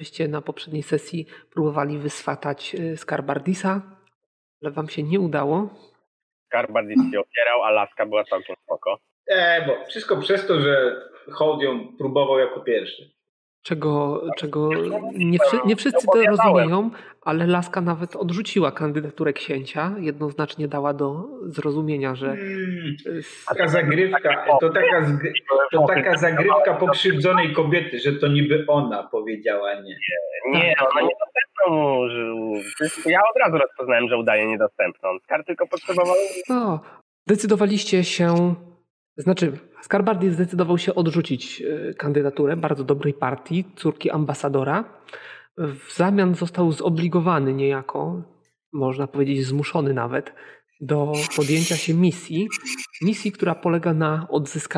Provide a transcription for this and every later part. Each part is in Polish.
Wyście na poprzedniej sesji próbowali wyswatać Skarbardisa, ale wam się nie udało. Skarbardis się opierał, a laska była całkiem spoko. Bo wszystko przez to, że Hołd ją próbował jako pierwszy. Czego nie wszyscy to rozumieją, ale laska nawet odrzuciła kandydaturę księcia. Jednoznacznie dała do zrozumienia, że... Taka zagrywka, to taka zagrywka pokrzywdzonej kobiety, że to niby ona powiedziała nie. Nie, ona niedostępną. Ja od razu rozpoznałem, że udaje niedostępną. Skar tylko potrzebował... No, decydowaliście się... Skarbardis zdecydował się odrzucić kandydaturę bardzo dobrej partii, córki ambasadora. W zamian został zobligowany niejako, można powiedzieć zmuszony nawet, do podjęcia się misji, która polega na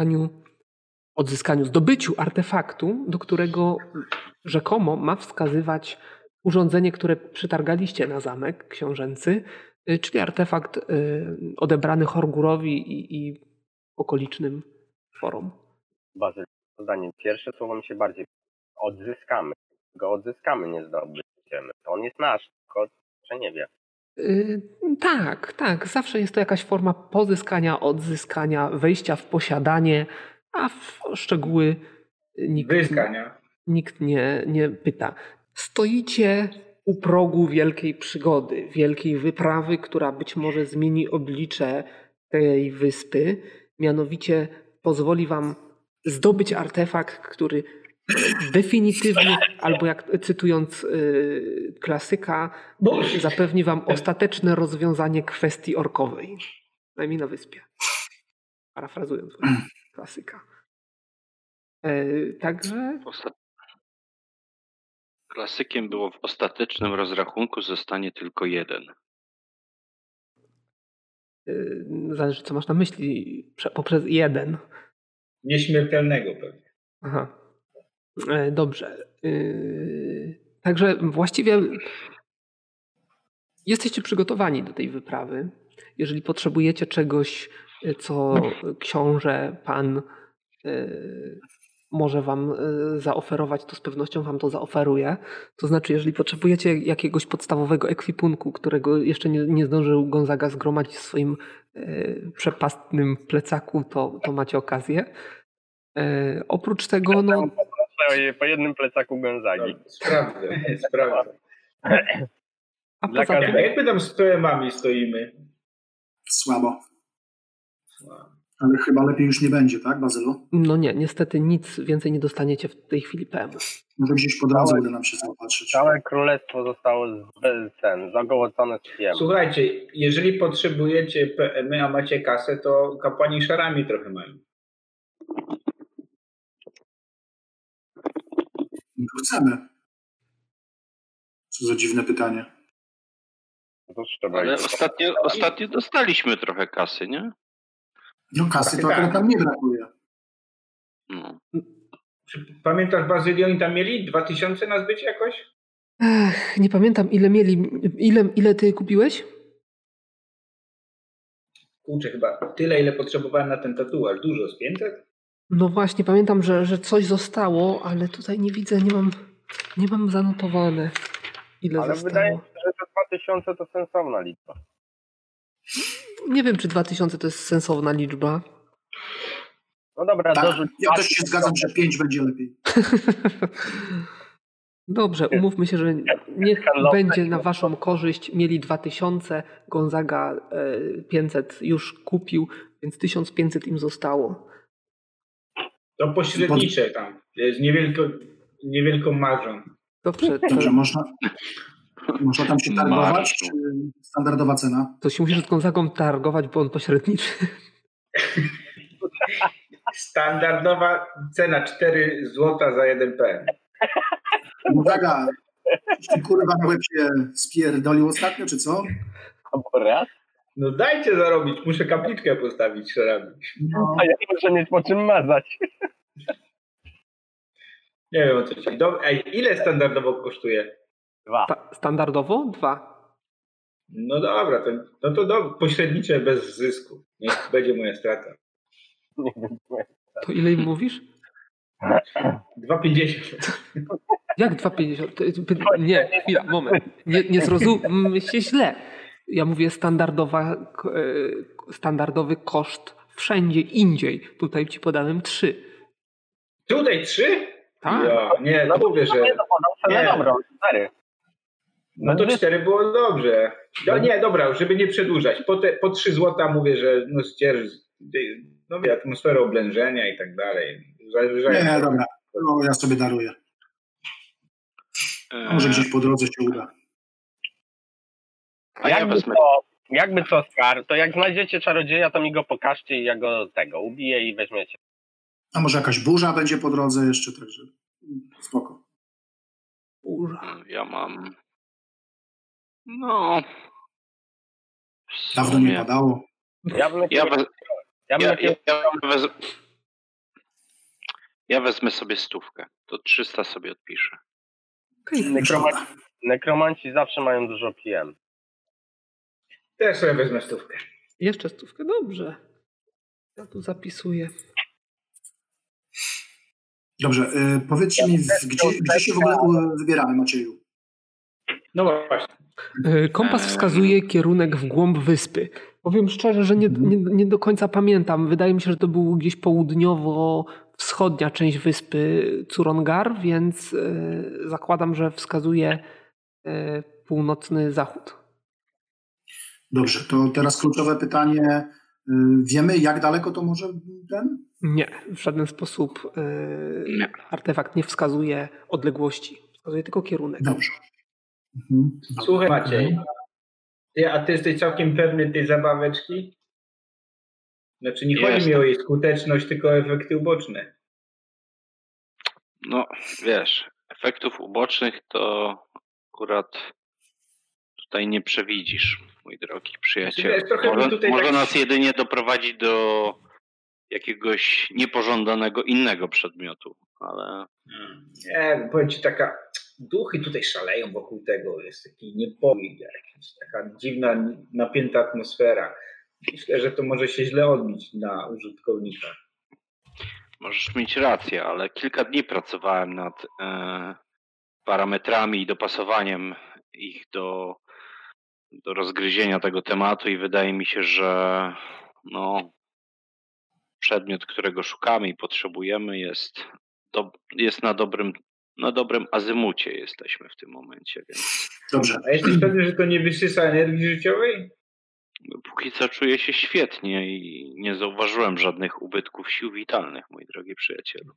zdobyciu artefaktu, do którego rzekomo ma wskazywać urządzenie, które przytargaliście na zamek książęcy, czyli artefakt odebrany Horgurowi i okolicznym forum. Bazyl, zdanie pierwsze słowo mi się bardziej odzyskamy. Go odzyskamy, nie zdobędziemy. To on jest nasz, tylko że nie wie. Tak. Zawsze jest to jakaś forma pozyskania, odzyskania, wejścia w posiadanie, a w szczegóły nikt nie pyta. Stoicie u progu wielkiej przygody, wielkiej wyprawy, która być może zmieni oblicze tej wyspy. Mianowicie pozwoli wam zdobyć artefakt, który definitywnie, albo jak cytując klasyka, zapewni wam ostateczne rozwiązanie kwestii orkowej. Najmniej na wyspie. Parafrazując klasyka. Także... Klasykiem było w ostatecznym rozrachunku zostanie tylko jeden. Zależy, co masz na myśli poprzez jeden. Nieśmiertelnego pewnie. Aha. Dobrze. Także właściwie jesteście przygotowani do tej wyprawy. Jeżeli potrzebujecie czegoś, co książę, pan może wam zaoferować, to z pewnością wam to zaoferuje. To znaczy, jeżeli potrzebujecie jakiegoś podstawowego ekwipunku, którego jeszcze nie zdążył Gonzaga zgromadzić w swoim przepastnym plecaku, to macie okazję. Oprócz tego... Po jednym plecaku Gonzagi. Sprawdzę. A poza tym... Jak my tam z PM-ami stoimy? Słabo. Ale chyba lepiej już nie będzie, tak, Bazylu? No nie, niestety nic więcej nie dostaniecie w tej chwili PM. Może gdzieś po drodze uda nam się zaopatrzyć. Całe królestwo zostało zagołocone z PM. Słuchajcie, jeżeli potrzebujecie PM-y, a macie kasę, to kapłani szarami trochę mają. Chcemy. Co za dziwne pytanie. Ale ostatnio dostaliśmy trochę kasy, nie? No kasy to akurat tam nie brakuje. No. Pamiętasz, Bazyli, oni tam mieli 2000 na zbycie jakoś? Nie pamiętam, ile mieli. Ile ty kupiłeś? Kurczę, chyba tyle, ile potrzebowałem na ten tatuaż. Dużo, z 500? No właśnie, pamiętam, że coś zostało, ale tutaj nie widzę, nie mam zanotowane, ile ale zostało. wydaje mi się, że to 2000 to sensowna liczba. Nie wiem, czy 2000 to jest sensowna liczba. No dobra, tak, ja też się zgadzam, że 5 będzie lepiej. Dobrze, umówmy się, że niech będzie na waszą korzyść. Mieli 2000, Gonzaga 500 już kupił, więc 1500 im zostało. To pośrednicze tam, jest niewielką marżą. Dobrze, można tam się targować, czy standardowa cena? To się musisz z Gonzagą targować, bo on pośredniczy. Standardowa cena 4 zł za 1 PM. Gonzaga, czy kurwa na łeb się spierdolił ostatnio, czy co? No dajcie zarobić, muszę kapliczkę postawić szarami. No. A ja muszę mieć po czym mazać. Nie wiem o co ci. Ile standardowo kosztuje? 2. Standardowo? 2. No dobra, to pośrednicze bez zysku. Niech będzie moja strata. To ile im mówisz? 2,50. Jak 2,50? Nie, chwila, moment. Nie zrozum się źle. Ja mówię standardowy koszt wszędzie indziej. Tutaj ci podałem 3. Tutaj 3? Tak. Ja, nie, to mówię, że... Nie, dobra, 4. No to 4 było dobrze. No nie, dobra, żeby nie przedłużać. Po 3 złota mówię, że no ścierz, no wie, atmosfera oblężenia i tak dalej. Nie, dobra. No, ja sobie daruję. Może gdzieś po drodze się uda. A ja wezmę... Jakby co, Skar, to jak znajdziecie czarodzieja, to mi go pokażcie i ja go ubiję i weźmiecie. A może jakaś burza będzie po drodze jeszcze, także spoko. Burza. Ja mam... No... Dawno nie padało. Ja wezmę sobie 100. To 300 sobie odpiszę. Nekromanci zawsze mają dużo PM. Też sobie wezmę 100. Jeszcze 100. Dobrze. Ja tu zapisuję. Dobrze, powiedzcie mi, gdzie się w ogóle wybieramy, Macieju? No właśnie. Kompas wskazuje kierunek w głąb wyspy. Powiem szczerze, że nie do końca pamiętam. Wydaje mi się, że to był gdzieś południowo-wschodnia część wyspy Curongar, więc zakładam, że wskazuje północny zachód. Dobrze, to teraz kluczowe pytanie. Wiemy, jak daleko to może ten? Nie, w żaden sposób artefakt nie wskazuje odległości. Wskazuje tylko kierunek. Dobrze. Słuchaj, Maciej, a ty jesteś całkiem pewny tej zabaweczki? Znaczy nie chodzi mi o jej skuteczność, tylko o efekty uboczne. No, wiesz, efektów ubocznych to akurat tutaj nie przewidzisz, mój drogi przyjaciel. Może nas jedynie doprowadzić do jakiegoś niepożądanego innego przedmiotu, ale... Nie, powiem ci, duchy tutaj szaleją wokół tego, jest taki niepokój, taka dziwna, napięta atmosfera. Myślę, że to może się źle odbić na użytkownika. Możesz mieć rację, ale kilka dni pracowałem nad parametrami i dopasowaniem ich do rozgryzienia tego tematu i wydaje mi się, że przedmiot, którego szukamy i potrzebujemy jest na dobrym azymucie jesteśmy w tym momencie. Więc... Dobrze. A jesteś pewny, że to nie wysysa energii życiowej? Póki co czuję się świetnie i nie zauważyłem żadnych ubytków sił witalnych, mój drogi przyjacielu.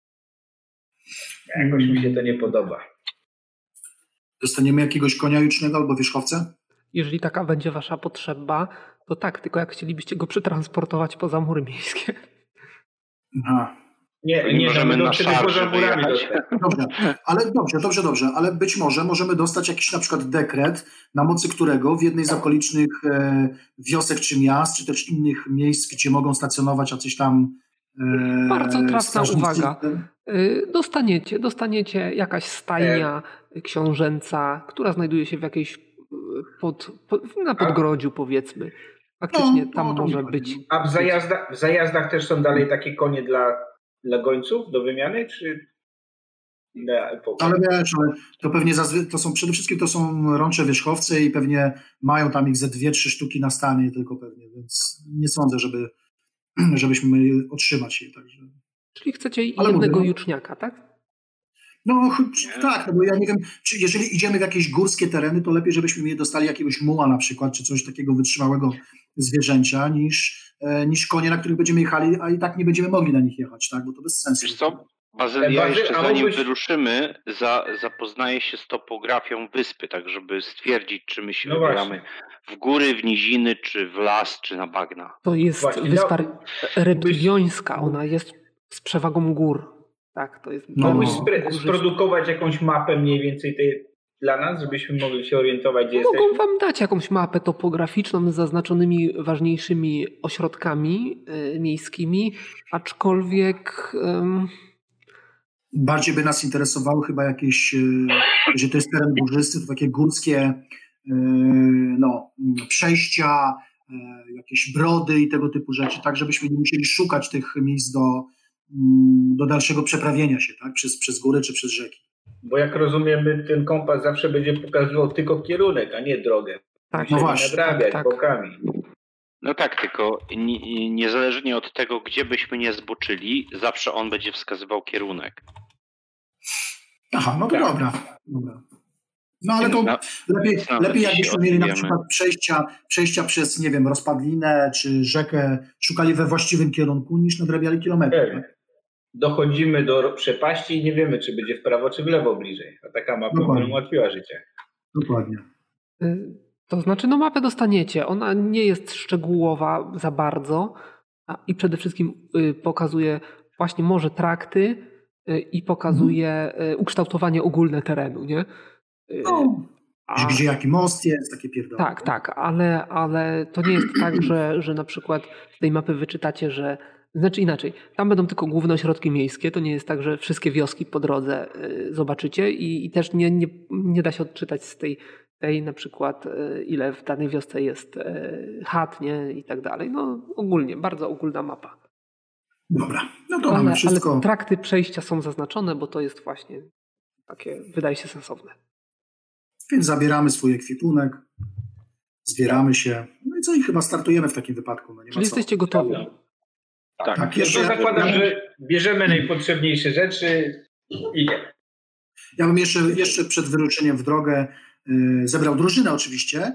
Jakoś mi się to nie podoba. Dostaniemy jakiegoś konia jucznego albo wierzchowcę? Jeżeli taka będzie wasza potrzeba, to tak, tylko jak chcielibyście go przetransportować poza mury miejskie. Aha. Nie możemy na szarży wyjechać. Dobrze, ale być może możemy dostać jakiś na przykład dekret, na mocy którego w jednej z okolicznych wiosek czy miast, czy też innych miejsc, gdzie mogą stacjonować jacyś tam bardzo trafna uwaga. Dostaniecie jakaś stajnia książęca, która znajduje się w jakiejś na podgrodziu, powiedzmy. Faktycznie tam może być. A w zajazdach też są dalej takie konie dla gońców do wymiany, czy ale wiesz, to pewnie to są przede wszystkim to są rącze wierzchowce i pewnie mają tam ich ze 2-3 sztuki na stanie tylko pewnie, więc nie sądzę, żebyśmy otrzymać je. Także. Czyli chcecie jednego juczniaka, tak? No tak, no bo ja nie wiem, czy jeżeli idziemy w jakieś górskie tereny, to lepiej, żebyśmy je dostali jakiegoś muła na przykład, czy coś takiego wytrzymałego zwierzęcia, niż konie, na których będziemy jechali, a i tak nie będziemy mogli na nich jechać, tak? Bo to bez sensu. Wiesz co? Bazyl, ja jeszcze zanim wyruszymy, zapoznaję się z topografią wyspy, tak żeby stwierdzić, czy my się wybieramy w góry, w niziny, czy w las, czy na bagna. To jest wyspa reptiliońska, ona jest z przewagą gór. Tak, to jest. Mógłbyś sprodukować jakąś mapę mniej więcej dla nas, żebyśmy mogli się orientować, gdzie jesteśmy? Mogą wam dać jakąś mapę topograficzną z zaznaczonymi ważniejszymi ośrodkami miejskimi, aczkolwiek... Bardziej by nas interesowały chyba jakieś, że to jest teren górzysty, to takie górskie przejścia, jakieś brody i tego typu rzeczy, tak żebyśmy nie musieli szukać tych miejsc do dalszego przeprawienia się, tak, przez góry czy przez rzeki. Bo jak rozumiemy, ten kompas zawsze będzie pokazywał tylko kierunek, a nie drogę. Tak, no właśnie. Nadrabiać bokami. No tak, tylko niezależnie od tego, gdzie byśmy nie zboczyli, zawsze on będzie wskazywał kierunek. Aha, no to dobra. No ale to lepiej jakbyśmy mieli na przykład przejścia przez, nie wiem, rozpadlinę czy rzekę, szukali we właściwym kierunku, niż nadrabiali kilometry. Tak? Dochodzimy do przepaści i nie wiemy, czy będzie w prawo, czy w lewo bliżej. A taka mapa nam ułatwiła życie. Dokładnie. To znaczy, mapę dostaniecie. Ona nie jest szczegółowa za bardzo i przede wszystkim pokazuje właśnie może trakty i pokazuje ukształtowanie ogólne terenu, nie? Gdzie jaki most jest, takie pierdoły. Tak, ale to nie jest tak, że na przykład z tej mapy wyczytacie, że znaczy inaczej, tam będą tylko główne ośrodki miejskie, to nie jest tak, że wszystkie wioski po drodze zobaczycie i też nie da się odczytać z tej na przykład ile w danej wiosce jest chat, nie, i tak dalej. No ogólnie, bardzo ogólna mapa. Dobra, no to mamy wszystko. Ale trakty przejścia są zaznaczone, bo to jest właśnie takie, wydaje się sensowne. Więc zabieramy swój ekwipunek, zbieramy się, no i co, i chyba startujemy w takim wypadku. No nie Czyli jesteście gotowi. Tak. Jeszcze zakładam, że bierzemy najpotrzebniejsze rzeczy i idziemy. Ja bym jeszcze przed wyruszeniem w drogę zebrał drużynę oczywiście.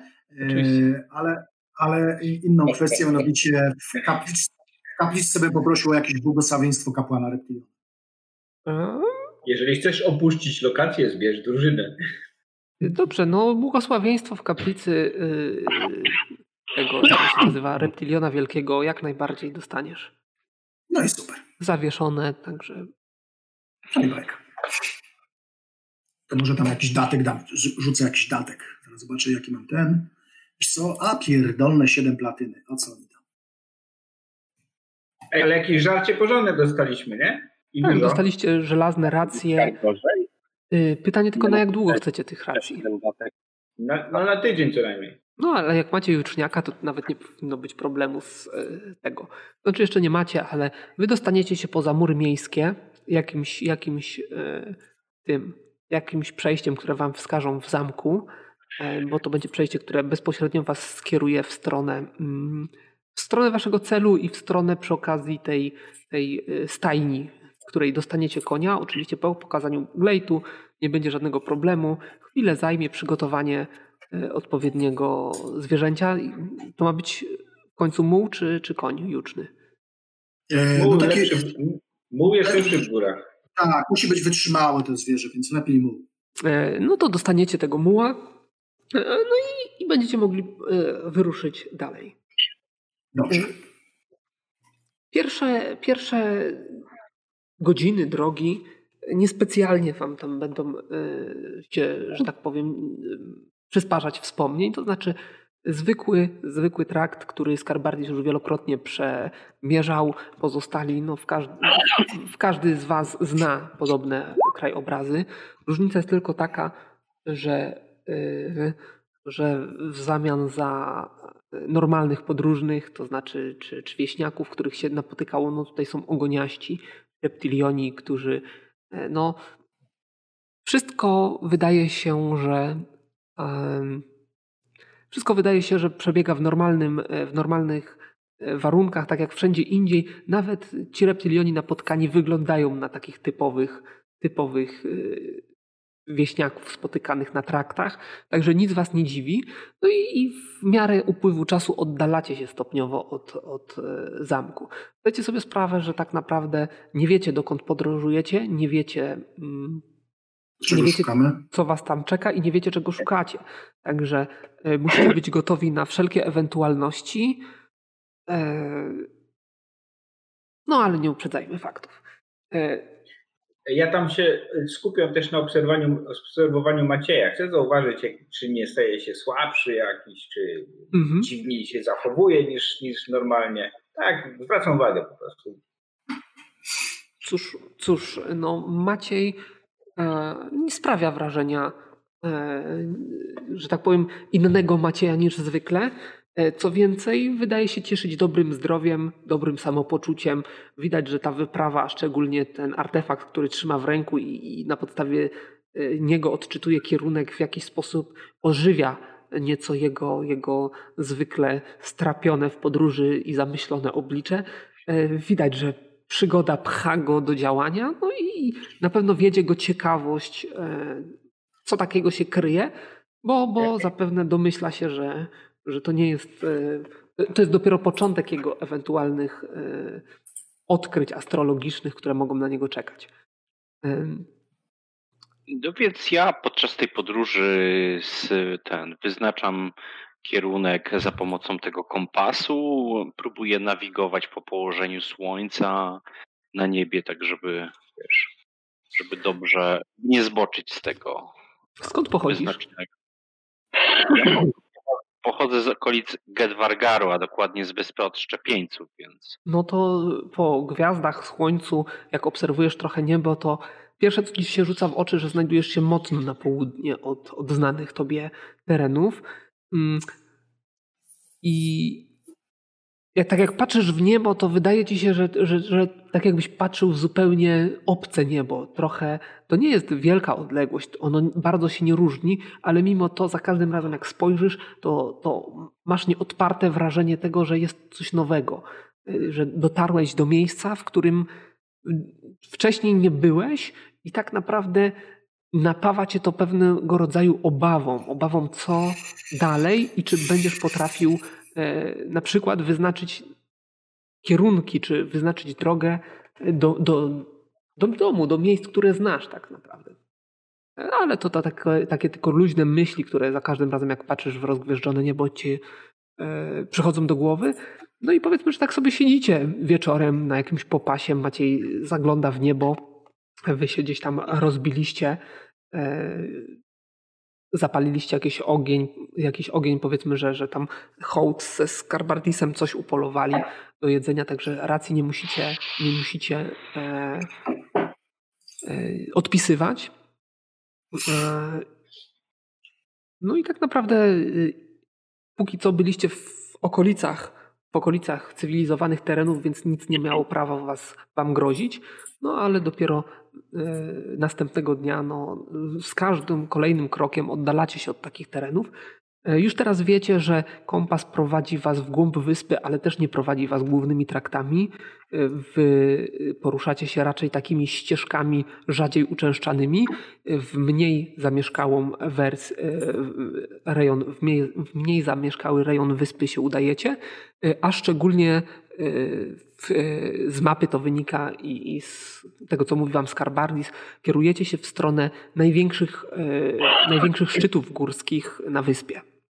Ale inną kwestię, mianowicie w kapliczce bym poprosił o jakieś błogosławieństwo kapłana Reptiliona. Jeżeli chcesz opuścić lokację, zbierz drużynę. Dobrze, błogosławieństwo w kaplicy tego, jak się nazywa, Reptiliona Wielkiego, jak najbardziej dostaniesz. No i super. Zawieszone, także... To może tam jakiś datek dam, rzucę jakiś datek. Zaraz zobaczę, jaki mam ten. Wiesz co? Pierdolne 7 platyny. A co oni tam? Ale jakieś żarcie porządne dostaliśmy, nie? Tak, dostaliście żelazne racje. Pytanie tylko, na jak długo chcecie tych racji? Na tydzień co najmniej. No, ale jak macie juczniaka, to nawet nie powinno być problemu z tego. Znaczy jeszcze nie macie, ale wy dostaniecie się poza mury miejskie jakimś przejściem, które wam wskażą w zamku, bo to będzie przejście, które bezpośrednio was skieruje w stronę waszego celu i w stronę przy okazji tej stajni, w której dostaniecie konia. Oczywiście po pokazaniu glejtu nie będzie żadnego problemu. Chwilę zajmie przygotowanie odpowiedniego zwierzęcia. To ma być w końcu muł czy koń juczny? Muł jest lepszy w górach. Tak, musi być wytrzymałe to zwierzę, więc lepiej muł. No to dostaniecie tego muła, no i będziecie mogli wyruszyć dalej. Dobrze. Pierwsze godziny drogi niespecjalnie wam tam będą się, że tak powiem, przysparzać wspomnień, to znaczy zwykły trakt, który Skarbardis już wielokrotnie przemierzał, pozostali, każdy z was zna podobne krajobrazy. Różnica jest tylko taka, że w zamian za normalnych podróżnych, to znaczy czy wieśniaków, których się napotykało, tutaj są ogoniaści, reptilioni, którzy wszystko wydaje się, że przebiega w normalnych warunkach, tak jak wszędzie indziej. Nawet ci reptilioni napotkani wyglądają na takich typowych wieśniaków spotykanych na traktach, także nic was nie dziwi. No i w miarę upływu czasu oddalacie się stopniowo od zamku. Zdajcie sobie sprawę, że tak naprawdę nie wiecie, dokąd podróżujecie, nie wiecie, co was tam czeka i nie wiecie, czego szukacie. Także musicie być gotowi na wszelkie ewentualności. Ale nie uprzedzajmy faktów. Ja tam się skupiam też na obserwowaniu Macieja. Chcę zauważyć, czy nie staje się słabszy jakiś, czy dziwniej się zachowuje niż normalnie. Tak, zwracam uwagę po prostu. Cóż, Maciej nie sprawia wrażenia, że tak powiem, innego Macieja niż zwykle. Co więcej, wydaje się cieszyć dobrym zdrowiem, dobrym samopoczuciem. Widać, że ta wyprawa, a szczególnie ten artefakt, który trzyma w ręku i na podstawie niego odczytuje kierunek, w jakiś sposób ożywia nieco jego zwykle strapione w podróży i zamyślone oblicze. Widać, że przygoda pcha go do działania, no i na pewno wiedzie go ciekawość, co takiego się kryje, bo zapewne domyśla się, że to nie jest, to jest dopiero początek jego ewentualnych odkryć astrologicznych, które mogą na niego czekać. No więc ja podczas tej podróży wyznaczam kierunek za pomocą tego kompasu, próbuję nawigować po położeniu słońca na niebie, tak żeby dobrze nie zboczyć z tego. Skąd pochodzisz? Ja pochodzę z okolic Gedwargaru, a dokładnie z Wyspy Odszczepieńców, więc... No to po gwiazdach, słońcu, jak obserwujesz trochę niebo, to pierwsze, co ci się rzuca w oczy, że znajdujesz się mocno na południe od znanych tobie terenów. I tak jak patrzysz w niebo, to wydaje ci się, że tak jakbyś patrzył w zupełnie obce niebo. Trochę to nie jest wielka odległość, ono bardzo się nie różni, ale mimo to za każdym razem jak spojrzysz, to masz nieodparte wrażenie tego, że jest coś nowego, że dotarłeś do miejsca, w którym wcześniej nie byłeś i tak naprawdę napawa cię to pewnego rodzaju obawą co dalej i czy będziesz potrafił na przykład wyznaczyć kierunki, czy wyznaczyć drogę do domu, do miejsc, które znasz tak naprawdę. Ale to takie tylko luźne myśli, które za każdym razem jak patrzysz w rozgwieżdżone niebo ci przychodzą do głowy. No i powiedzmy, że tak sobie siedzicie wieczorem na jakimś popasie, Maciej zagląda w niebo, wy się gdzieś tam rozbiliście, zapaliliście jakiś ogień, powiedzmy, że tam hołd ze Skarbardisem coś upolowali do jedzenia, także racji nie musicie odpisywać. No i tak naprawdę póki co byliście w okolicach cywilizowanych terenów, więc nic nie miało prawa wam grozić. No ale dopiero następnego dnia z każdym kolejnym krokiem oddalacie się od takich terenów. Już teraz wiecie, że kompas prowadzi was w głąb wyspy, ale też nie prowadzi was głównymi traktami. Wy poruszacie się raczej takimi ścieżkami rzadziej uczęszczanymi w mniej zamieszkały rejon wyspy się udajecie, a szczególnie z mapy to wynika i z tego, co mówi wam Skarbardis, kierujecie się w stronę największych szczytów górskich na wyspie.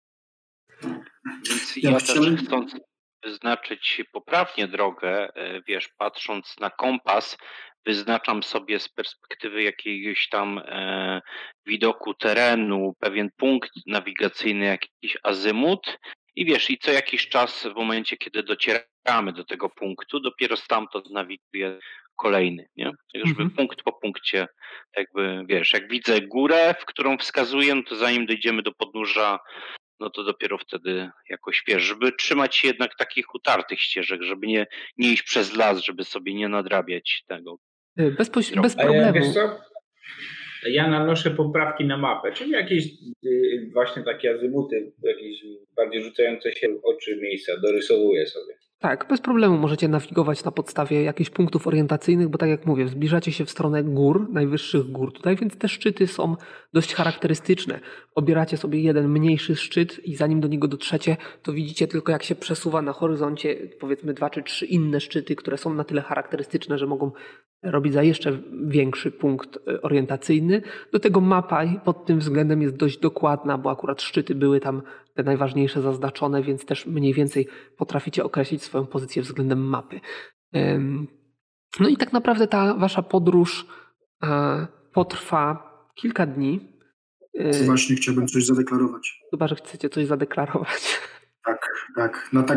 Więc ja też chcąc wyznaczyć poprawnie drogę, patrząc na kompas, wyznaczam sobie z perspektywy jakiegoś tam widoku terenu pewien punkt nawigacyjny, jakiś azymut i co jakiś czas w momencie, kiedy docieramy do tego punktu, dopiero stamtąd nawiguję kolejny, nie? Tak żeby punkt po punkcie jak widzę górę, w którą wskazuję, no to zanim dojdziemy do podnóża, no to dopiero wtedy jakoś żeby trzymać się jednak takich utartych ścieżek, żeby nie iść przez las, żeby sobie nie nadrabiać tego. Bez problemu. Wiesz co? Ja nanoszę poprawki na mapę, czyli jakieś właśnie takie azymuty, jakieś bardziej rzucające się w oczy miejsca, dorysowuję sobie. Tak, bez problemu możecie nawigować na podstawie jakichś punktów orientacyjnych, bo tak jak mówię, zbliżacie się w stronę gór, najwyższych gór tutaj, więc te szczyty są dość charakterystyczne. Obieracie sobie jeden mniejszy szczyt i zanim do niego dotrzecie, to widzicie tylko jak się przesuwa na horyzoncie powiedzmy 2 czy 3 inne szczyty, które są na tyle charakterystyczne, że mogą robić za jeszcze większy punkt orientacyjny. Do tego mapa pod tym względem jest dość dokładna, bo akurat szczyty były tam te najważniejsze zaznaczone, więc też mniej więcej potraficie określić swoją pozycję względem mapy. No i tak naprawdę ta wasza podróż potrwa kilka dni. Właśnie chciałbym coś zadeklarować. Chyba, że chcecie coś zadeklarować. Tak. Na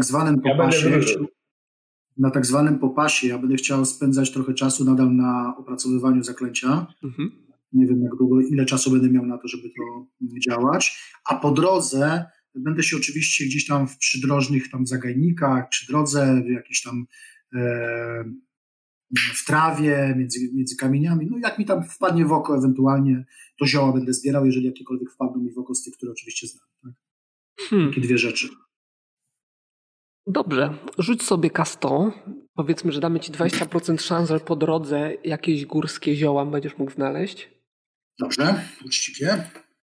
tak zwanym popasie ja będę chciał spędzać trochę czasu nadal na opracowywaniu zaklęcia. Nie wiem jak długo, ile czasu będę miał na to, żeby to działać. A po drodze będę się oczywiście gdzieś tam w przydrożnych tam zagajnikach, przy drodze, w jakichś tam w trawie, między kamieniami. No jak mi tam wpadnie w oko ewentualnie, to zioła będę zbierał, jeżeli jakiekolwiek wpadną mi w oko z tych, które oczywiście znam. Tak? Takie dwie rzeczy. Dobrze, rzuć sobie K100. Powiedzmy, że damy ci 20% szans, że po drodze jakieś górskie zioła będziesz mógł znaleźć. Dobrze, uczciwie.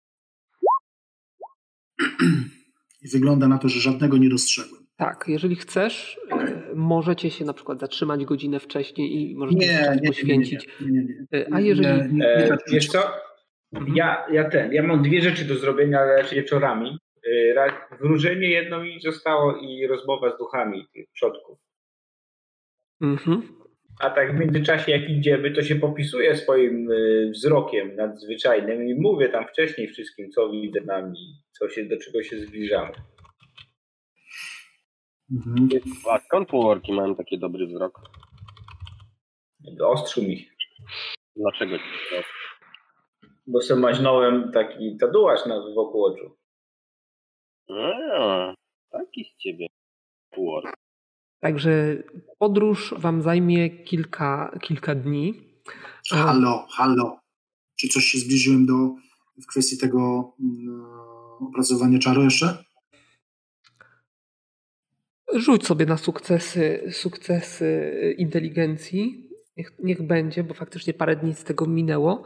I wygląda na to, że żadnego nie dostrzegłem. Tak, jeżeli chcesz, możecie się na przykład zatrzymać godzinę wcześniej i możecie poświęcić. Nie. A jeżeli... Wiesz co? Ja mam dwie rzeczy do zrobienia wieczorami. Wróżenie jedno mi zostało i rozmowa z duchami tych przodków. A tak w międzyczasie jak idziemy, to się popisuję swoim wzrokiem nadzwyczajnym i mówię tam wcześniej wszystkim, co widzę nami, do czego się zbliżamy. A skąd półorki mają taki dobry wzrok? Ostrzył mi. Dlaczego ci to? Bo sobie maźnąłem taki tatuaż wokół oczu. Taki z ciebie półork. Także podróż wam zajmie kilka dni. Halo. Czy coś się zbliżyłem w kwestii tego opracowania czaru jeszcze? Rzuć sobie na sukcesy inteligencji. Niech będzie, bo faktycznie parę dni z tego minęło.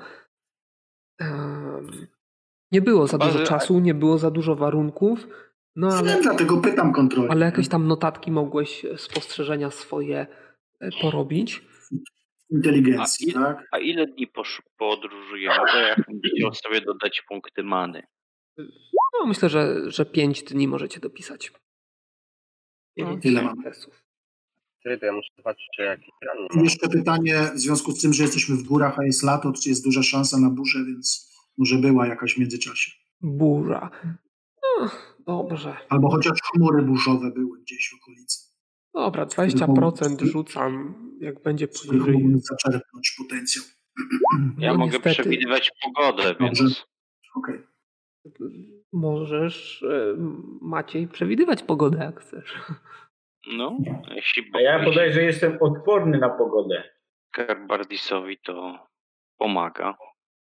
Nie było za dużo czasu, nie było za dużo warunków. No ale dlatego pytam kontrolę. Ale jakieś tam notatki mogłeś, spostrzeżenia swoje porobić. Inteligencji, tak? A ile dni podróżujemy? Bo ja bym chciał sobie dodać punkty many. No myślę, że 5 dni możecie dopisać. Tyle mam. To ja muszę zobaczyć, czy jakieś rany mam. Jeszcze pytanie w związku z tym, że jesteśmy w górach, a jest lato, czy jest duża szansa na burzę, więc może była jakaś w międzyczasie. Burza. Dobrze. Albo chociaż chmury burzowe były gdzieś w okolicy. Dobra, 20% rzucam, jak będzie poniżej. Mógłbym zaczerpnąć potencjał. Ja mogę przewidywać pogodę, więc... Okej. Możesz, Maciej, przewidywać pogodę, jak chcesz. No, A ja podaję, że jestem odporny na pogodę. Skarbardisowi to pomaga.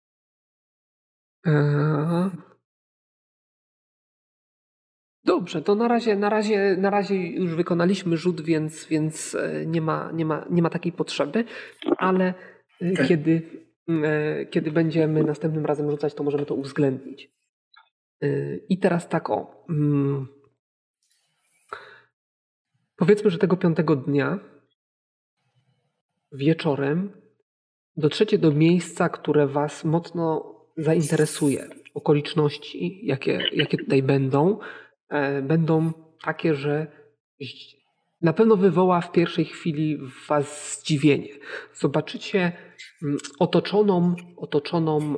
Dobrze, to na razie już wykonaliśmy rzut, więc nie ma takiej potrzeby, ale kiedy będziemy następnym razem rzucać, to możemy to uwzględnić. I teraz tak powiedzmy, że tego 5 dnia wieczorem dotrzecie do miejsca, które was mocno zainteresuje. Okoliczności, jakie tutaj będą takie, że na pewno wywoła w pierwszej chwili w was zdziwienie. Zobaczycie otoczoną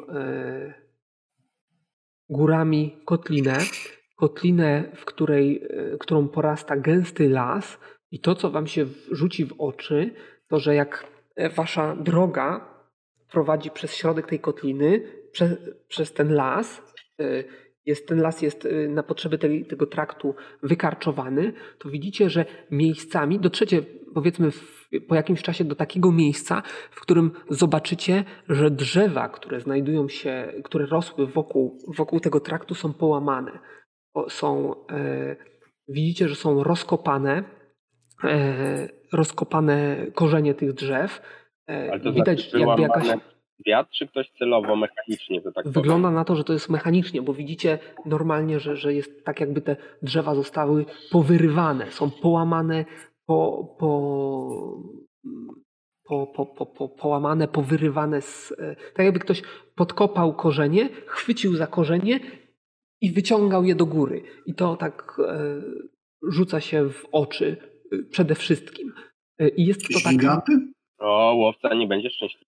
górami kotlinę, którą porasta gęsty las, i to, co wam się rzuci w oczy, to, że jak wasza droga prowadzi przez środek tej kotliny, przez ten las, ten las jest na potrzeby tego traktu wykarczowany, to widzicie, że miejscami dotrzecie, powiedzmy po jakimś czasie, do takiego miejsca, w którym zobaczycie, że drzewa, które rosły wokół tego traktu, są połamane. Widzicie, że są rozkopane korzenie tych drzew. Ale to widać, jakby jakaś... Wiatr, czy ktoś celowo, mechanicznie to tak wygląda na to, że to jest mechanicznie, bo widzicie normalnie, że jest tak, jakby te drzewa zostały powyrywane, są połamane, połamane, powyrywane, tak jakby ktoś podkopał korzenie, chwycił za korzenie i wyciągał je do góry. I to tak rzuca się w oczy przede wszystkim. I jest to giganty? Łowca nie będzie szczęśliwy.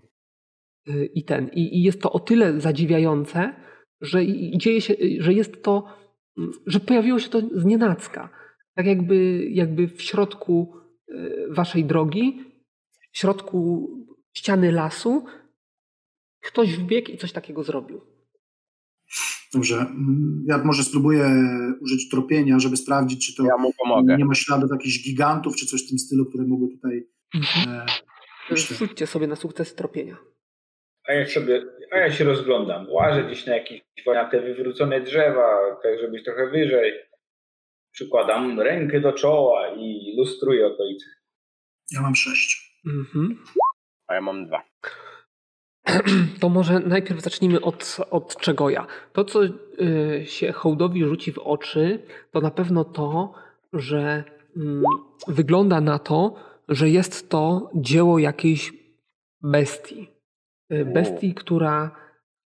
I jest to o tyle zadziwiające, że dzieje się, że pojawiło się to znienacka. Tak jakby w środku waszej drogi, w środku ściany lasu, ktoś wbiegł i coś takiego zrobił. Dobrze. Ja może spróbuję użyć tropienia, żeby sprawdzić, czy to ja mu pomogę. Nie ma śladów jakichś gigantów, czy coś w tym stylu, które mogły tutaj Rzućcie sobie na sukces tropienia. A ja się rozglądam. Łażę gdzieś na jakieś te wywrócone drzewa, tak żeby być trochę wyżej. Przykładam rękę do czoła i lustruję okolice. Ja mam 6. A ja mam 2. To może najpierw zacznijmy od Czegoja. To, co się Hołdowi rzuci w oczy, to na pewno to, że wygląda na to, że jest to dzieło jakiejś bestii. Bestii, która...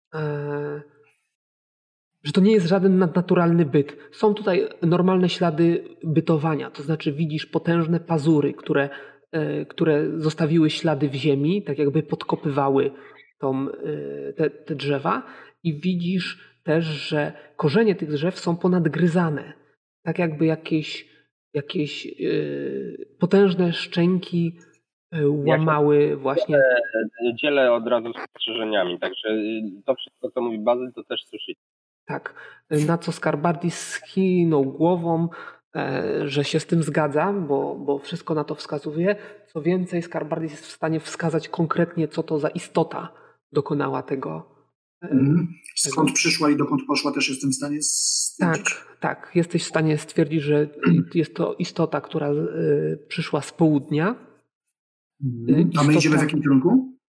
że to nie jest żaden nadnaturalny byt. Są tutaj normalne ślady bytowania, to znaczy widzisz potężne pazury, które zostawiły ślady w ziemi, tak jakby podkopywały te drzewa i widzisz też, że korzenie tych drzew są ponadgryzane. Tak jakby jakieś potężne szczęki łamały właśnie. Dzielę od razu spostrzeżeniami, także to wszystko, co mówi Bazyl, to też słyszycie. Tak, na co Skarbardis skinął głową, że się z tym zgadza, bo wszystko na to wskazuje. Co więcej, Skarbardis jest w stanie wskazać konkretnie, co to za istota dokonała tego. Skąd przyszła i dokąd poszła, też jestem w stanie stwierdzić. Tak. Jesteś w stanie stwierdzić, że jest to istota, która przyszła z południa. A my idziemy w jakim kierunku?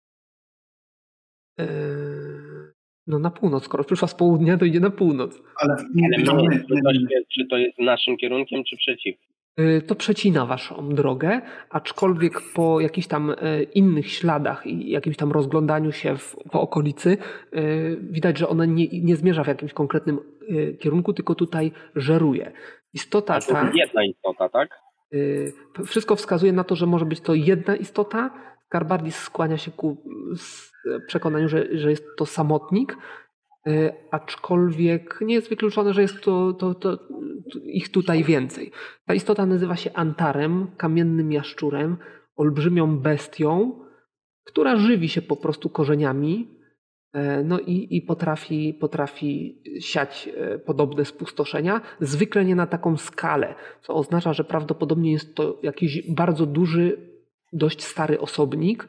No na północ. Skoro przyszła z południa, to idzie na północ. Ale Czy to jest naszym kierunkiem, czy przeciw? To przecina waszą drogę, aczkolwiek po jakichś tam innych śladach i jakimś tam rozglądaniu się po okolicy widać, że ona nie zmierza w jakimś konkretnym kierunku, tylko tutaj żeruje. Istota to jest jedna istota, tak? Wszystko wskazuje na to, że może być to jedna istota. Skarbardis skłania się ku przekonaniu, że jest to samotnik, aczkolwiek nie jest wykluczone, że jest to ich tutaj więcej. Ta istota nazywa się Antarem, kamiennym jaszczurem, olbrzymią bestią, która żywi się po prostu korzeniami, no i potrafi siać podobne spustoszenia, zwykle nie na taką skalę, co oznacza, że prawdopodobnie jest to jakiś bardzo duży, dość stary osobnik.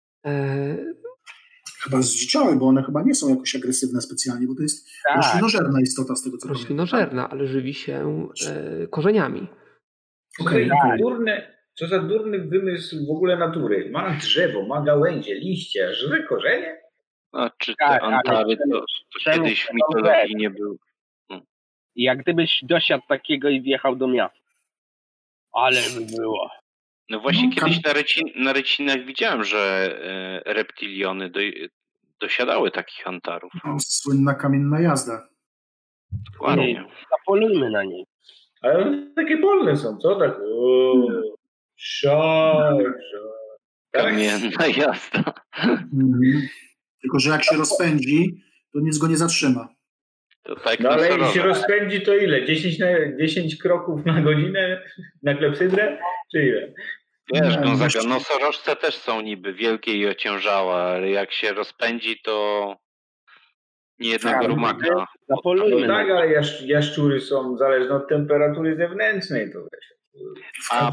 Chyba zdziczały, bo one chyba nie są jakoś agresywne specjalnie, bo to jest roślinożerna istota z tego, co pamiętam. Roślinożerna, ale żywi się korzeniami. Co za durny wymysł w ogóle natury. Ma drzewo, ma gałęzie, liście, żre korzenie? A czy te Antary to kiedyś w mitologii nie był? Jak gdybyś dosiadł takiego i wjechał do miasta. Ale by było. No właśnie kiedyś na Rycinach widziałem, że reptiliony dosiadały takich Antarów. Słynna kamienna jazda. Dokładnie. Zapolujmy na niej. Ale one takie wolne są, co tak? Kamienna jazda. Tylko, że jak się rozpędzi, to nic go nie zatrzyma. To tak no ale jak się rozpędzi, to ile? 10 kroków na godzinę na klepsydrę? Czy ile? Wiesz, Gonzaga, nosorożce też są niby wielkie i ociężałe, ale jak się rozpędzi, to nie jednego rumaka. No tak, ale jaszczury są zależne od temperatury zewnętrznej. To a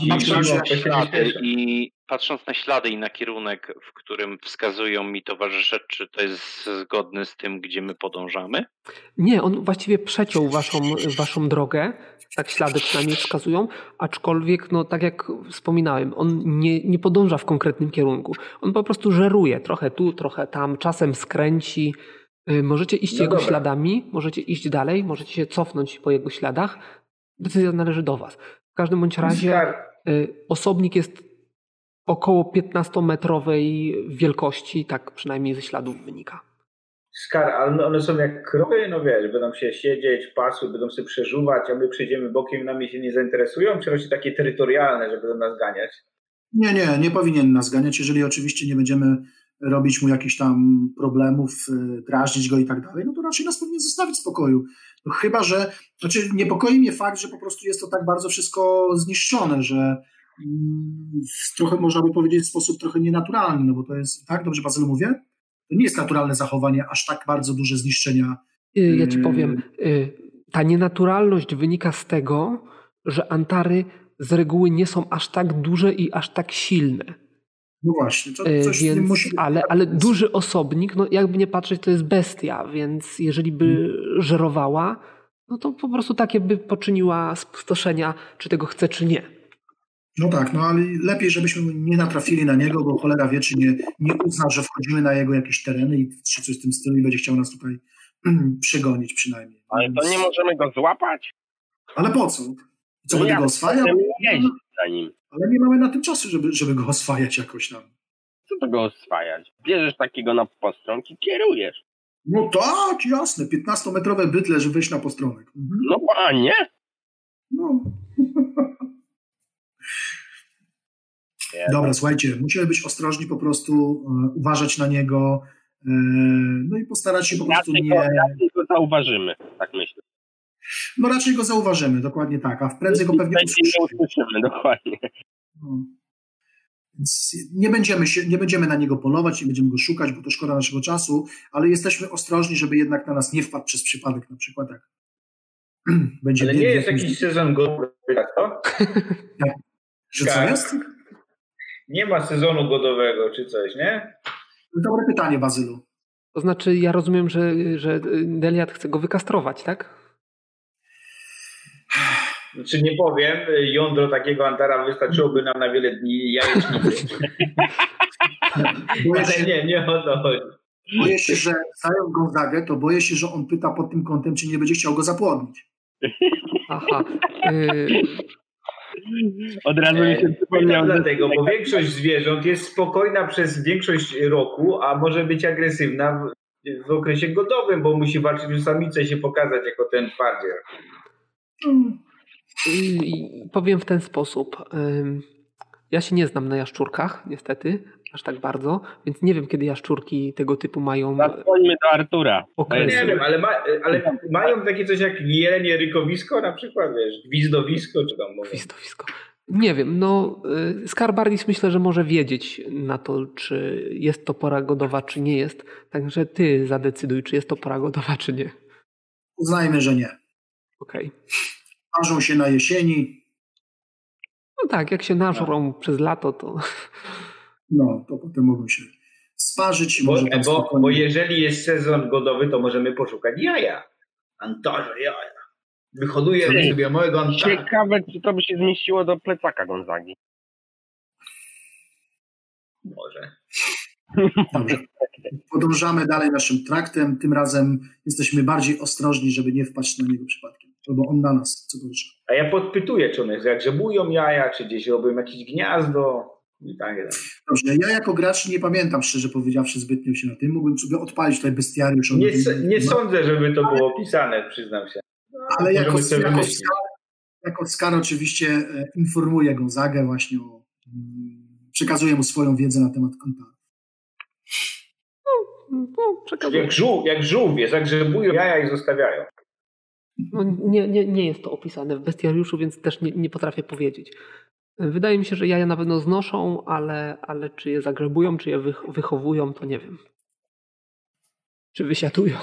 patrząc na ślady i na kierunek, w którym wskazują mi towarzysze, czy to jest zgodne z tym, gdzie my podążamy? Nie, on właściwie przeciął waszą drogę, tak ślady przynajmniej wskazują, aczkolwiek, no tak jak wspominałem, on nie podąża w konkretnym kierunku. On po prostu żeruje, trochę tu, trochę tam, czasem skręci. Możecie iść jego śladami, możecie iść dalej, możecie się cofnąć po jego śladach. Decyzja należy do was. W każdym bądź razie osobnik jest około 15-metrowej wielkości, tak przynajmniej ze śladów wynika. Ale one są jak krowy, no wiesz, będą się siedzieć, pasły, będą sobie przeżuwać, a my przejdziemy bokiem i nami się nie zainteresują, czy raczej takie terytorialne, że będą nas ganiać? Nie powinien nas ganiać, jeżeli oczywiście nie będziemy robić mu jakichś tam problemów, drażnić go i tak dalej, no to raczej nas powinien zostawić w spokoju. No chyba, że, niepokoi mnie fakt, że po prostu jest to tak bardzo wszystko zniszczone, że trochę można by powiedzieć w sposób trochę nienaturalny, no bo to jest, tak, dobrze Bazylu mówię? To nie jest naturalne zachowanie, aż tak bardzo duże zniszczenia. Ja ci powiem, ta nienaturalność wynika z tego, że Antary z reguły nie są aż tak duże i aż tak silne. No właśnie, to coś nie Więc, musi... ale duży osobnik, no jakby nie patrzeć, to jest bestia, więc jeżeli by żerowała, no to po prostu takie by poczyniła spustoszenia, czy tego chce, czy nie. No tak, no ale lepiej, żebyśmy nie natrafili na niego, bo cholera wie, czy nie uzna, że wchodzimy na jego jakieś tereny czy coś w tym stylu i będzie chciał nas tutaj przegonić przynajmniej. Ale to nie możemy go złapać? Ale po co? Co, będę go oswajał? Chcemy jeździć za nim. Ale nie mamy na tym czasu, żeby go oswajać jakoś tam. Co to go oswajać? Bierzesz takiego na postrąg i kierujesz. No tak, jasne. 15-metrowe bytle, że wejść na postronek. Mhm. No panie. No. Dobra, słuchajcie, musimy być ostrożni po prostu, uważać na niego, no i postarać się po prostu Raczej go zauważymy, tak myślę. No raczej go zauważymy, dokładnie tak, a prędzej go pewnie usłyszymy. Dokładnie. No. Więc nie będziemy na niego polować, nie będziemy go szukać, bo to szkoda naszego czasu, ale jesteśmy ostrożni, żeby jednak na nas nie wpadł przez przypadek, na przykład jak będzie... Ale nie jest jakiś sezon godowy, tak to? Że co jest? Nie ma sezonu godowego czy coś, nie? Dobre pytanie, Bazylu. To znaczy, ja rozumiem, że Deliat chce go wykastrować, tak? Znaczy nie powiem, jądro takiego antara wystarczyłoby nam na wiele dni jajecznicy. Ale nie o to chodzi. Boję się, że znając Gonzagę, to boję się, że on pyta pod tym kątem, czy nie będzie chciał go zapłodnić. Aha. Od razu mi się przypomniał. Dlatego, bo większość zwierząt jest spokojna przez większość roku, a może być agresywna w okresie godowym, bo musi walczyć o samicę, się pokazać jako ten twardziel. Powiem w ten sposób. Ja się nie znam na jaszczurkach, niestety, aż tak bardzo, więc nie wiem, kiedy jaszczurki tego typu mają... Zadzwońmy do Artura. Okresy. Nie wiem, ale mają takie coś jak jelenie rykowisko na przykład, wiesz, gwizdowisko, czy tam mówię. Gwizdowisko. Nie wiem, no Skarbardis myślę, że może wiedzieć na to, czy jest to pora godowa, czy nie jest. Także ty zadecyduj, czy jest to pora godowa, czy nie. Uznajmy, że nie. Okej. Parzą się na jesieni. No tak, jak się nażrą przez lato, to... No, to potem mogą się sparzyć. Bo jeżeli jest sezon godowy, to możemy poszukać jaja. Antarze jaja. Wyhodujemy sobie małego antara. Ciekawe, czy to by się zmieściło do plecaka Gonzagi. Może. Dobrze. Podążamy dalej naszym traktem. Tym razem jesteśmy bardziej ostrożni, żeby nie wpaść na niego przypadkiem. Albo on na nas, co gorsza. A ja podpytuję, czy one zagrzebują jaja, czy gdzieś robią jakieś gniazdo i tak dalej. Dobrze, ja jako gracz nie pamiętam, szczerze powiedziawszy, zbytnio się na tym. Mógłbym sobie odpalić tutaj bestiariusz. Nie sądzę, żeby to było opisane, przyznam się. Ale jako Skar oczywiście informuję Gonzagę właśnie przekazuję mu swoją wiedzę na temat Antara. Jak żółwie, zagrzebują jaja i zostawiają. No, nie jest to opisane w bestiariuszu, więc też nie potrafię powiedzieć. Wydaje mi się, że jaja na pewno znoszą, ale czy je zagrzebują, czy je wychowują, to nie wiem. Czy wysiatują.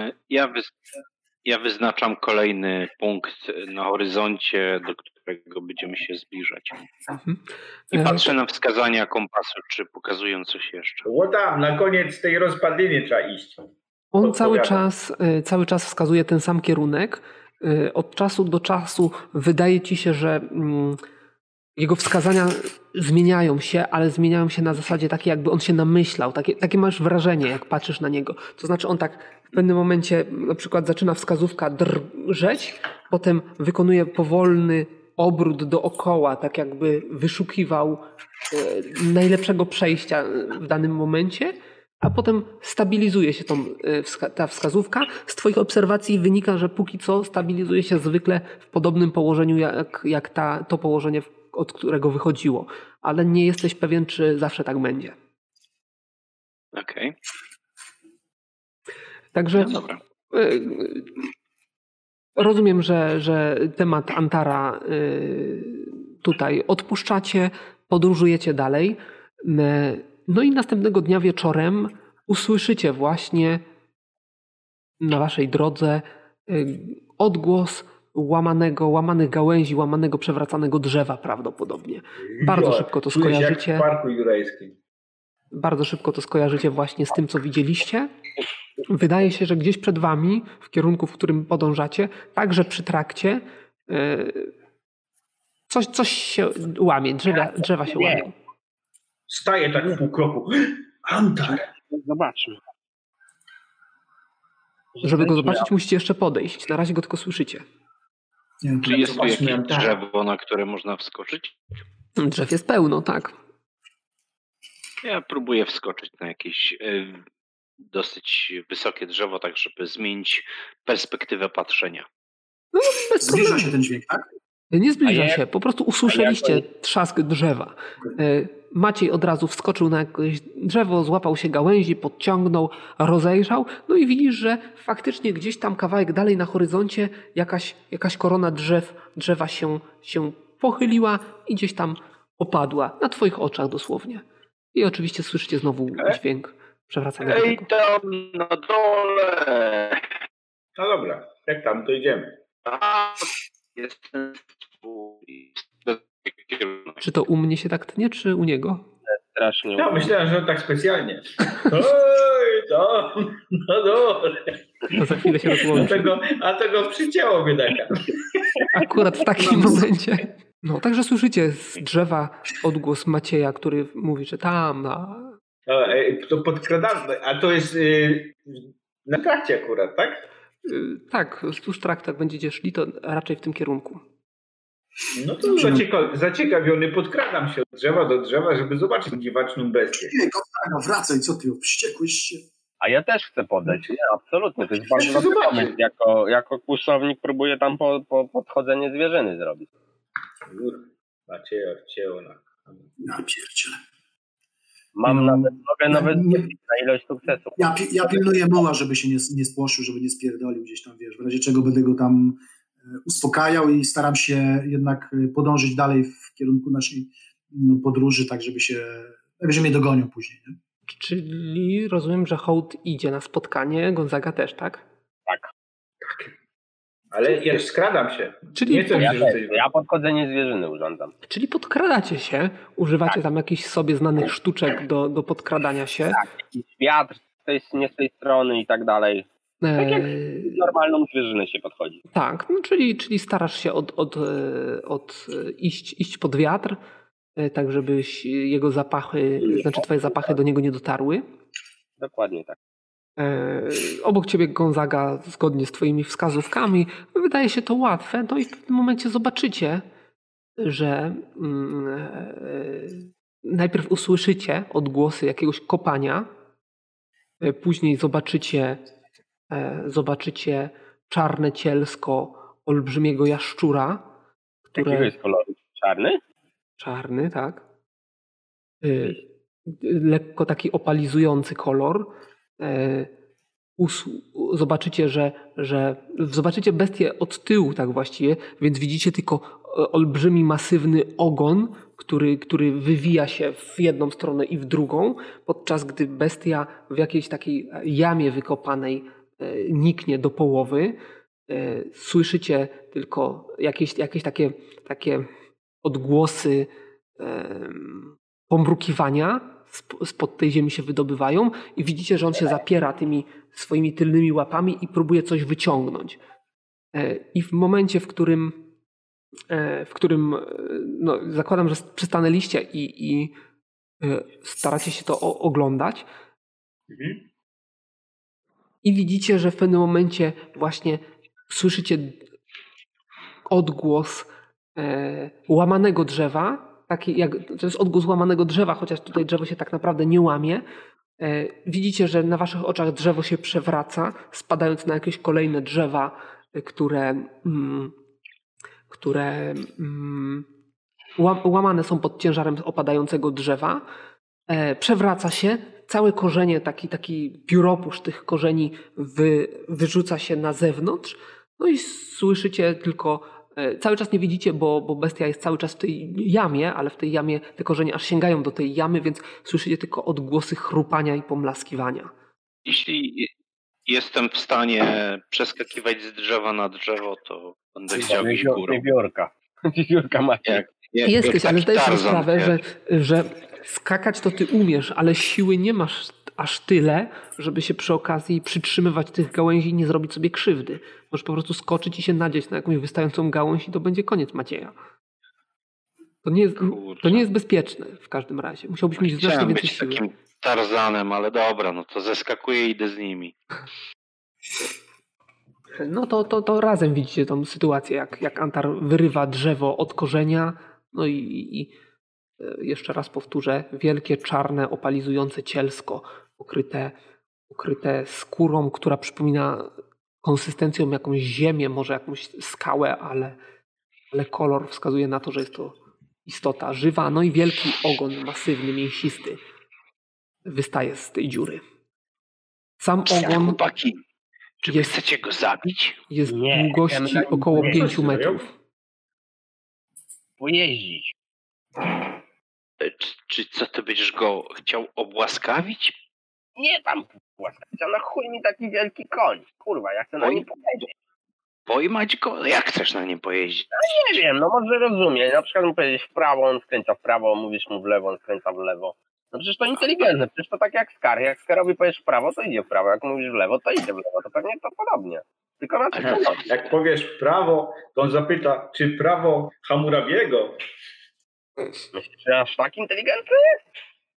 Ja wyznaczam kolejny punkt na horyzoncie, do którego będziemy się zbliżać. I patrzę na wskazania kompasu, czy pokazują coś jeszcze. Bo tam, na koniec tej rozpadliny trzeba iść. On cały czas wskazuje ten sam kierunek. Od czasu do czasu wydaje ci się, że jego wskazania zmieniają się, ale zmieniają się na zasadzie takiej, jakby on się namyślał. Takie masz wrażenie, jak patrzysz na niego. To znaczy on tak w pewnym momencie na przykład zaczyna wskazówka drżeć, potem wykonuje powolny obrót dookoła, tak jakby wyszukiwał najlepszego przejścia w danym momencie, a potem stabilizuje się ta wskazówka. Z twoich obserwacji wynika, że póki co stabilizuje się zwykle w podobnym położeniu jak to położenie, od którego wychodziło. Ale nie jesteś pewien, czy zawsze tak będzie. Okej. Także No dobra. Rozumiem, że temat Antara tutaj odpuszczacie, podróżujecie dalej. No i następnego dnia wieczorem usłyszycie właśnie na waszej drodze odgłos łamanych gałęzi, łamanego, przewracanego drzewa prawdopodobnie. Bardzo szybko to skojarzycie. Jak w Parku Jurajskim. Bardzo szybko to skojarzycie właśnie z tym, co widzieliście. Wydaje się, że gdzieś przed wami, w kierunku, w którym podążacie, także przy trakcie, coś się łamie, drzewa się łamią. Staję tak w pół kroku. Antar! Zobaczmy. Żeby go zobaczyć, musicie jeszcze podejść. Na razie go tylko słyszycie. Nie, Czy jest tu zobaczmy, jakieś Antara. drzewo, na które można wskoczyć? Drzew jest pełno, tak. Ja próbuję wskoczyć na jakieś dosyć wysokie drzewo, tak żeby zmienić perspektywę patrzenia. No, bez Zbliża problemu. się ten dźwięk, tak? Nie zbliża A jak- się, po prostu usłyszeliście trzask drzewa. Maciej od razu wskoczył na jakieś drzewo, złapał się gałęzi, podciągnął, rozejrzał, no i widzisz, że faktycznie gdzieś tam kawałek dalej na horyzoncie jakaś korona drzewa się pochyliła i gdzieś tam opadła, na twoich oczach dosłownie. I oczywiście słyszycie znowu dźwięk przewracanego Ej, tego. tam na dole! No dobra, jak tam, to idziemy. A, jestem twój. Czy to u mnie się tak tnie, czy u niego? Strasznie. Ja myślałem, że tak specjalnie. Oj, tam, no dole. To za chwilę się rozłączy. A tego przycięło biedaka. Akurat w takim momencie. No, także słyszycie z drzewa odgłos Macieja, który mówi, że tam. To podkradamy, a to jest na trakcie akurat, tak? Tak, wzdłuż traktu, jak będziecie szli, to raczej w tym kierunku. No to zaciekawiony podkradam się od drzewa do drzewa, żeby zobaczyć tę dziwaczną bestię. Nie, Gonzaga, wracaj, co ty, wściekłeś się. A ja też chcę podejść. Nie, absolutnie. To jest bardzo Chcesz dobry zobaczyć. pomysł. Jako kłusownik próbuję tam podchodzenie zwierzyny zrobić. Macieja wcięło na... Ja pierdzielę. Mam nawet nie- na ilość sukcesów. Ja pilnuję Moła, żeby się nie spłoszył, żeby nie spierdolił gdzieś tam, wiesz, w razie czego będę go tam uspokajał i staram się jednak podążyć dalej w kierunku naszej podróży, tak żeby mnie dogonią później, nie? Czyli rozumiem, że Hołd idzie na spotkanie, Gonzaga też, tak? Tak. Ale ja skradam się. Czyli Nie chcę Ja, się też, rzucać. ja podchodzenie zwierzyny urządzam. Czyli podkradacie się, używacie tam jakichś sobie znanych sztuczek do podkradania się. Jakiś wiatr nie z tej strony i tak dalej. Tak jak normalną zwierzynę się podchodzi. Tak, no czyli starasz się iść pod wiatr, tak żebyś jego zapachy, znaczy twoje zapachy do niego nie dotarły. Dokładnie tak. Obok ciebie Gonzaga, zgodnie z twoimi wskazówkami, wydaje się to łatwe, no i w pewnym momencie zobaczycie, że najpierw usłyszycie odgłosy jakiegoś kopania, później zobaczycie czarne cielsko olbrzymiego jaszczura, Jakiego jest koloru? Czarny? Czarny, tak. Lekko taki opalizujący kolor. Zobaczycie, zobaczycie bestię od tyłu tak właściwie, więc widzicie tylko olbrzymi, masywny ogon, który wywija się w jedną stronę i w drugą, podczas gdy bestia w jakiejś takiej jamie wykopanej niknie do połowy. Słyszycie tylko jakieś takie odgłosy pomrukiwania spod tej ziemi się wydobywają i widzicie, że on się zapiera tymi swoimi tylnymi łapami i próbuje coś wyciągnąć. I w momencie, w którym no, zakładam, że przystanęliście i staracie się to oglądać i widzicie, że w pewnym momencie właśnie słyszycie odgłos łamanego drzewa. To jest odgłos łamanego drzewa, chociaż tutaj drzewo się tak naprawdę nie łamie. Widzicie, że na waszych oczach drzewo się przewraca, spadając na jakieś kolejne drzewa, które łamane są pod ciężarem opadającego drzewa. Przewraca się, całe korzenie, taki pióropusz tych korzeni wyrzuca się na zewnątrz. No i słyszycie tylko, cały czas nie widzicie, bo bestia jest cały czas w tej jamie, ale w tej jamie te korzenie aż sięgają do tej jamy, więc słyszycie tylko odgłosy chrupania i pomlaskiwania. Jeśli jestem w stanie przeskakiwać z drzewa na drzewo, to będę chciał iść górą. Wiewiórka ma. Jesteś, ale zdajesz sobie sprawę, że skakać to ty umiesz, ale siły nie masz aż tyle, żeby się przy okazji przytrzymywać tych gałęzi i nie zrobić sobie krzywdy. Możesz po prostu skoczyć i się nadzieć na jakąś wystającą gałąź i to będzie koniec Macieja. To nie jest bezpieczne w każdym razie. Musiałbyś mieć znacznie Chciałem więcej być siły. takim Tarzanem, ale dobra, no to zeskakuję i idę z nimi. No to razem widzicie tą sytuację, jak Antar wyrywa drzewo od korzenia. No i jeszcze raz powtórzę, wielkie, czarne, opalizujące cielsko, pokryte skórą, która przypomina konsystencją jakąś ziemię, może jakąś skałę, ale kolor wskazuje na to, że jest to istota żywa. No i wielki ogon, masywny, mięsisty, wystaje z tej dziury. Sam ogon Chłopaki, czy wy chcecie go zabić? jest Nie, długości chcemy na nim około pojeździć. 5 metrów. Pojeździć. Czy co, ty będziesz go chciał obłaskawić? Nie tam łaskawić, a na chuj mi taki wielki koń. Kurwa, ja chcę na nim pojeździć. Pojmać go? Jak chcesz na nim pojeździć? Nie wiem, no może rozumie. Na przykład mu powiedzieć w prawo, on skręca w prawo, mówisz mu w lewo, on skręca w lewo. No przecież to inteligentne, przecież to tak jak Skar. Jak Skarowi powiesz w prawo, to idzie w prawo. Jak mówisz w lewo, to idzie w lewo. To pewnie to podobnie. Tylko na Ale- co? Jak powiesz w prawo, to on zapyta, czy prawo Hammurabiego? Myślisz, że aż tak inteligentny jest?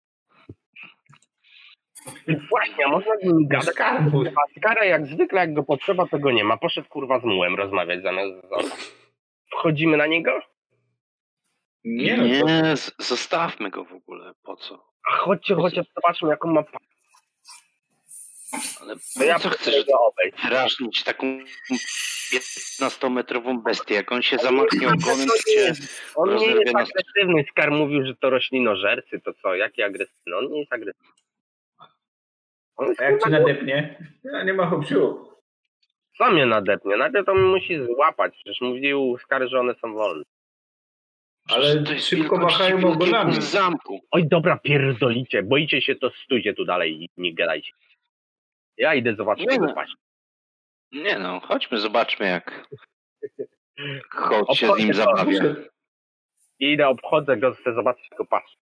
Właśnie, a można z nim gadać. Skarbu. A Skara jak zwykle, jak go potrzeba, to go nie ma. Poszedł kurwa z mułem rozmawiać zamiast z Zoną. Wchodzimy na niego? Nie, no to Zostawmy go w ogóle. Po co? A chodźcie, chociaż zobaczmy jaką ma... Ale To ja po co chcesz go obejść. drażnić taką 15-metrową bestię? Jak on się zamachnie ogonem, to cię On nie rozerwie jest na... agresywny. Skar mówił, że to roślinożercy, to co? Jaki agresywny? On nie jest agresywny. On jest a jak ci kurwa- nadepnie? Ja nie ma chłopciu. Co mnie nadepnie? Najpierw to mi musi złapać. Przecież mówił Skar, że one są wolne. Ale To jest szybko wielkości machają wielkiego ogonami. zamku. Oj, dobra, pierdolicie. Boicie się, to stójcie tu dalej i nie gadajcie. Ja idę zobaczyć Nie tego no. paść. Nie no, chodźmy, zobaczmy jak Hołd się z Obchodźcie nim to. zabawia. I idę, obchodzę go, chcę zobaczyć tego paść.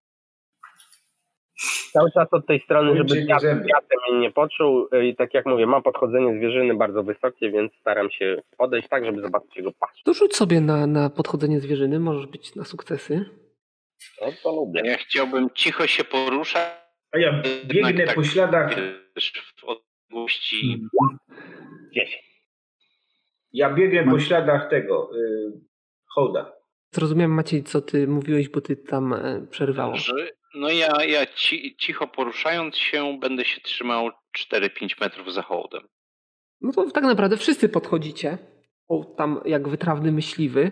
Cały czas od tej strony, żeby Ujdzie wiatr zęby. mnie nie poczuł. I tak jak mówię, mam podchodzenie zwierzyny bardzo wysokie, więc staram się podejść tak, żeby zobaczyć jego paść. To rzuć sobie na podchodzenie zwierzyny, możesz być na sukcesy. No to lubię. Ja chciałbym cicho się poruszać, A ja biegnę tak- po śladach. wiesz, w odległości. 10. Ja biegłem po śladach tego hołda. Zrozumiałem, Maciej, co ty mówiłeś, bo ty tam przerywało. No ja cicho poruszając się będę się trzymał 4-5 metrów za hołdem. No to tak naprawdę wszyscy podchodzicie. Tam jak wytrawny myśliwy,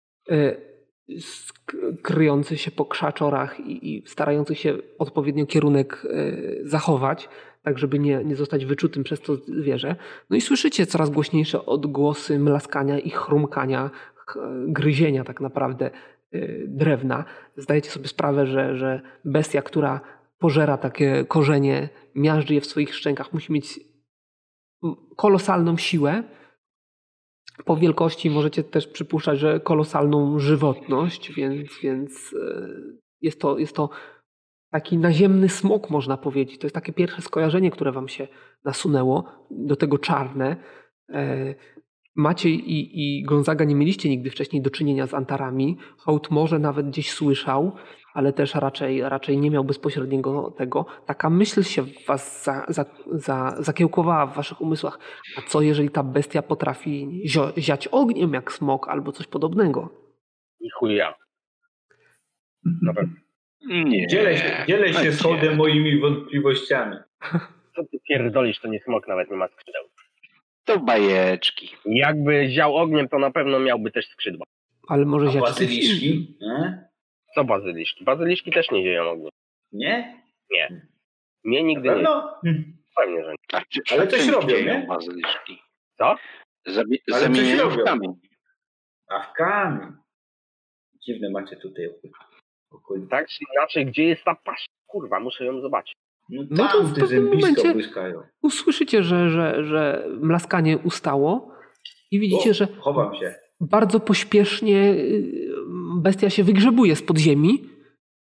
kryjący się po krzaczorach i starający się odpowiednio kierunek zachować, tak żeby nie zostać wyczutym przez to zwierzę. No i słyszycie coraz głośniejsze odgłosy mlaskania i chrumkania, gryzienia tak naprawdę drewna. Zdajecie sobie sprawę, że bestia, która pożera takie korzenie, miażdży je w swoich szczękach, musi mieć kolosalną siłę. Po wielkości możecie też przypuszczać, że kolosalną żywotność, więc jest to taki naziemny smok, można powiedzieć. To jest takie pierwsze skojarzenie, które wam się nasunęło, do tego czarne. Maciej i Gonzaga nie mieliście nigdy wcześniej do czynienia z Antarami. Hołd może nawet gdzieś słyszał, ale też raczej nie miał bezpośredniego tego. Taka myśl się w was zakiełkowała w waszych umysłach. A co jeżeli ta bestia potrafi ziać ogniem jak smok albo coś podobnego? I chuja. Dobra. Nie. Dzielę się z hołdem moimi wątpliwościami. Co ty pierdolisz, to nie smok nawet nie ma skrzydeł. To bajeczki. Jakby ział ogniem, to na pewno miałby też skrzydła. Ale może A ziać bazyliszki? Co bazyliszki? Bazyliszki też nie zieją ogniem. Nie? Nie, nigdy nie. No. Pewnie, że nie. Ale coś czym robią, dzieją nie? bazyliszki? Co? coś Zamieniają w robią. kamień. A w kamień. Dziwne macie tutaj okolice. Tak czy inaczej, gdzie jest ta paść? Kurwa, muszę ją zobaczyć. No No to tam w te pewnym zębisko momencie- błyskają. Usłyszycie, że mlaskanie ustało i widzicie, że Chowam się. bardzo pośpiesznie bestia się wygrzebuje spod ziemi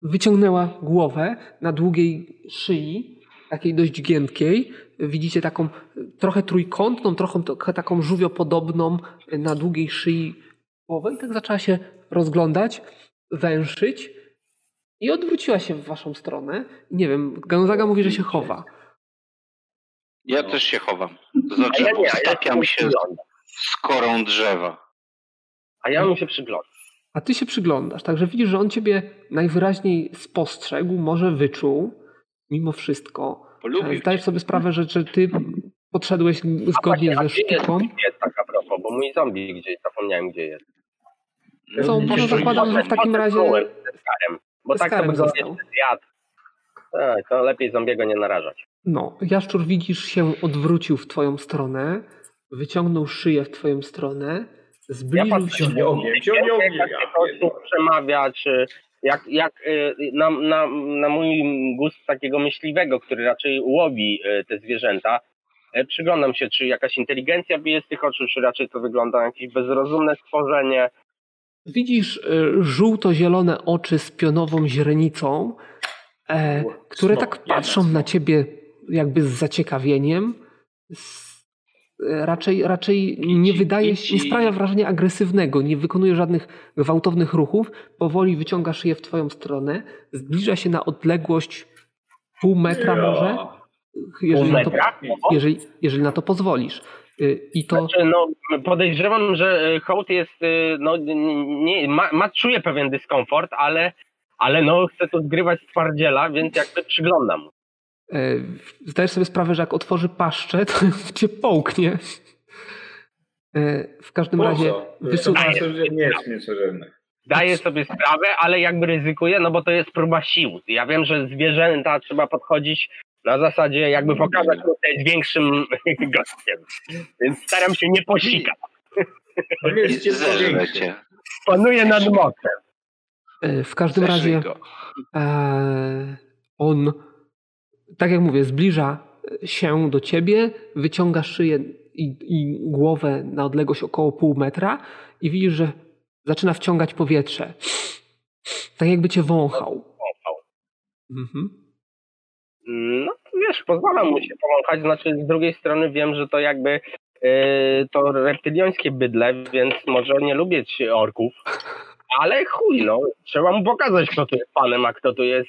wyciągnęła głowę na długiej szyi, takiej dość giętkiej. Widzicie taką trochę trójkątną, trochę taką żółwiopodobną na długiej szyi głowę i tak zaczęła się rozglądać, węszyć i odwróciła się w waszą stronę. Nie wiem, Gonzaga mówi, że się chowa. Ja też się chowam. To znaczy, stapiam się z korą drzewa. A ja mu się przyglądam. A ty się przyglądasz, także widzisz, że on ciebie najwyraźniej spostrzegł, może wyczuł, mimo wszystko. Zdajesz sobie sprawę, że ty podszedłeś zgodnie ze sztuką. Jest tak a propos, bo mój zombie gdzieś, zapomniałem gdzie jest. Co, może zakładam, że w takim razie... Bo tak to by go zjadł. Tak, to lepiej zombiego nie narażać. No, jaszczur widzisz się odwrócił w twoją stronę, wyciągnął szyję w twoją stronę, zbliżył się... Przemawia, czy jak na mój gust takiego myśliwego, który raczej łowi te zwierzęta, przyglądam się, czy jakaś inteligencja bije z tych oczu, czy raczej to wygląda na jakieś bezrozumne stworzenie. Widzisz żółto-zielone oczy z pionową źrenicą, które tak patrzą na ciebie jakby z zaciekawieniem. Raczej nie sprawia wrażenia agresywnego, nie wykonuje żadnych gwałtownych ruchów. Powoli wyciąga szyję w twoją stronę, zbliża się na odległość pół metra może, jeżeli na to pozwolisz. I to... Znaczy, podejrzewam, że hołd jest, czuje pewien dyskomfort, ale chce tu zgrywać z twardziela, więc jakby przyglądam. Zdajesz sobie sprawę, że jak otworzy paszczę, to cię połknie. W każdym razie nie jest mięsożerne. Daję sobie sprawę, ale jakby ryzykuję, bo to jest próba sił. Ja wiem, że zwierzęta trzeba podchodzić na zasadzie jakby pokazać, że to jest większym gościem. Więc staram się nie posikać. Panuję nad mocem. W każdym razie on, tak jak mówię, zbliża się do ciebie, wyciąga szyję i głowę na odległość około pół metra i widzisz, że zaczyna wciągać powietrze. Tak jakby cię wąchał. Mhm. No wiesz, pozwalam mu się powąchać, znaczy z drugiej strony wiem, że to jakby to reptyliańskie bydle, więc może nie lubić orków, ale chuj, trzeba mu pokazać, kto tu jest panem, a kto tu jest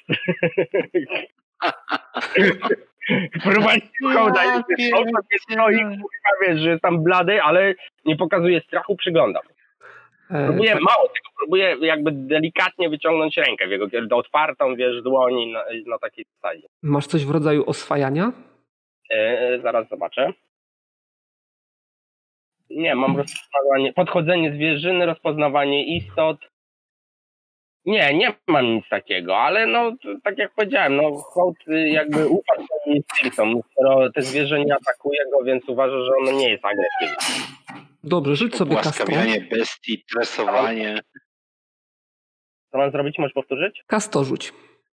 prowadzi hołda i wiesz, że jest tam blady, ale nie pokazuje strachu, przyglądam. Próbuję mało tego, próbuję jakby delikatnie wyciągnąć rękę w jego otwartą, wiesz, dłoni na takiej zasadzie. Masz coś w rodzaju oswajania? Zaraz zobaczę. Nie, mam rozpoznawanie, podchodzenie zwierzyny, rozpoznawanie istot. Nie mam nic takiego, ale tak jak powiedziałem, hołd jakby ufa swoim instynktom, skoro te zwierzę nie atakuje go, więc uważa, że ono nie jest agresywne. Dobrze, rzuć sobie Kasto. Łaskawianie bestii, tresowanie. Co mam zrobić? Możesz powtórzyć? Kasto rzuć.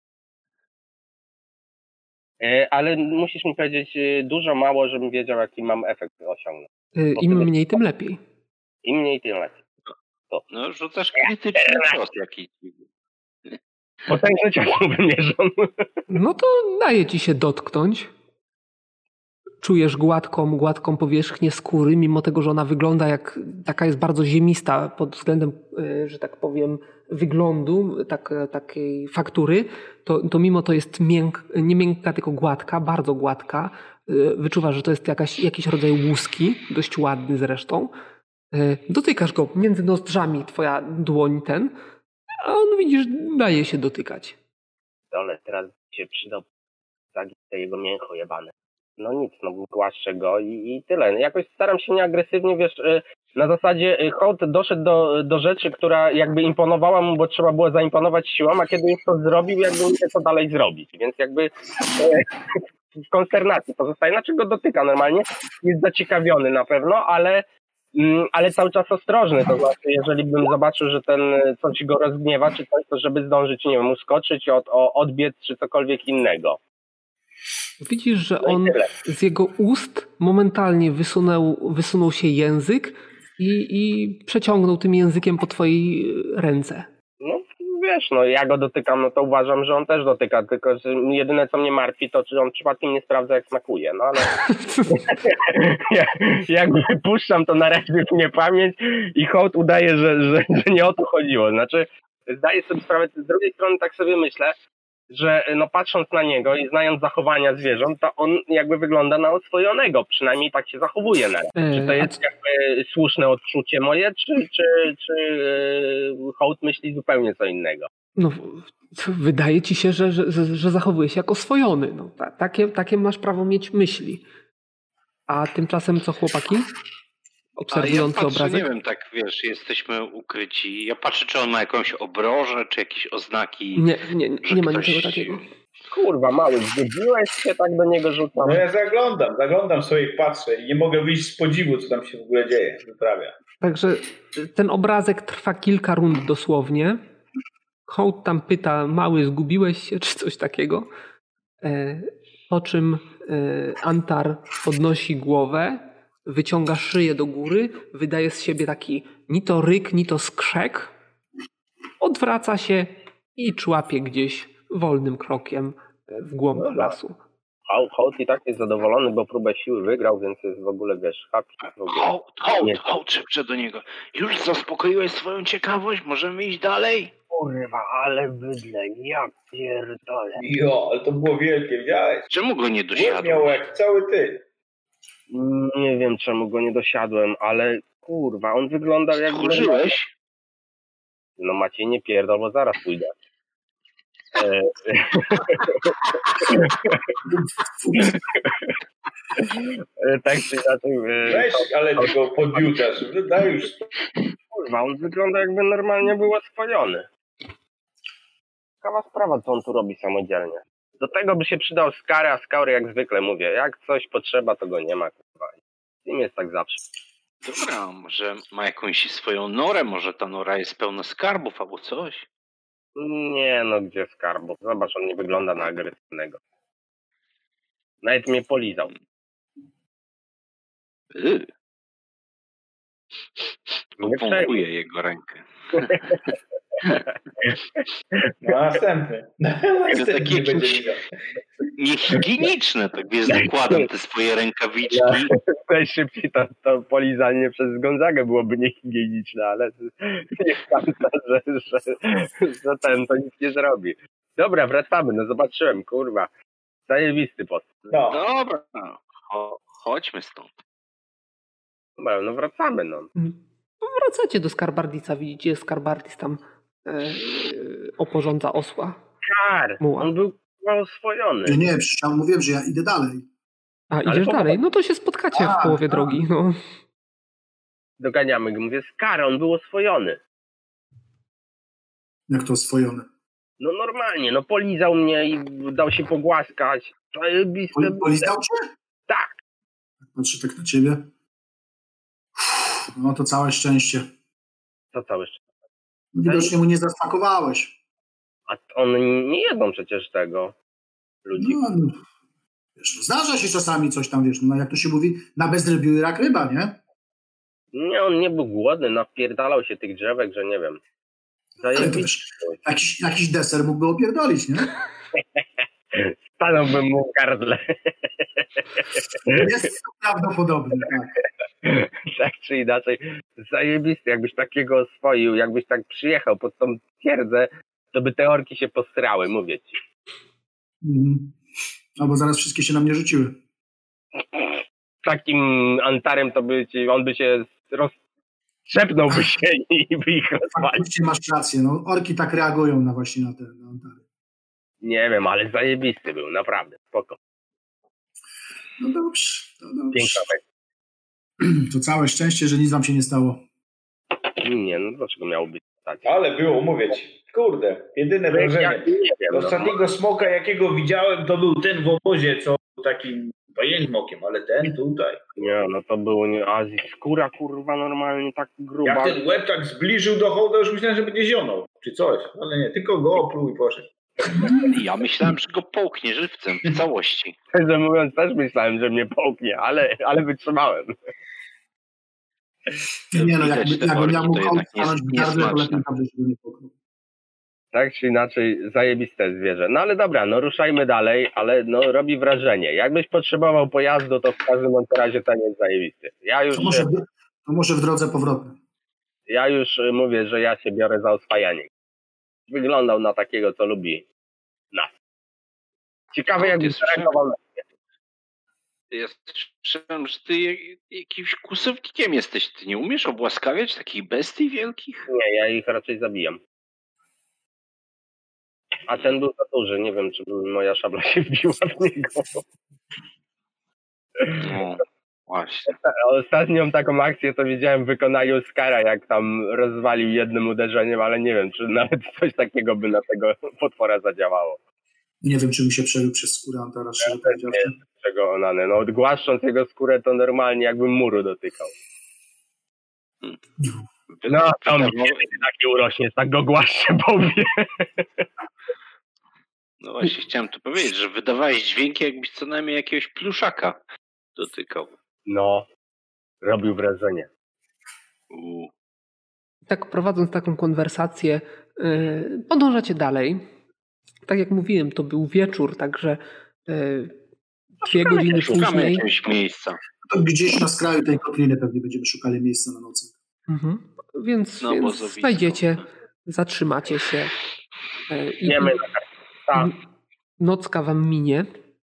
Ale musisz mi powiedzieć dużo, mało, żebym wiedział, jaki mam efekt osiągnąć. Im mniej, tym lepiej. Im mniej, tym lepiej. To. Rzucasz krytyczny cios jakiś. Potężny cios wymierzą. No to daje ci się dotknąć. Czujesz gładką powierzchnię skóry, mimo tego, że ona wygląda jak taka jest bardzo ziemista pod względem, że tak powiem, wyglądu, takiej faktury, to mimo to jest nie miękka, tylko gładka, bardzo gładka. Wyczuwasz, że to jest jakiś rodzaj łuski, dość ładny zresztą. Dotykasz go między nozdrzami, twoja dłoń a on, widzisz, daje się dotykać. Ale teraz się przydał te jego mięcho jebane. No nic, głaszczę go i tyle. Jakoś staram się nieagresywnie, wiesz, na zasadzie hołd doszedł do rzeczy, która jakby imponowała mu, bo trzeba było zaimponować siłą, a kiedy już to zrobił, jakby nie wie co dalej zrobić. Więc jakby w konsternacji pozostaje. Znaczy go dotyka normalnie, jest zaciekawiony na pewno, ale cały czas ostrożny. To znaczy, jeżeli bym zobaczył, że ten coś go rozgniewa, czy coś, to żeby zdążyć, nie wiem, uskoczyć, odbiec, czy cokolwiek innego. Widzisz, że on z jego ust momentalnie wysunął się język i przeciągnął tym językiem po twojej ręce. No wiesz, no ja go dotykam, no to uważam, że on też dotyka, tylko że jedyne co mnie martwi, to czy on przypadkiem nie sprawdza jak smakuje, no ale jak wypuszczam to na razie w niepamięć i hołd udaje, że nie o to chodziło, znaczy zdaję sobie sprawę, z drugiej strony tak sobie myślę, że no patrząc na niego i znając zachowania zwierząt, to on jakby wygląda na oswojonego, przynajmniej tak się zachowuje na razie. Czy to jest jakby słuszne odczucie moje, czy hołd myśli zupełnie co innego? No, wydaje ci się, że zachowuje się jak oswojony. No, takie masz prawo mieć myśli. A tymczasem co chłopaki? Obserwujący ja patrzę, obrazek? nie wiem, tak wiesz, jesteśmy ukryci. Ja patrzę, czy on ma jakąś obrożę, czy jakieś oznaki. Nie ma niczego takiego. Kurwa, mały, zgodziłeś się, tak do niego rzucam. No ja zaglądam sobie i patrzę i nie mogę wyjść z podziwu, co tam się w ogóle dzieje, wyprawia. Także ten obrazek trwa kilka rund dosłownie. Hołd tam pyta, mały, zgubiłeś się, czy coś takiego. Po czym Antar podnosi głowę, wyciąga szyję do góry, wydaje z siebie taki ni to ryk, ni to skrzek, odwraca się i człapie gdzieś wolnym krokiem w głąb lasu. Hołd i tak jest zadowolony, bo próbę siły wygrał, więc jest w ogóle, wiesz, happy. Hołd, szepczę do niego. Już zaspokoiłeś swoją ciekawość? Możemy iść dalej? Kurwa, ale bydle, ja pierdolę. Jo, ale to było wielkie, widziałeś? Czemu go nie Łeb dosiadłeś? miał jak cały ty. Nie wiem, czemu go nie dosiadłem, ale kurwa, on wyglądał jak... Stchórzyłeś? No Maciej, nie pierdol, bo zaraz pójdę. Tak czy inaczej... Weź, ale tego podjuczasz. Daj już. Kurwa, on wygląda jakby normalnie był oswojony. Ciekawa sprawa, co on tu robi samodzielnie. Do tego by się przydał Skary, a Skary jak zwykle mówię, jak coś potrzeba, to go nie ma, kurwa. Z nim jest tak zawsze. Dobra, może ma jakąś swoją norę, może ta nora jest pełna skarbów albo coś. Nie no, gdzie skarbów? Zobacz, on nie wygląda na agresywnego. Nawet mnie polizał. Powąchuję jego rękę. Następny. To takie niehigieniczne, tak wiesz, zakładam te swoje rękawiczki. Najszybciej to polizanie przez Gonzagę byłoby niehigieniczne, ale nie szansa, że ten to nic nie zrobi. Dobra, wracamy, no zobaczyłem, kurwa. Zajebisty post. No. Dobra, chodźmy stąd. Dobra, no wracamy, no. Wracacie do Skarbardica, widzicie, Skarbardis tam oporządza osła. On był oswojony. Nie, przecież ja mówiłem, że ja idę dalej. A idziesz dalej? No to się spotkacie w połowie drogi. No. Doganiamy go, mówię, on był oswojony. Jak to oswojone? No normalnie, no polizał mnie i dał się pogłaskać. Polizał cię? Tak. Patrzę tak na ciebie. No to całe szczęście. Co całe szczęście? Widocznie mu nie zasmakowałeś. A on nie jedzą przecież tego ludzi. No, wiesz, zdarza się czasami coś tam, wiesz, no jak to się mówi, na bezrybiu rak ryba, nie? Nie, on nie był głodny, napierdalał się tych drzewek, że nie wiem. Ale to wiesz, jakiś deser mógłby opierdolić, nie? Stanąłbym mu w gardle. Jest to prawdopodobne, tak. Tak czy inaczej, zajebisty, jakbyś takiego oswoił, jakbyś tak przyjechał pod tą twierdzę, to by te orki się posrały, mówię ci. Albo zaraz wszystkie się na mnie rzuciły. Takim Antarem to on by się rozszepnąłby się i by ich rozwalił. Faktycznie masz rację, no orki tak reagują na te Antary. Nie wiem, ale zajebisty był, naprawdę, spoko. No dobrze. Piękna bajka. To całe szczęście, że nic wam się nie stało. Nie, no dlaczego miało być tak? Ale było, mówię ci. Kurde, jedyne wrażenie. Ostatniego smoka, jakiego widziałem, to był ten w obozie, co takim pajęcznym okiem, ale ten tutaj. Nie, no to było nie Azji. Skóra, kurwa, normalnie tak gruba. Jak ten łeb tak zbliżył do hołda, już myślałem, że będzie zionął, czy coś. Ale nie, tylko go opluł i poszedł. Ja myślałem, że go połknie żywcem w całości. Szczerze mówiąc, też myślałem, że mnie połknie, ale wytrzymałem. Nie no, Widać, jakby te ja worki mógł to jednak stanąć w gardle, to lepiej dobrze, żeby nie pokrył. Tak czy inaczej zajebiste zwierzę. No ale dobra, no ruszajmy dalej, ale no robi wrażenie. Jakbyś potrzebował pojazdu, to w każdym razie ten jest zajebisty. To może w drodze powrotnej. Ja już mówię, że ja się biorę za oswajanie. Wyglądał na takiego, co lubi nas. Ciekawe, jakby zareagował na Ja słyszałem, że ty jakimś kłusownikiem jesteś. Ty nie umiesz obłaskawiać takich bestii wielkich? Nie, ja ich raczej zabijam. A ten był za duży, nie wiem, czy moja szabla się wbiła w niego. No, właśnie. Ostatnią taką akcję to widziałem w wykonaniu Skara, jak tam rozwalił jednym uderzeniem, ale nie wiem, czy nawet coś takiego by na tego potwora zadziałało. Nie wiem, czy mi się przebił przez skórę Antara, szczerze powiedziawszy. Czego onany. No odgłaszcząc jego skórę, to normalnie jakbym muru dotykał. No, to mi taki urośnie, tak go głaszczę, powie. No właśnie, chciałem tu powiedzieć, że wydawałeś dźwięki, jakbyś co najmniej jakiegoś pluszaka dotykał. No, robił wrażenie. Tak prowadząc taką konwersację, podążacie dalej. Tak jak mówiłem, to był wieczór, także 2 godziny później. Jakiegoś miejsca. To gdzieś na skraju tej kotliny pewnie będziemy szukali miejsca na nocy. Więc znajdziecie, zatrzymacie się. Nocka wam minie.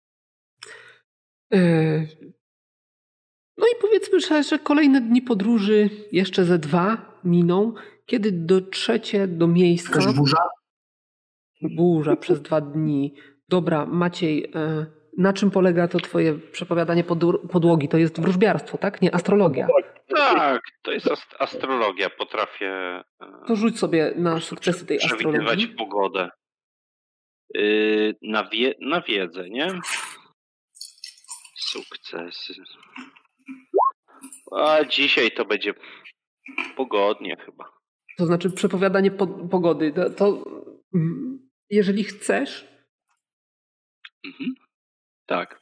No i powiedzmy, że kolejne dni podróży, jeszcze ze 2 miną, kiedy dotrzecie do miejsca. Jakaś burza? Burza przez 2 dni. Dobra, Maciej, na czym polega to twoje przepowiadanie podłogi? To jest wróżbiarstwo, tak? Nie astrologia. Tak, to jest astrologia. Potrafię to rzuć sobie na sukcesy tej astrologii. Przewidywać pogodę. Na wiedzę, nie? Sukcesy. A dzisiaj to będzie pogodnie chyba. To znaczy przepowiadanie pogody. To jeżeli chcesz... Tak.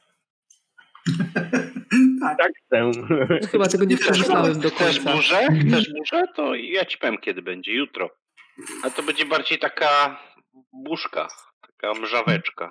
Tak chcę. Chyba tego nie przemyślałem do końca. Chcesz burzę? To ja ci powiem, kiedy będzie. Jutro. A to będzie bardziej taka burzka. Taka mrzaweczka.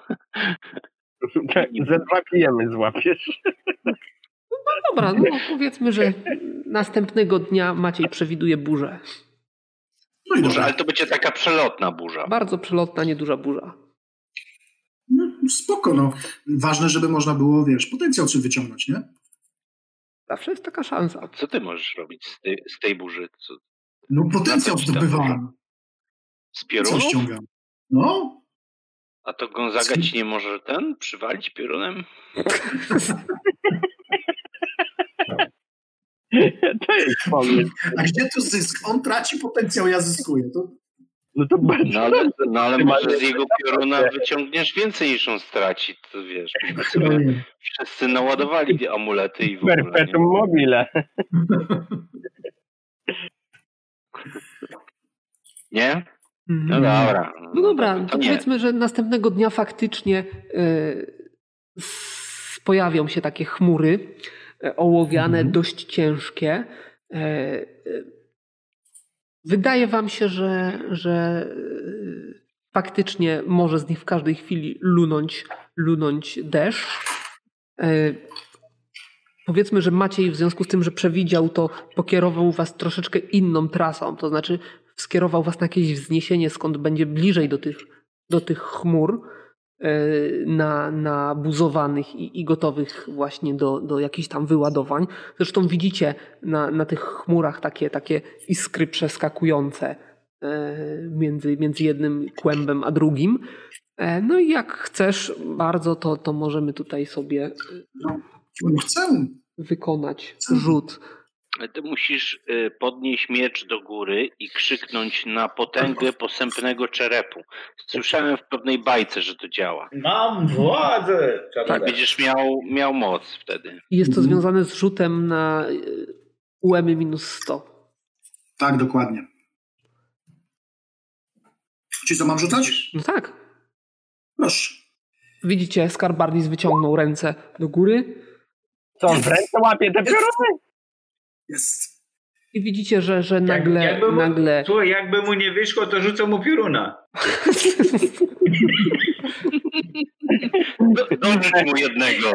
Ze 2 pijemy złapiesz. No dobra, no powiedzmy, że następnego dnia Maciej przewiduje burzę. No i burza, ale to będzie taka przelotna burza. Bardzo przelotna, nieduża burza. No, spoko, no. Ważne, żeby można było, potencjał czy wyciągnąć, nie? Zawsze jest taka szansa. Co ty możesz robić z tej burzy? No potencjał zdobywam. Z piorunów? Co ściągam? No. A to Gonzaga ci nie może przywalić piorunem? To jest pomysł. A gdzie tu zysk? On traci potencjał, ja zyskuję. No ale może z jego pioruna wyciągniesz więcej niż on straci. To wiesz, wszyscy naładowali amulety i w ogóle. Perpetuum mobile. Nie? No dobra. No dobra, to powiedzmy, że następnego dnia faktycznie pojawią się takie chmury ołowiane, dość ciężkie. Wydaje wam się, że faktycznie może z nich w każdej chwili lunąć deszcz. Powiedzmy, że Maciej w związku z tym, że przewidział to, pokierował was troszeczkę inną trasą. To znaczy skierował was na jakieś wzniesienie, skąd będzie bliżej do tych chmur nabuzowanych i gotowych właśnie do jakichś tam wyładowań. Zresztą widzicie na tych chmurach takie iskry przeskakujące między jednym kłębem a drugim. No i jak chcesz bardzo, to możemy tutaj sobie wykonać rzut. Ty musisz podnieść miecz do góry i krzyknąć na potęgę posępnego czerepu. Słyszałem w pewnej bajce, że to działa. Mam władzę! Tak, będziesz miał moc wtedy. Jest to związane z rzutem na UM minus 100. Tak, dokładnie. Czyli co, mam rzucać? No tak. Proszę. Widzicie, Skarbardis wyciągnął ręce do góry. Co on w ręce łapie te pioruny? Jest. I widzicie, że nagle... Słuchaj, jakby mu nie wyszło, to rzucą mu pioruna. Dorzuć mu jednego.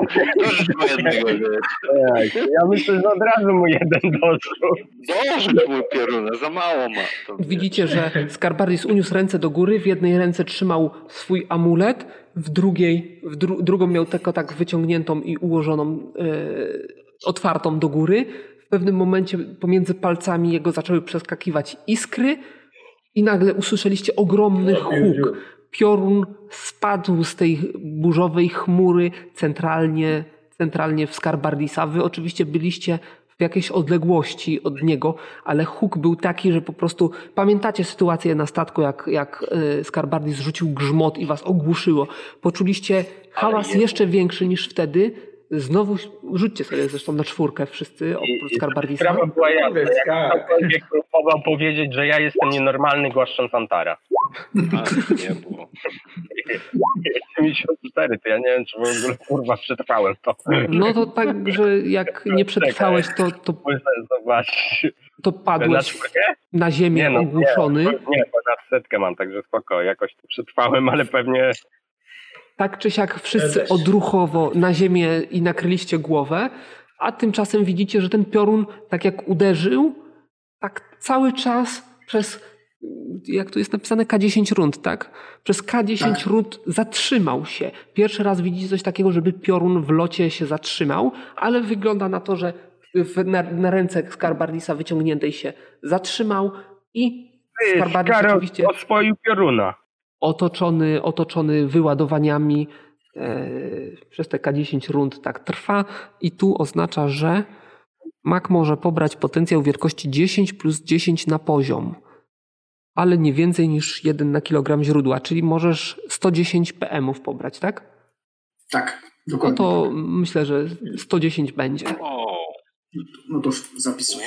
Ja myślę, że od razu mu jeden doszło. Dorzuć mu pioruna, za mało ma. To Widzicie, że Skarbardis uniósł ręce do góry, w jednej ręce trzymał swój amulet, w drugiej, drugą miał tylko tak wyciągniętą i ułożoną, otwartą do góry. W pewnym momencie pomiędzy palcami jego zaczęły przeskakiwać iskry i nagle usłyszeliście ogromny huk. Piorun spadł z tej burzowej chmury centralnie w Skarbardisa. Wy oczywiście byliście w jakiejś odległości od niego, ale huk był taki, że po prostu pamiętacie sytuację na statku, jak Skarbardis rzucił grzmot i was ogłuszyło. Poczuliście hałas jeszcze większy niż wtedy. Znowu rzućcie sobie zresztą na 4 wszyscy oprócz Skarbardisa. Sprawa była jasna. Jak ktokolwiek próbował powiedzieć, że ja jestem nienormalny, głaszcząc Antara. nie było. 74, to ja nie wiem, czy w ogóle kurwa przetrwałem to. No to tak, że jak nie przetrwałeś, to padłeś na ziemię ogłuszony. Nie, ponad 100 mam, także spoko. Jakoś to przetrwałem, ale pewnie... Tak czy siak wszyscy odruchowo na ziemię i nakryliście głowę, a tymczasem widzicie, że ten piorun tak jak uderzył, tak cały czas przez, jak tu jest napisane, K10 rund, tak? Przez K10 rund zatrzymał się. Pierwszy raz widzicie coś takiego, żeby piorun w locie się zatrzymał, ale wygląda na to, że na ręce Skarbardisa wyciągniętej się zatrzymał i Skarbardis oczywiście... oswoił pioruna. Otoczony wyładowaniami przez te K10 rund tak trwa i tu oznacza, że mak może pobrać potencjał wielkości 10 plus 10 na poziom, ale nie więcej niż 1 na kilogram źródła, czyli możesz 110 PM-ów pobrać, tak? Tak, dokładnie. No to myślę, że 110 będzie. No to zapisuję.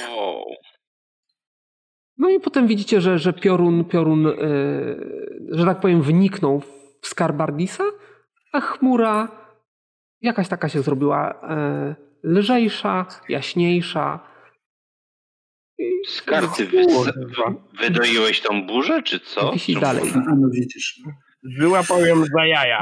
No i potem widzicie, że piorun, że tak powiem, wniknął w Skarbardisa, a chmura jakaś taka się zrobiła lżejsza, jaśniejsza. Z karty wydoiłeś tą burzę, czy co? Wisi dalej. No widzisz. Wyłapał ją za jaja.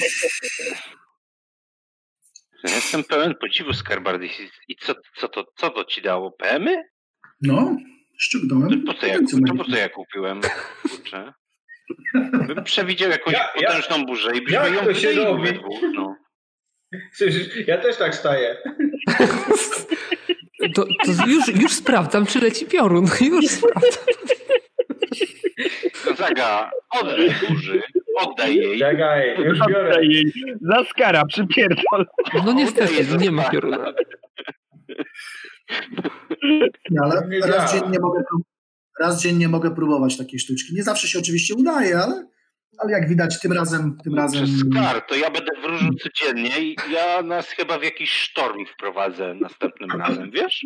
Ja jestem pełen podziwu, Skarbardis. I co to ci dało? PM-y? No, ściągnąłem. Po co ja kupiłem? Kurczę. Bym przewidział jakąś potężną burzę i byśmy ją wydoili we dwóch. No. Ja też tak staję. To już sprawdzam, czy leci piorun. Już sprawdzam. Gonzaga, oddaj burzy. Oddaj jej. Czekaj, już biorę. Oddaj jej. Za skara, przypierdol. No niestety, nie ma pioruna. Nie, ale raz dziennie mogę próbować takiej sztuczki. Nie zawsze się oczywiście udaje, ale jak widać tym razem... Skar, to ja będę wróżył codziennie i ja nas chyba w jakiś sztorm wprowadzę następnym razem, wiesz?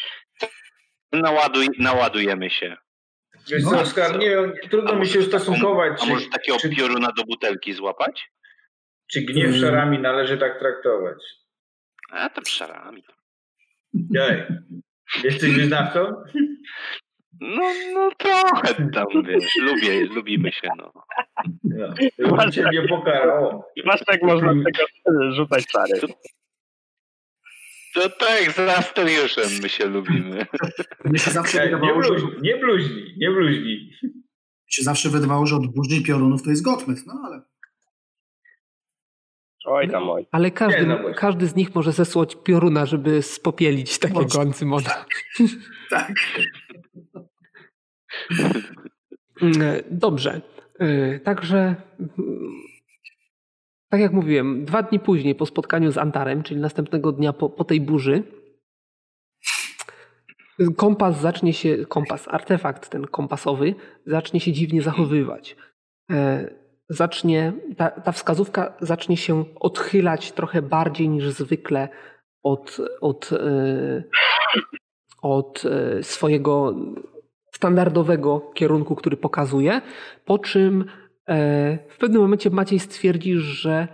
Naładujemy się. Wiesz co, Oskar, nie wiem, trudno mi się ustosunkować. A może takiego pioruna do butelki złapać? Czy gniew szarami należy tak traktować? A to szarami. Jaj. Jesteś wyznawcą? No trochę tam, wiesz, lubimy się, no. No, cię nie pokarało. Masz tak można tego rzucać stary. To tak, z Asteriuszem my się lubimy. Mnie się zawsze wydawało, nie bluźnij. Mi się zawsze wydawało, że od burzy i piorunów to jest Gottmet, no ale... Oj tam, oj. Ale każdy z nich może zesłać pioruna, żeby spopielić takiego Ancymona. Tak. Dobrze. Także tak jak mówiłem, 2 dni później po spotkaniu z Antarem, czyli następnego dnia po tej burzy, artefakt ten kompasowy zacznie się dziwnie zachowywać. Ta wskazówka zacznie się odchylać trochę bardziej niż zwykle od swojego standardowego kierunku, który pokazuje, po czym w pewnym momencie Maciej stwierdzi, że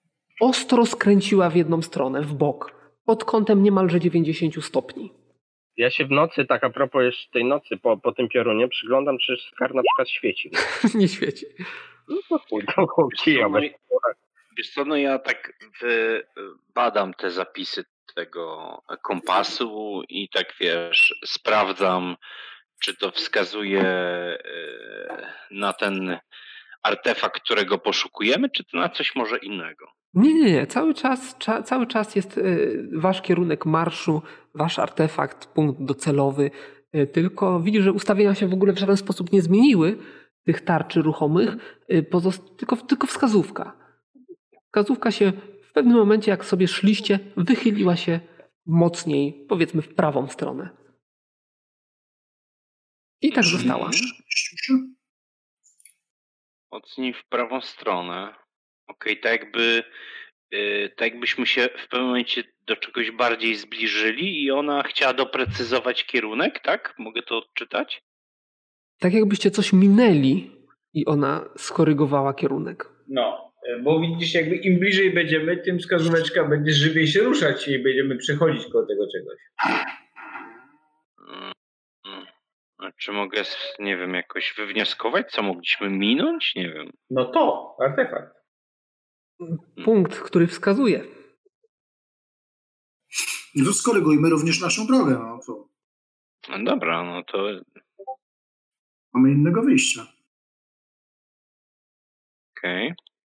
ostro skręciła w jedną stronę, w bok, pod kątem niemalże 90 stopni. Ja się w nocy, tak a propos jeszcze tej nocy po tym piorunie, przyglądam, czy skar na przykład świeci. Nie świeci. No to chuj, to Wiesz co, no ja tak badam te zapisy tego kompasu i tak wiesz, sprawdzam, czy to wskazuje na ten artefakt, którego poszukujemy, czy to na coś może innego. Nie. Cały czas jest wasz kierunek marszu, wasz artefakt, punkt docelowy. Tylko widzisz, że ustawienia się w ogóle w żaden sposób nie zmieniły tych tarczy ruchomych, tylko wskazówka. Wskazówka się w pewnym momencie, jak sobie szliście, wychyliła się mocniej, powiedzmy w prawą stronę. I tak została. Mocniej w prawą stronę. Okej, tak jakbyśmy się w pewnym momencie do czegoś bardziej zbliżyli i ona chciała doprecyzować kierunek, tak? Mogę to odczytać? Tak jakbyście coś minęli i ona skorygowała kierunek. No, bo widzisz, jakby im bliżej będziemy, tym wskazóweczka będzie żywiej się ruszać i będziemy przechodzić koło tego czegoś. A czy mogę, nie wiem, jakoś wywnioskować, co mogliśmy minąć? Nie wiem. No to, artefakt. Punkt, który wskazuje. No skorygujmy również naszą drogę. No co? No dobra, no to Mamy innego wyjścia. okej.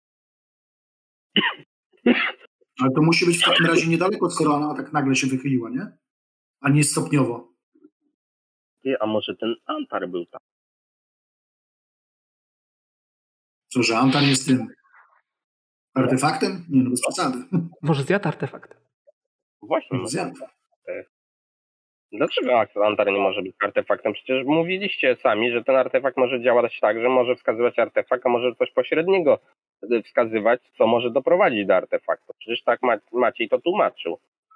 Ale to musi być w takim razie niedaleko, skoro ona tak nagle się wychyliła, nie? A nie stopniowo. A może ten Antar był tam? Co, że Antar jest tym artefaktem? Nie, no bez przesady. Może zjadł artefakt. Właśnie. No zjadł. Dlaczego Antar nie może być artefaktem? Przecież mówiliście sami, że ten artefakt może działać tak, że może wskazywać artefakt, a może coś pośredniego wskazywać, co może doprowadzić do artefaktu. Przecież tak Maciej to tłumaczył.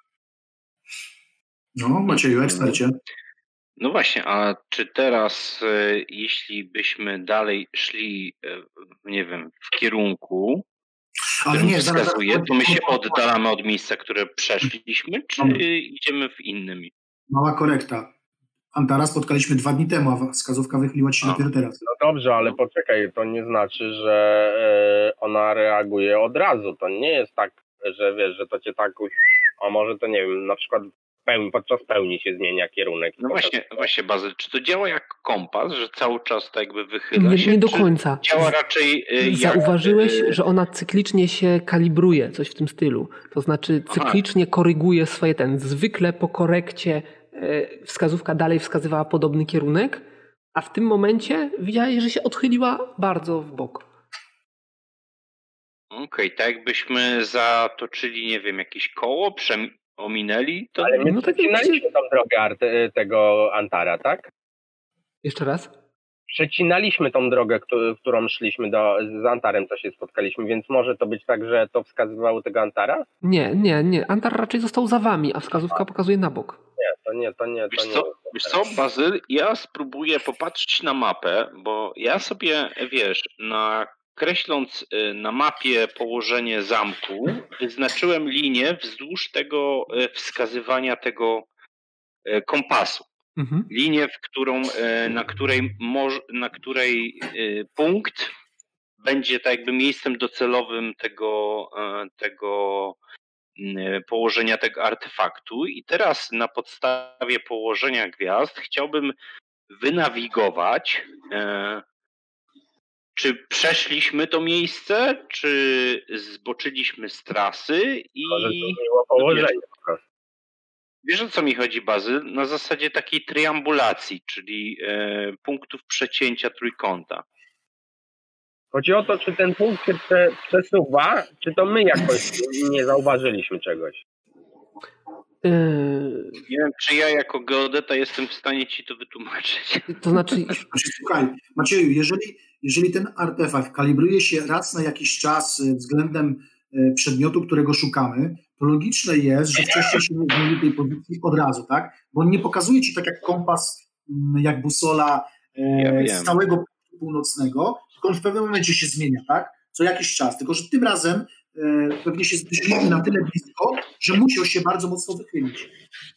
No, Macieju, ekspercie. No właśnie, a czy teraz, jeśli byśmy dalej szli, nie wiem, w kierunku, Ale który nie, wskazuje, to my się oddalamy od miejsca, które przeszliśmy, czy idziemy w innym? Mała korekta. Antara spotkaliśmy 2 dni temu, a wskazówka wychyliła ci się dopiero teraz. No dobrze, ale poczekaj, to nie znaczy, że ona reaguje od razu. To nie jest tak, że wiesz, że to cię tak, a może to nie wiem, na przykład podczas pełni się zmienia kierunek. No właśnie Bazyl, czy to działa jak kompas, że cały czas tak jakby wychyla się? Nie do końca. Działa raczej Zauważyłeś, że ona cyklicznie się kalibruje, coś w tym stylu. To znaczy cyklicznie koryguje swoje zwykle po korekcie wskazówka dalej wskazywała podobny kierunek, a w tym momencie widziałeś, że się odchyliła bardzo w bok. Okej, tak jakbyśmy zatoczyli, nie wiem, jakieś koło, ominęli, to... Ale my przecinaliśmy tą drogę tego Antara, tak? Jeszcze raz? Przecinaliśmy tą drogę, którą szliśmy z Antarem, co się spotkaliśmy, więc może to być tak, że to wskazywało tego Antara? Nie. Antar raczej został za wami, a wskazówka pokazuje na bok. To nie. Wiesz co, Bazyl, ja spróbuję popatrzeć na mapę, bo ja sobie, wiesz, kreśląc na mapie położenie zamku, wyznaczyłem linię wzdłuż tego wskazywania tego kompasu. Mhm. Linię, na której punkt będzie tak jakby miejscem docelowym tego położenia tego artefaktu. I teraz na podstawie położenia gwiazd chciałbym wynawigować, czy przeszliśmy to miejsce, czy zboczyliśmy z trasy i... Może to było położenie po prostu. Wiesz, o co mi chodzi, Bazyl? Na zasadzie takiej triambulacji, czyli punktów przecięcia trójkąta. Chodzi o to, czy ten punkt się przesuwa, czy to my jakoś nie zauważyliśmy czegoś. Nie wiem, czy ja jako geodeta jestem w stanie ci to wytłumaczyć. To znaczy... Słuchaj, Macieju, jeżeli ten artefakt kalibruje się raz na jakiś czas względem przedmiotu, którego szukamy, to logiczne jest, że wcześniej się nie zmieni tej pozycji od razu, tak? Bo on nie pokazuje ci tak jak kompas, jak busola z całego punktu północnego, tylko on w pewnym momencie się zmienia, tak? Co jakiś czas. Tylko że tym razem pewnie się zbliżyliśmy na tyle blisko, że musiał się bardzo mocno wychylić.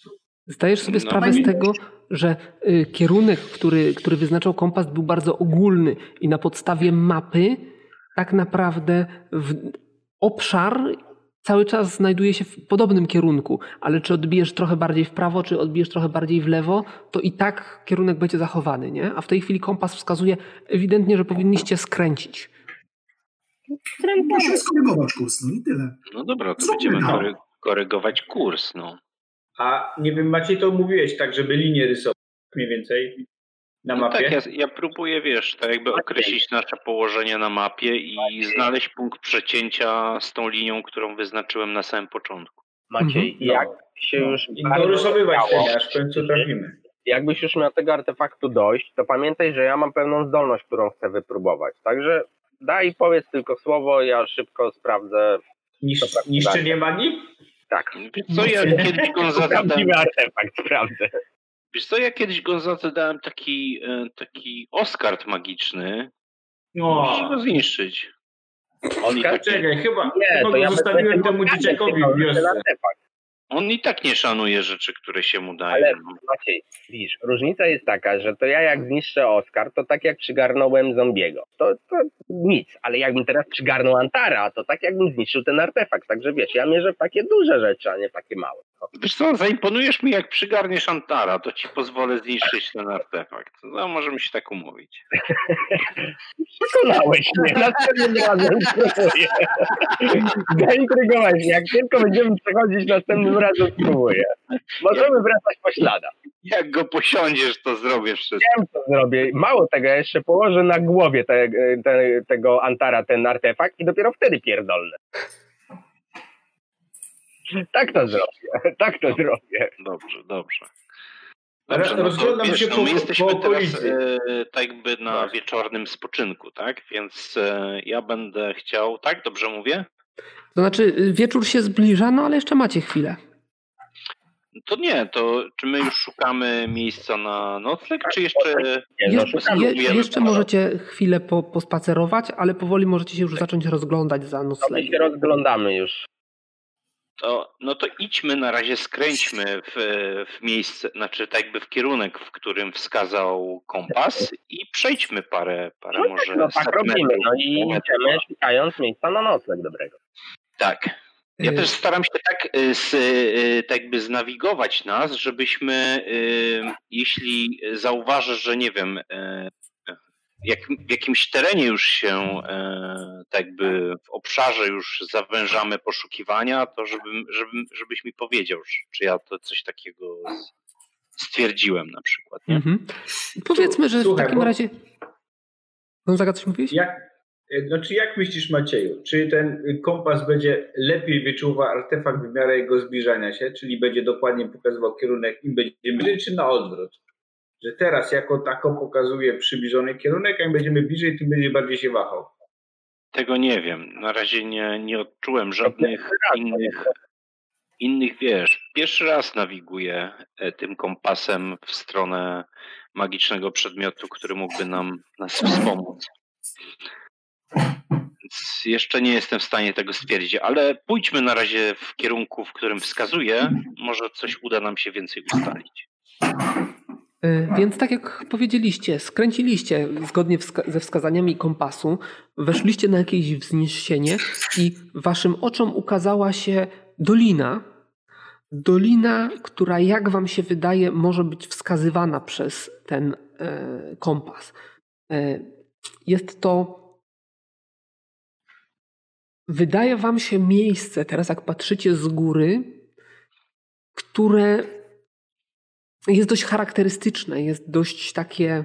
Zdajesz sobie sprawę z tego, że kierunek, który wyznaczał kompas, był bardzo ogólny i na podstawie mapy tak naprawdę obszar cały czas znajduje się w podobnym kierunku, ale czy odbijesz trochę bardziej w prawo, czy odbijesz trochę bardziej w lewo, to i tak kierunek będzie zachowany, nie? A w tej chwili kompas wskazuje ewidentnie, że powinniście skręcić. Musimy skorygować kurs, no i tyle. No dobra, to Zróbmy będziemy korygować kurs, no. A nie wiem, Maciej, to mówiłeś tak, żeby linię rysować mniej więcej na mapie? Tak, ja próbuję, tak jakby określić nasze położenie na mapie i znaleźć punkt przecięcia z tą linią, którą wyznaczyłem na samym początku. Maciej, jak się już... I dorysowywać wtedy, aż w końcu trafimy. Jakbyś już miał tego artefaktu dojść, to pamiętaj, że ja mam pewną zdolność, którą chcę wypróbować. Także daj, powiedz tylko słowo, ja szybko sprawdzę. Niszczenie magii? Tak. Wiesz co, ja kiedyś Gonzadze Prawdziwy artefakt, sprawdzę. Wiesz co, ja kiedyś Gonzadze dałem taki oskard magiczny. Musisz go zniszczyć. Czekaj, chyba to go ja zostawiłem temu dzieciakowi w wiosce. On i tak nie szanuje rzeczy, które się mu dają. Ale Maciej, widzisz, różnica jest taka, że to ja jak zniszczę Oskar, to tak jak przygarnąłem zombiego. To nic, ale jakbym teraz przygarnął Antara, to tak jakbym zniszczył ten artefakt. Także wiesz, ja mierzę w takie duże rzeczy, a nie takie małe. Wiesz co, zaimponujesz mi, jak przygarniesz Antara, to ci pozwolę zniszczyć ten artefakt. No, możemy się tak umówić. Przekonałeś mnie, następnym razem spróbuję. Zaintrygowałeś mnie, jak tylko będziemy przechodzić, następnym razem spróbuję. Możemy wracać po śladach. Jak go posiądziesz, to zrobię wszystko. Wiem, co zrobię. Mało tego, ja jeszcze położę na głowie tego Antara ten artefakt i dopiero wtedy pierdolnę. Tak to zrobię. Dobrze. Ale Dobrze, no to rozglądam wiesz, się my jesteśmy po teraz okolicy. tak jakby na wieczornym spoczynku, tak? Więc ja będę chciał, tak? Dobrze mówię? To znaczy wieczór się zbliża, no ale jeszcze macie chwilę. To nie, to czy my już szukamy miejsca na nocleg, czy jeszcze... Jeszcze możecie chwilę pospacerować, ale powoli możecie się już zacząć rozglądać za My noclegiem. się rozglądamy już. No to idźmy na razie, skręćmy w miejsce, znaczy tak jakby w kierunek, w którym wskazał kompas i przejdźmy parę może No tak set robimy, metrów. no i idziemy szukając miejsca na nocleg dobrego. Tak. Ja też staram się tak jakby znawigować nas, żebyśmy, jeśli zauważysz, że nie wiem, w jakimś terenie już się tak jakby w obszarze już zawężamy poszukiwania, to żebyś mi powiedział, czy ja to coś takiego stwierdziłem na przykład. Nie? Mhm. Powiedzmy, że Słuchaj, w takim razie... Gonzaga, coś mówisz? Jak myślisz, Macieju, czy ten kompas będzie lepiej wyczuwał artefakt w miarę jego zbliżania się, czyli będzie dokładnie pokazywał kierunek, im będziemy bliżej, czy na odwrót? Że teraz jako tako pokazuje przybliżony kierunek, a im będziemy bliżej, tym będzie bardziej się wahał. Tego nie wiem. Na razie nie odczułem żadnych innych, wiesz. Pierwszy raz nawiguję tym kompasem w stronę magicznego przedmiotu, który mógłby nas wspomóc. Więc jeszcze nie jestem w stanie tego stwierdzić, ale pójdźmy na razie w kierunku, w którym wskazuję. Może coś uda nam się więcej ustalić. Więc tak jak powiedzieliście, skręciliście zgodnie ze wskazaniami kompasu, weszliście na jakieś wzniesienie i waszym oczom ukazała się dolina. Dolina, która jak wam się wydaje może być wskazywana przez ten kompas. Jest to, wydaje wam się miejsce, teraz jak patrzycie z góry, które jest dość charakterystyczne, jest dość takie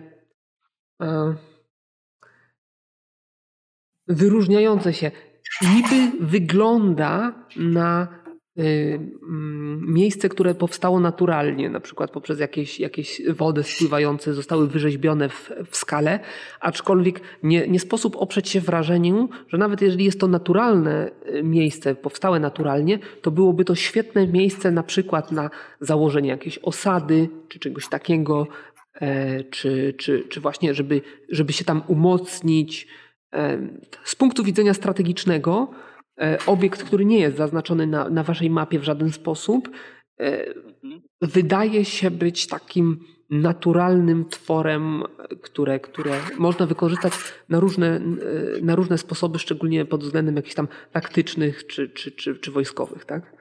wyróżniające się. Niby wygląda na miejsce, które powstało naturalnie, na przykład poprzez jakieś wody spływające zostały wyrzeźbione w skale, aczkolwiek nie sposób oprzeć się wrażeniu, że nawet jeżeli jest to naturalne miejsce, powstałe naturalnie, to byłoby to świetne miejsce na przykład na założenie jakiejś osady, czy czegoś takiego, czy właśnie, żeby się tam umocnić. Z punktu widzenia strategicznego obiekt, który nie jest zaznaczony na waszej mapie w żaden sposób, wydaje się być takim naturalnym tworem, które można wykorzystać na różne sposoby, szczególnie pod względem jakichś tam taktycznych czy wojskowych, tak?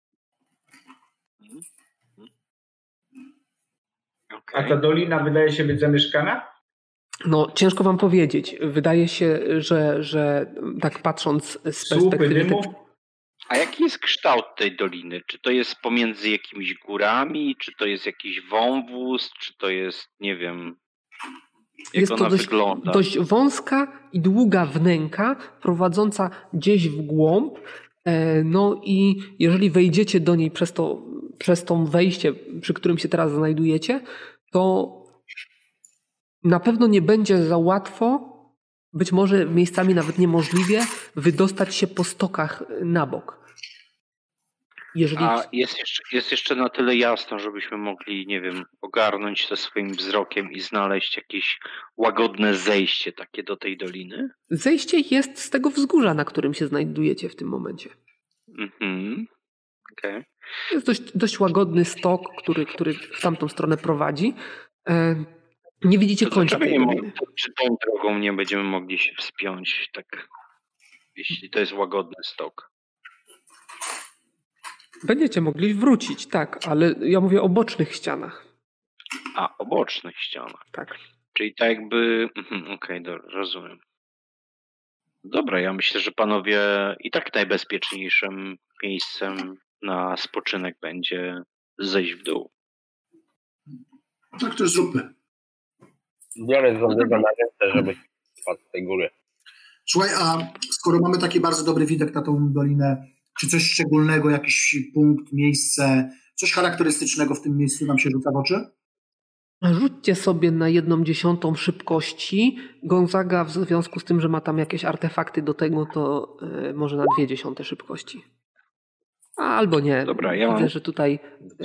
A ta dolina wydaje się być zamieszkana? No, ciężko wam powiedzieć. Wydaje się, że tak patrząc z Słupy perspektywy... dymu? A jaki jest kształt tej doliny? Czy to jest pomiędzy jakimiś górami? Czy to jest jakiś wąwóz? Czy to jest, nie wiem, jak Jest ona to wygląda? dość wąska i długa wnęka prowadząca gdzieś w głąb. No i jeżeli wejdziecie do niej przez to wejście, przy którym się teraz znajdujecie, to na pewno nie będzie za łatwo, być może miejscami nawet niemożliwie, wydostać się po stokach na bok. Jeżeli... A jest jeszcze na tyle jasno, żebyśmy mogli, nie wiem, ogarnąć to swoim wzrokiem i znaleźć jakieś łagodne zejście takie do tej doliny? Zejście jest z tego wzgórza, na którym się znajdujecie w tym momencie. Okej. Jest dość łagodny stok, który w tamtą stronę prowadzi. Nie widzicie To końca dlaczego tej nie doliny. czy tą drogą nie będziemy mogli się wspiąć, tak, jeśli to jest łagodny stok? Będziecie mogli wrócić, tak, ale ja mówię o bocznych ścianach. A, o bocznych ścianach. Tak. Czyli tak jakby... Okej, rozumiem. Dobra, ja myślę, że panowie i tak najbezpieczniejszym miejscem na spoczynek będzie zejść w dół. Tak to zróbmy. Biorę z żadnego na ręce, żeby spadł z tej góry. Słuchaj, a skoro mamy taki bardzo dobry widok na tą dolinę, czy coś szczególnego, jakiś punkt, miejsce, coś charakterystycznego w tym miejscu nam się rzuca w oczy? Rzućcie sobie na 1/10 szybkości. Gonzaga w związku z tym, że ma tam jakieś artefakty do tego, to może na 0,2 szybkości. Albo nie. Dobra, ja widzę, mam... że tutaj...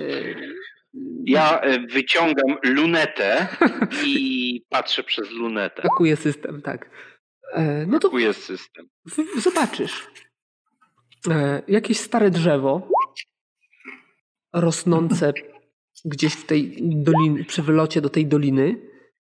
Ja wyciągam lunetę i patrzę przez lunetę. Hakuje system, tak. No to Hakuje system. zobaczysz. Jakieś stare drzewo rosnące gdzieś w tej dolinie, przy wylocie do tej doliny.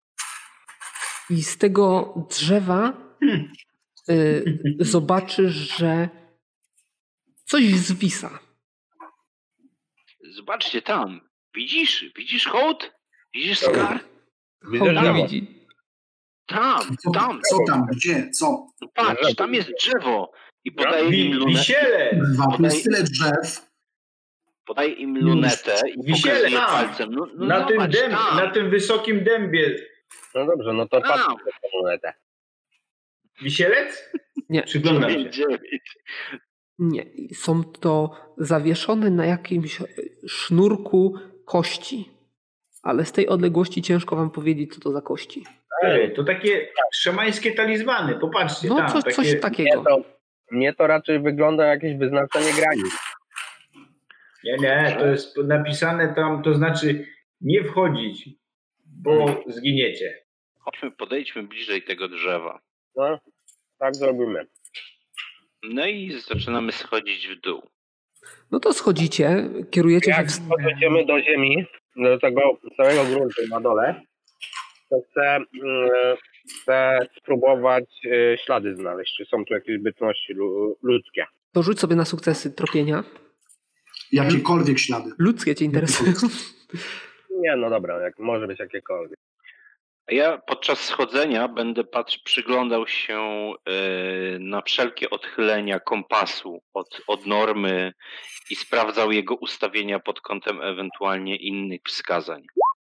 I z tego drzewa zobaczysz, że coś zwisa. Zobaczcie tam. Widzisz hołd? Widzisz Skar? Widzę, Nie że widzi. Tam. Co tam? Gdzie? Co? Patrz, tam jest drzewo. I podaje im lunetę. Wisielec! Tu jest tyle drzew. Podaje im lunetę i Wisielec, pokazuje tam. palcem. No Na tym, zobacz, tam. na tym wysokim dębie. No dobrze, no to A. patrzę na tę monetę. Wisielec? Nie. Przyglądam się. 9. Nie. Są to zawieszone na jakimś sznurku kości. Ale z tej odległości ciężko wam powiedzieć, co to za kości. Ej, to takie szamańskie talizmany, popatrzcie No tam. coś takiego. Mnie to raczej wygląda jak jakieś wyznaczenie granic. Nie, to jest napisane tam, to znaczy nie wchodzić, bo zginiecie. Podejdźmy bliżej tego drzewa. No, tak zrobimy. No i zaczynamy schodzić w dół. No to schodzicie, kierujecie się Jak podejdziemy do ziemi, do tego całego gruntu na dole, to chcę spróbować ślady znaleźć, czy są tu jakieś bytności ludzkie. To rzuć sobie na sukcesy tropienia. Jakiekolwiek ślady. Ludzkie cię interesują. Nie, no dobra, może być jakiekolwiek. A ja podczas schodzenia będę przyglądał się na wszelkie odchylenia kompasu od normy i sprawdzał jego ustawienia pod kątem ewentualnie innych wskazań.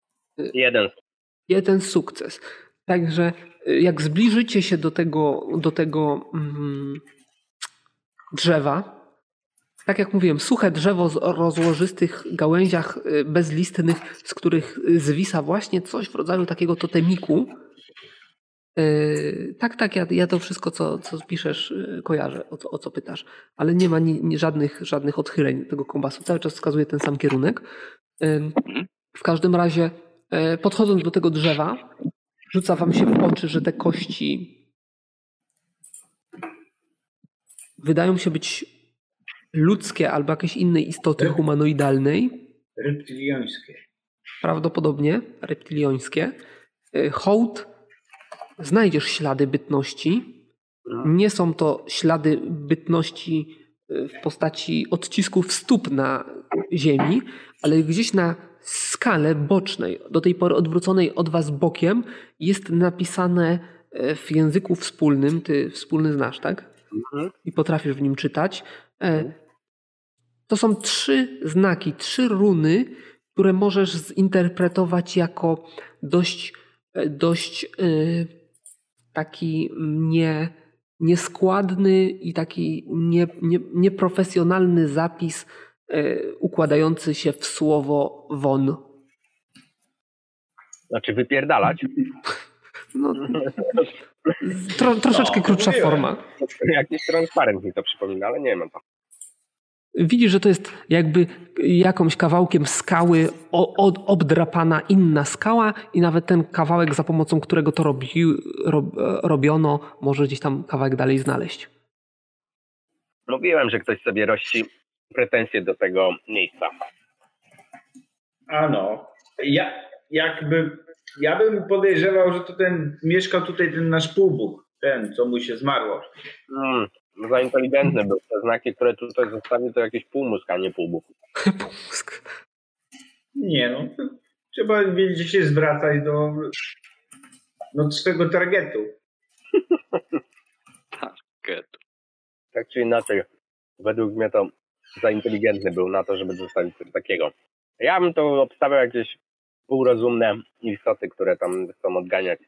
Jeden. Sukces. Także jak zbliżycie się do tego drzewa, tak jak mówiłem, suche drzewo o rozłożystych gałęziach bezlistnych, z których zwisa właśnie coś w rodzaju takiego totemiku. Tak, ja to wszystko, co piszesz, kojarzę, o co pytasz. Ale nie ma żadnych odchyleń tego kompasu. Cały czas wskazuje ten sam kierunek. W każdym razie, podchodząc do tego drzewa, rzuca wam się w oczy, że te kości wydają się być ludzkie albo jakiejś innej istoty humanoidalnej, Reptiliańskie. prawdopodobnie reptiliońskie. Hołd, znajdziesz ślady bytności. Nie są to ślady bytności w postaci odcisków stóp na ziemi, ale gdzieś na skale bocznej, do tej pory odwróconej od was bokiem, jest napisane w języku wspólnym. Ty wspólny znasz, tak? I potrafisz w nim czytać. To są 3 znaki, 3 runy, które możesz zinterpretować jako dość taki nieskładny i taki nieprofesjonalny zapis układający się w słowo won. Znaczy wypierdalać. No, troszeczkę krótsza forma. Jakiś transparent mi to przypomina, ale nie wiem. Widzisz, że to jest jakby jakimś kawałkiem skały obdrapana inna skała i nawet ten kawałek, za pomocą którego to robiono, może gdzieś tam kawałek dalej znaleźć. Mówiłem, że ktoś sobie rości pretensje do tego miejsca. Ja bym podejrzewał, że to mieszkał tutaj ten nasz półbóg, ten, co mu się zmarło. Za inteligentny był. Te znaki, które tutaj zostawił, to jakiś półmózg, a nie półbóg. Półmózg. Nie no, trzeba wiedzieć, gdzie się zwracać do swego targetu. Target. Tak czy inaczej, według mnie to za inteligentny był na to, żeby zostawić coś takiego. Ja bym to obstawiał jakieś półrozumne istoty, które tam chcą odganiać.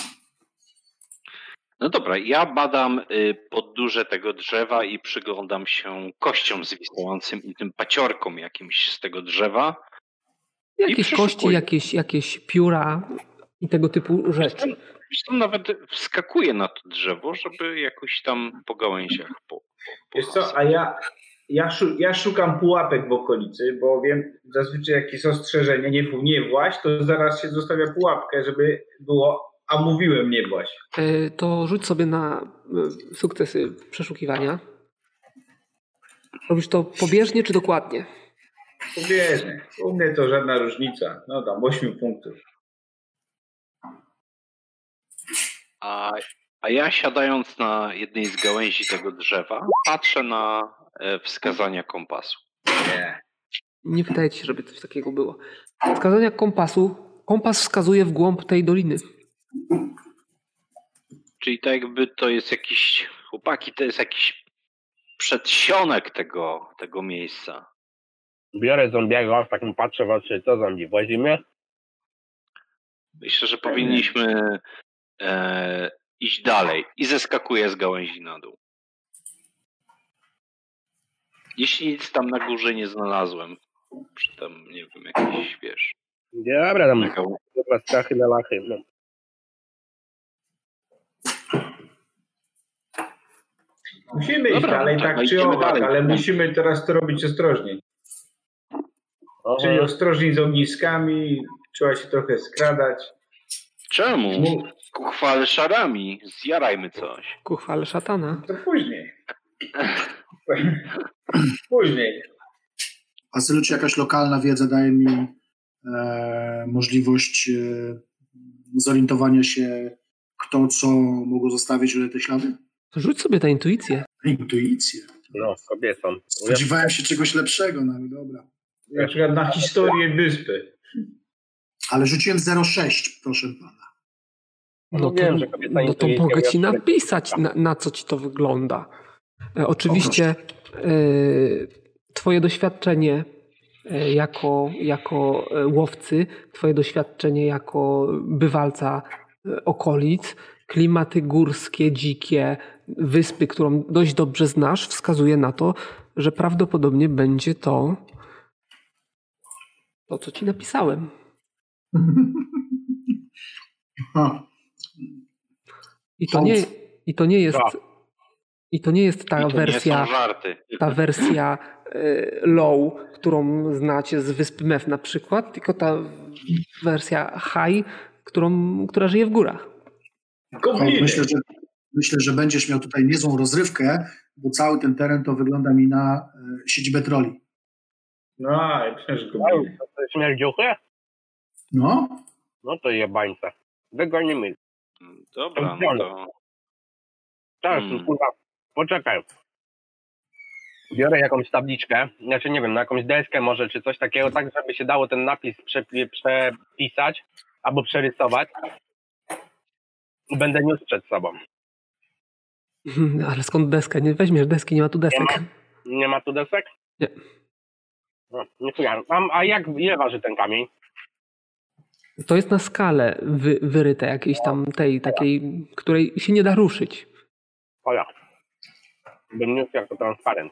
No dobra, ja badam podduże tego drzewa i przyglądam się kościom zwisającym i tym paciorkom jakimś z tego drzewa. Jakieś kości, jakieś pióra i tego typu rzeczy. Zresztą nawet wskakuję na to drzewo, żeby jakoś tam po gałęziach Wiesz co, a ja szukam pułapek w okolicy, bo wiem zazwyczaj jak jest ostrzeżenie, nie właź, to zaraz się zostawia pułapkę, żeby było, a mówiłem nie właź. To rzuć sobie na sukcesy przeszukiwania. Robisz to pobieżnie czy dokładnie? Pobieżnie. U mnie to żadna różnica. No tam 8 punktów. A ja siadając na jednej z gałęzi tego drzewa, patrzę na wskazania kompasu. Nie wydaje ci się, żeby coś takiego było. Wskazania kompasu. Kompas wskazuje w głąb tej doliny. Czyli tak jakby to jest jakiś, chłopaki, to jest jakiś przedsionek tego miejsca. Biorę zombiego, tak mu patrzę w oczy, co zombie, włazimy? Myślę, że powinniśmy iść dalej i zeskakuję z gałęzi na dół. Jeśli nic tam na górze nie znalazłem, czy tam, nie wiem, jakiś, wiesz... Dobra, tam chyba strachy na lachy. No. Musimy iść dalej, tak czy owak, ale musimy teraz to robić ostrożniej. Czyli ostrożniej z ogniskami, trzeba się trochę skradać. Czemu? Ku chwale szarami, zjarajmy coś. Ku chwale szatana. To później. Później. Asylu, czy jakaś lokalna wiedza daje mi możliwość zorientowania się, kto co mogło zostawić te ślady? Rzuć sobie na intuicję. Intuicję. No, kobietą. Spodziewałem się czegoś lepszego, no ale dobra. Na przykład na historię wyspy. Ale rzuciłem 0,6, proszę pana. No to mogę ci napisać, na co ci to wygląda. Oczywiście twoje doświadczenie jako łowcy, twoje doświadczenie jako bywalca okolic, klimaty górskie, dzikie, wyspy, którą dość dobrze znasz, wskazuje na to, że prawdopodobnie będzie to, co ci napisałem. I to nie jest ta wersja low, którą znacie z wyspy Mef na przykład, tylko ta wersja high, która żyje w górach. Myślę, że będziesz miał tutaj niezłą rozrywkę, bo cały ten teren to wygląda mi na siedzibę troli. No, i przecież go No, bili. to śmierdziuchy? No, No to jebańce. Wygonimy. Dobra, no to... Teraz, kurwa, poczekaj. Biorę jakąś tabliczkę, znaczy nie wiem, na jakąś deskę może, czy coś takiego, tak żeby się dało ten napis przepisać albo przerysować. I będę niósł przed sobą. Ale skąd deskę? Nie weźmiesz deski, nie ma tu desek. Nie ma tu desek? Nie. No, nie chuja. A ile waży ten kamień? To jest na skalę wyryte jakiejś tam tej takiej, której się nie da ruszyć. O ja. Bym niósł jako transparent.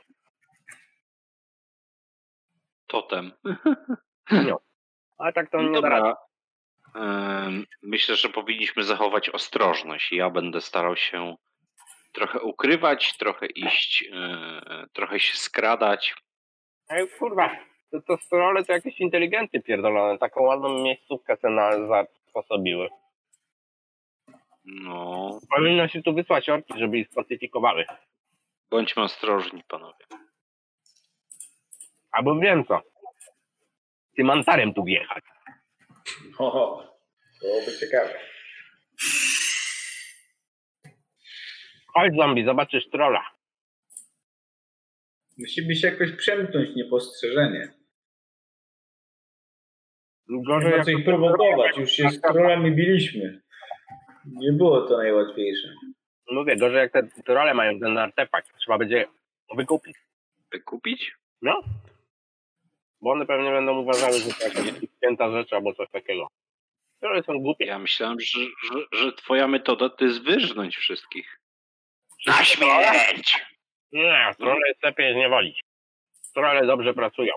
Totem. No. Ale tak to nie da rady. Dobra. Myślę, że powinniśmy zachować ostrożność. Ja będę starał się trochę ukrywać, trochę iść, trochę się skradać. Ej, kurwa, to strole to jakieś inteligenty pierdolone. Taką ładną miejscówkę sobie zasposobiły. No, Powinno się tu wysłać orki, żeby ich spacyfikowały. bądźmy ostrożni, panowie. Albo wiem co. Tym mantarem tu wjechać. Oho, to byłoby ciekawe. Chodź zombie, zobaczysz trolla. Musimy się jakoś przemknąć niepostrzeżenie. Gorzej Nie ma jak co ich prowokować, już się z trollami biliśmy. Nie było to najłatwiejsze. mówię, gorzej jak te trolle mają ten artefakt. Trzeba będzie wykupić. Wykupić? No. Bo one pewnie będą uważały, że to jakaś święta rzecz albo coś takiego. Trolle są głupie. Ja myślałem, że twoja metoda to jest wyrżnąć wszystkich. Na śmierć! Nie, trolle jest lepiej zniewolić. Trolle dobrze pracują.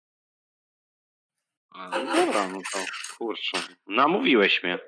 A, no dobra, no to kurczę. Namówiłeś mnie.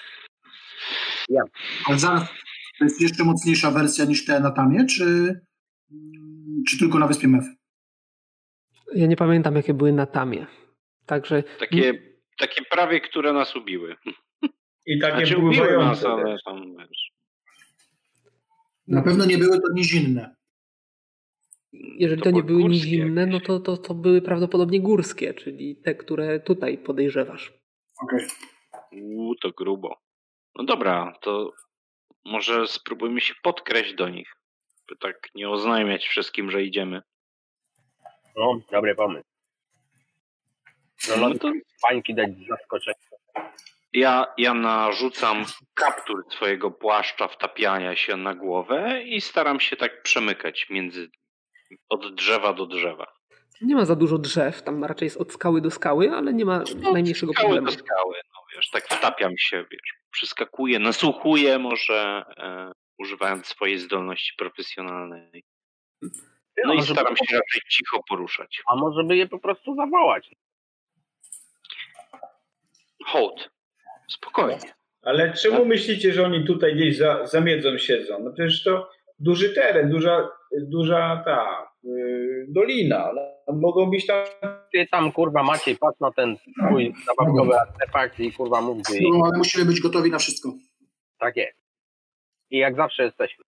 ale zaraz, to jest jeszcze mocniejsza wersja niż te na Tamie, czy tylko na wyspie Mef? Ja nie pamiętam, jakie były na Tamie. Także Takie prawie, które nas ubiły. I takie Znaczy ubiły nas, pływające ale też. tam wiesz. Na pewno nie były to nizinne. jeżeli To to nie były górskie nizinne, no jakieś. to były prawdopodobnie górskie, czyli te, które tutaj podejrzewasz. Okej. To grubo. No dobra, to może spróbujmy się podkraść do nich. By tak nie oznajmiać wszystkim, że idziemy. No, dobry pomysł. No to Pańki dać zaskoczenie. ja narzucam kaptur swojego płaszcza wtapiania się na głowę i staram się tak przemykać od drzewa do drzewa. Nie ma za dużo drzew, tam raczej jest od skały do skały, ale nie ma najmniejszego Skały problemu. do skały, no wiesz, tak wtapiam się, wiesz, przeskakuję, nasłuchuję może, używając swojej zdolności profesjonalnej. No i staram się raczej cicho poruszać. A może by je po prostu zawołać? Hołd, spokojnie. Ale czemu myślicie, że oni tutaj gdzieś za miedzą siedzą? No przecież to duży teren, duża dolina. No, mogą być tam... Ty tam, kurwa, Maciej, patrz na ten twój zabawkowy artefakt i kurwa mów, gdzie No, ale musimy być gotowi na wszystko. tak jest. I jak zawsze jesteśmy.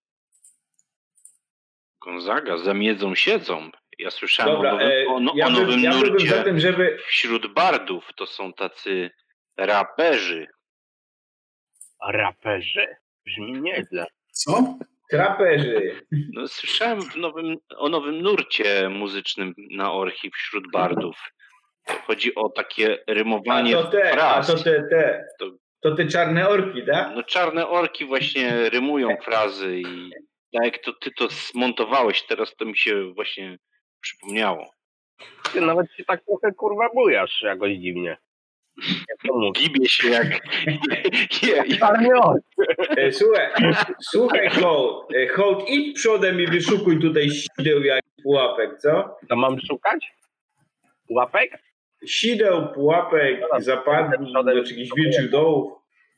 Gonzaga, za miedzą siedzą. Ja słyszałem Dobra, o ja nowym byłbym nurcie za tym, żeby... wśród bardów. To są tacy raperzy. A raperzy? Brzmi nieźle. Co? Traperzy. No, słyszałem o nowym nurcie muzycznym na orchi wśród bardów. Chodzi o takie rymowanie fraz. To te czarne orki, tak? No czarne orki właśnie rymują frazy i tak jak ty to zmontowałeś, teraz to mi się właśnie przypomniało. Ty nawet się tak trochę kurwa bujasz jakoś dziwnie. Jak to mówisz? Gibię się jak... Słuchaj, Hołd, idź przodem i wyszukuj tutaj sideł jak pułapek, co? To mam szukać? Łapek? Sideł, pułapek, zapadów, do jakichś wilczych dołów.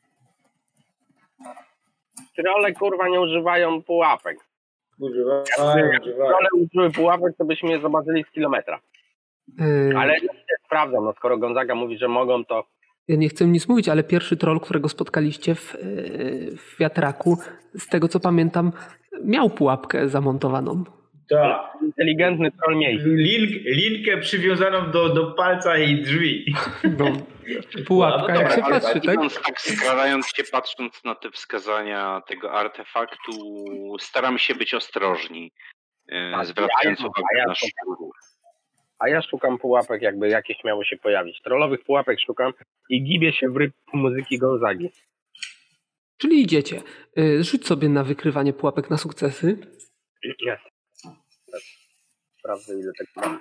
Trolle kurwa nie używają pułapek. Używają. Trolle użyły pułapek, to byśmy je zobaczyli z kilometra. Ale nie sprawdzam, no skoro Gonzaga mówi, że mogą, to Ja nie chcę nic mówić, ale pierwszy troll, którego spotkaliście w wiatraku, z tego co pamiętam, miał pułapkę zamontowaną. Tak. Inteligentny troll miejski. Linkę przywiązaną do palca i drzwi. No, pułapka, No jak się dobra, patrzy, tak? Idąc tak skradając się, patrząc na te wskazania tego artefaktu, staram się być ostrożni, zwracając uwagę na szczurów. A ja szukam pułapek, jakby jakieś miało się pojawić. Trollowych pułapek szukam i gibię się w rytm muzyki Gonzagi. Czyli idziecie. Rzuć sobie na wykrywanie pułapek na sukcesy. Jest. Sprawdzę, ile tak mam.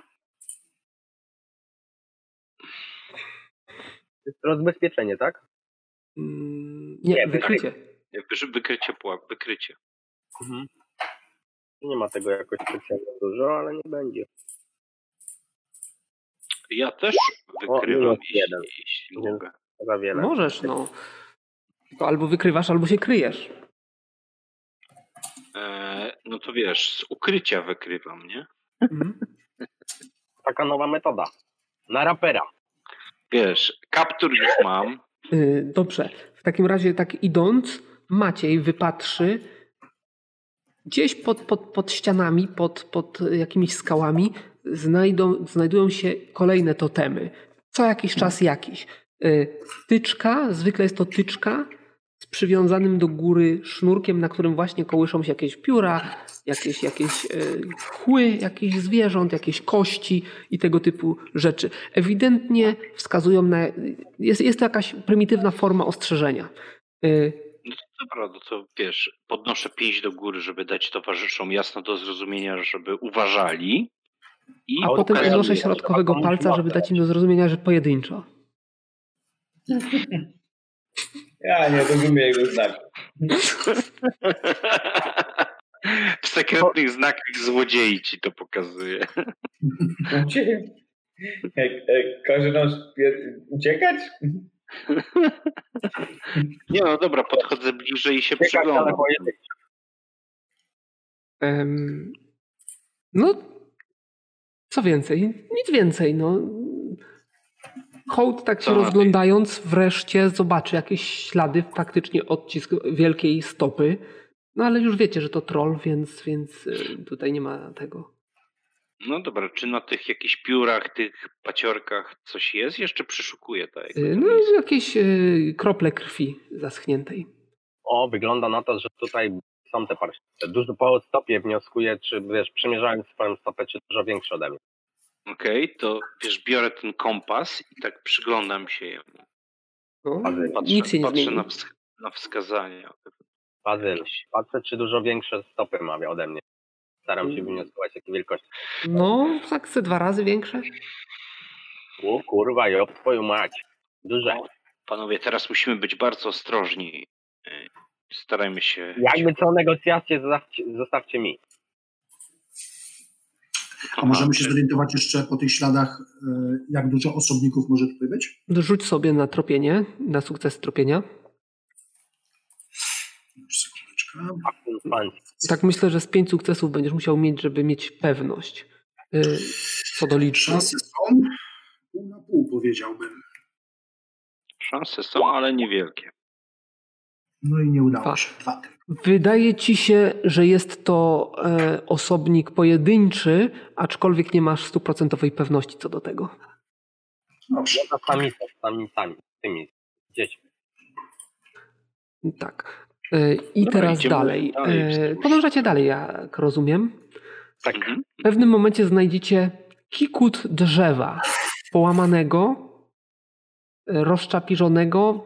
To jest rozbezpieczenie, tak? Nie, wykrycie. Wykrycie pułap, wykrycie. Mhm. Nie ma tego jakoś specjalnie dużo, ale nie będzie. Ja też wykrywam, minus jeden. jeśli mogę. Za wiele. Możesz, no. Tylko albo wykrywasz, albo się kryjesz. No to wiesz, z ukrycia wykrywam, nie? Mhm. Taka nowa metoda. Na rapera. Wiesz, kaptur już mam. Dobrze. W takim razie tak idąc, Maciej wypatrzy gdzieś pod ścianami, pod jakimiś skałami znajdują się kolejne totemy. Co jakiś czas jakiś. Tyczka, zwykle jest to tyczka z przywiązanym do góry sznurkiem, na którym właśnie kołyszą się jakieś pióra, jakieś kły, jakichś zwierząt, jakieś kości i tego typu rzeczy. Ewidentnie wskazują na... Jest to jakaś prymitywna forma ostrzeżenia. No to dobra, no to wiesz, podnoszę 5 do góry, żeby dać towarzyszom jasno do zrozumienia, żeby uważali. A potem podnoszę środkowego palca, żeby dać im do zrozumienia, że pojedynczo. Ja nie rozumiem jego znaku. W sekretnych znakach złodziei ci to pokazuje. Każe nam uciekać? Nie no dobra, podchodzę bliżej i się przyglądam. No, co więcej? Nic więcej, no. Hołd tak się rozglądając wreszcie zobaczy jakieś ślady, faktycznie odcisk wielkiej stopy. No ale już wiecie, że to troll, więc tutaj nie ma tego. No dobra, czy na tych jakichś piórach, tych paciorkach coś jest? Jeszcze przyszukuję tak. No jakieś krople krwi zaschniętej. O, wygląda na to, że tutaj są te parcie. Dużo po stopie wnioskuję, czy wiesz, przymierzając swoją stopę, czy dużo większe ode mnie. Okej, to wiesz, biorę ten kompas i tak przyglądam się jemu. No, nic się nie Patrzę zmieni. na wskazania. Patrzę, czy dużo większe stopy ma ode mnie. Staram się wnioskować, jakie wielkości. No, tak ze 2 razy większe. O kurwa, job twoją mać. Duże. Panowie, teraz musimy być bardzo ostrożni. Starajmy się... Jakby co, negocjacje zostawcie mi. A możemy się zorientować jeszcze po tych śladach, jak dużo osobników może tutaj być? Rzuć sobie na tropienie, na sukces tropienia. Tak myślę, że z 5 sukcesów będziesz musiał mieć, żeby mieć pewność co do liczby. Szanse są? Pół na pół, powiedziałbym. Szanse są, ale niewielkie. No i nie udało się. 2. Wydaje ci się, że jest to osobnik pojedynczy, aczkolwiek nie masz 100% pewności co do tego. Dobrze. No to sami, tymi dziećmi. Tak. I Dobra, teraz idziemy dalej. dalej. Podążacie dalej, jak rozumiem. Tak. W pewnym momencie znajdziecie kikut drzewa połamanego, rozczapirzonego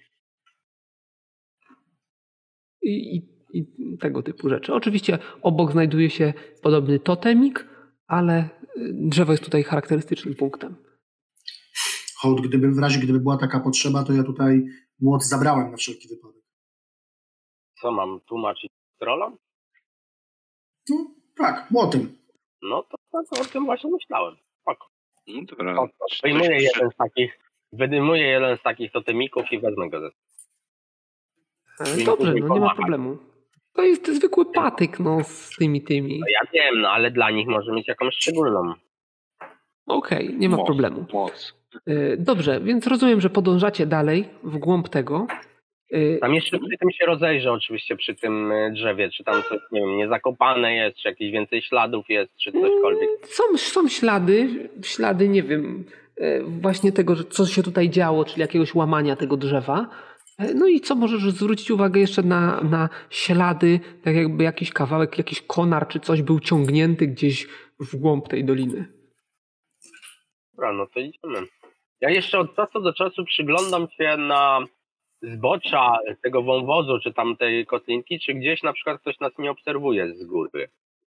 i tego typu rzeczy. Oczywiście obok znajduje się podobny totemik, ale drzewo jest tutaj charakterystycznym punktem. Hołd, w razie gdyby była taka potrzeba, to ja tutaj młot zabrałem na wszelki wypadek. Co mam tłumaczyć trollom? No, tak, młotem. No to tak, o tym właśnie myślałem. Spoko. No dobra. Wydymuję jeden z takich totemików i wezmę go ze sobą. Dobrze, no nie ma problemu. To jest zwykły patyk, no, z tymi. No ja wiem, no ale dla nich może mieć jakąś szczególną. Okej, nie ma problemu. Moc. Dobrze, więc rozumiem, że podążacie dalej w głąb tego. Tam jeszcze przy tym się rozejrzę oczywiście przy tym drzewie, czy tam coś, nie wiem, niezakopane jest, czy jakieś więcej śladów jest, czy cośkolwiek. Są ślady, nie wiem, właśnie tego, że co się tutaj działo, czyli jakiegoś łamania tego drzewa. No i co możesz zwrócić uwagę jeszcze na ślady, tak jakby jakiś kawałek, jakiś konar czy coś był ciągnięty gdzieś w głąb tej doliny. Dobra, no to idziemy. Ja jeszcze od czasu do czasu przyglądam się na zbocza tego wąwozu, czy tam tej kotlinki, czy gdzieś na przykład ktoś nas nie obserwuje z góry.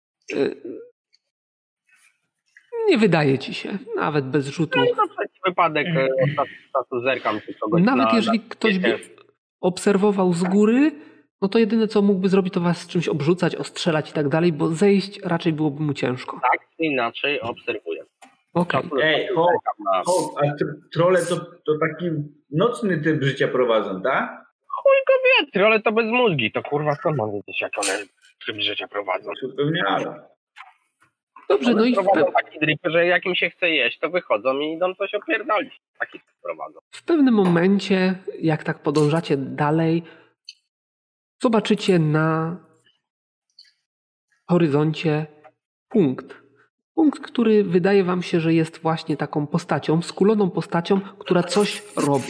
Nie wydaje ci się, nawet bez rzutu. No i na wszelki wypadek od czasu do czasu zerkam, czy kogoś Nawet jeżeli ktoś by obserwował z góry, no to jedyne co mógłby zrobić, to was czymś obrzucać, ostrzelać i tak dalej, bo zejść raczej byłoby mu ciężko. Tak czy inaczej obserwuję. Okej. A trolle to taki nocny typ życia prowadzą, tak? Chuj go wie, ale to bez mózgi, to kurwa skąd mam wiedzieć, jak one tryb życia prowadzą. Zupełnie ale. Dobrze, no i prowadzą taki drip, że jak im się chce jeść, to wychodzą i idą coś opierdolić. Taki prowadzą. w pewnym momencie, jak tak podążacie dalej, zobaczycie na horyzoncie punkt. Punkt, który wydaje wam się, że jest właśnie taką postacią, skuloną postacią, która coś robi.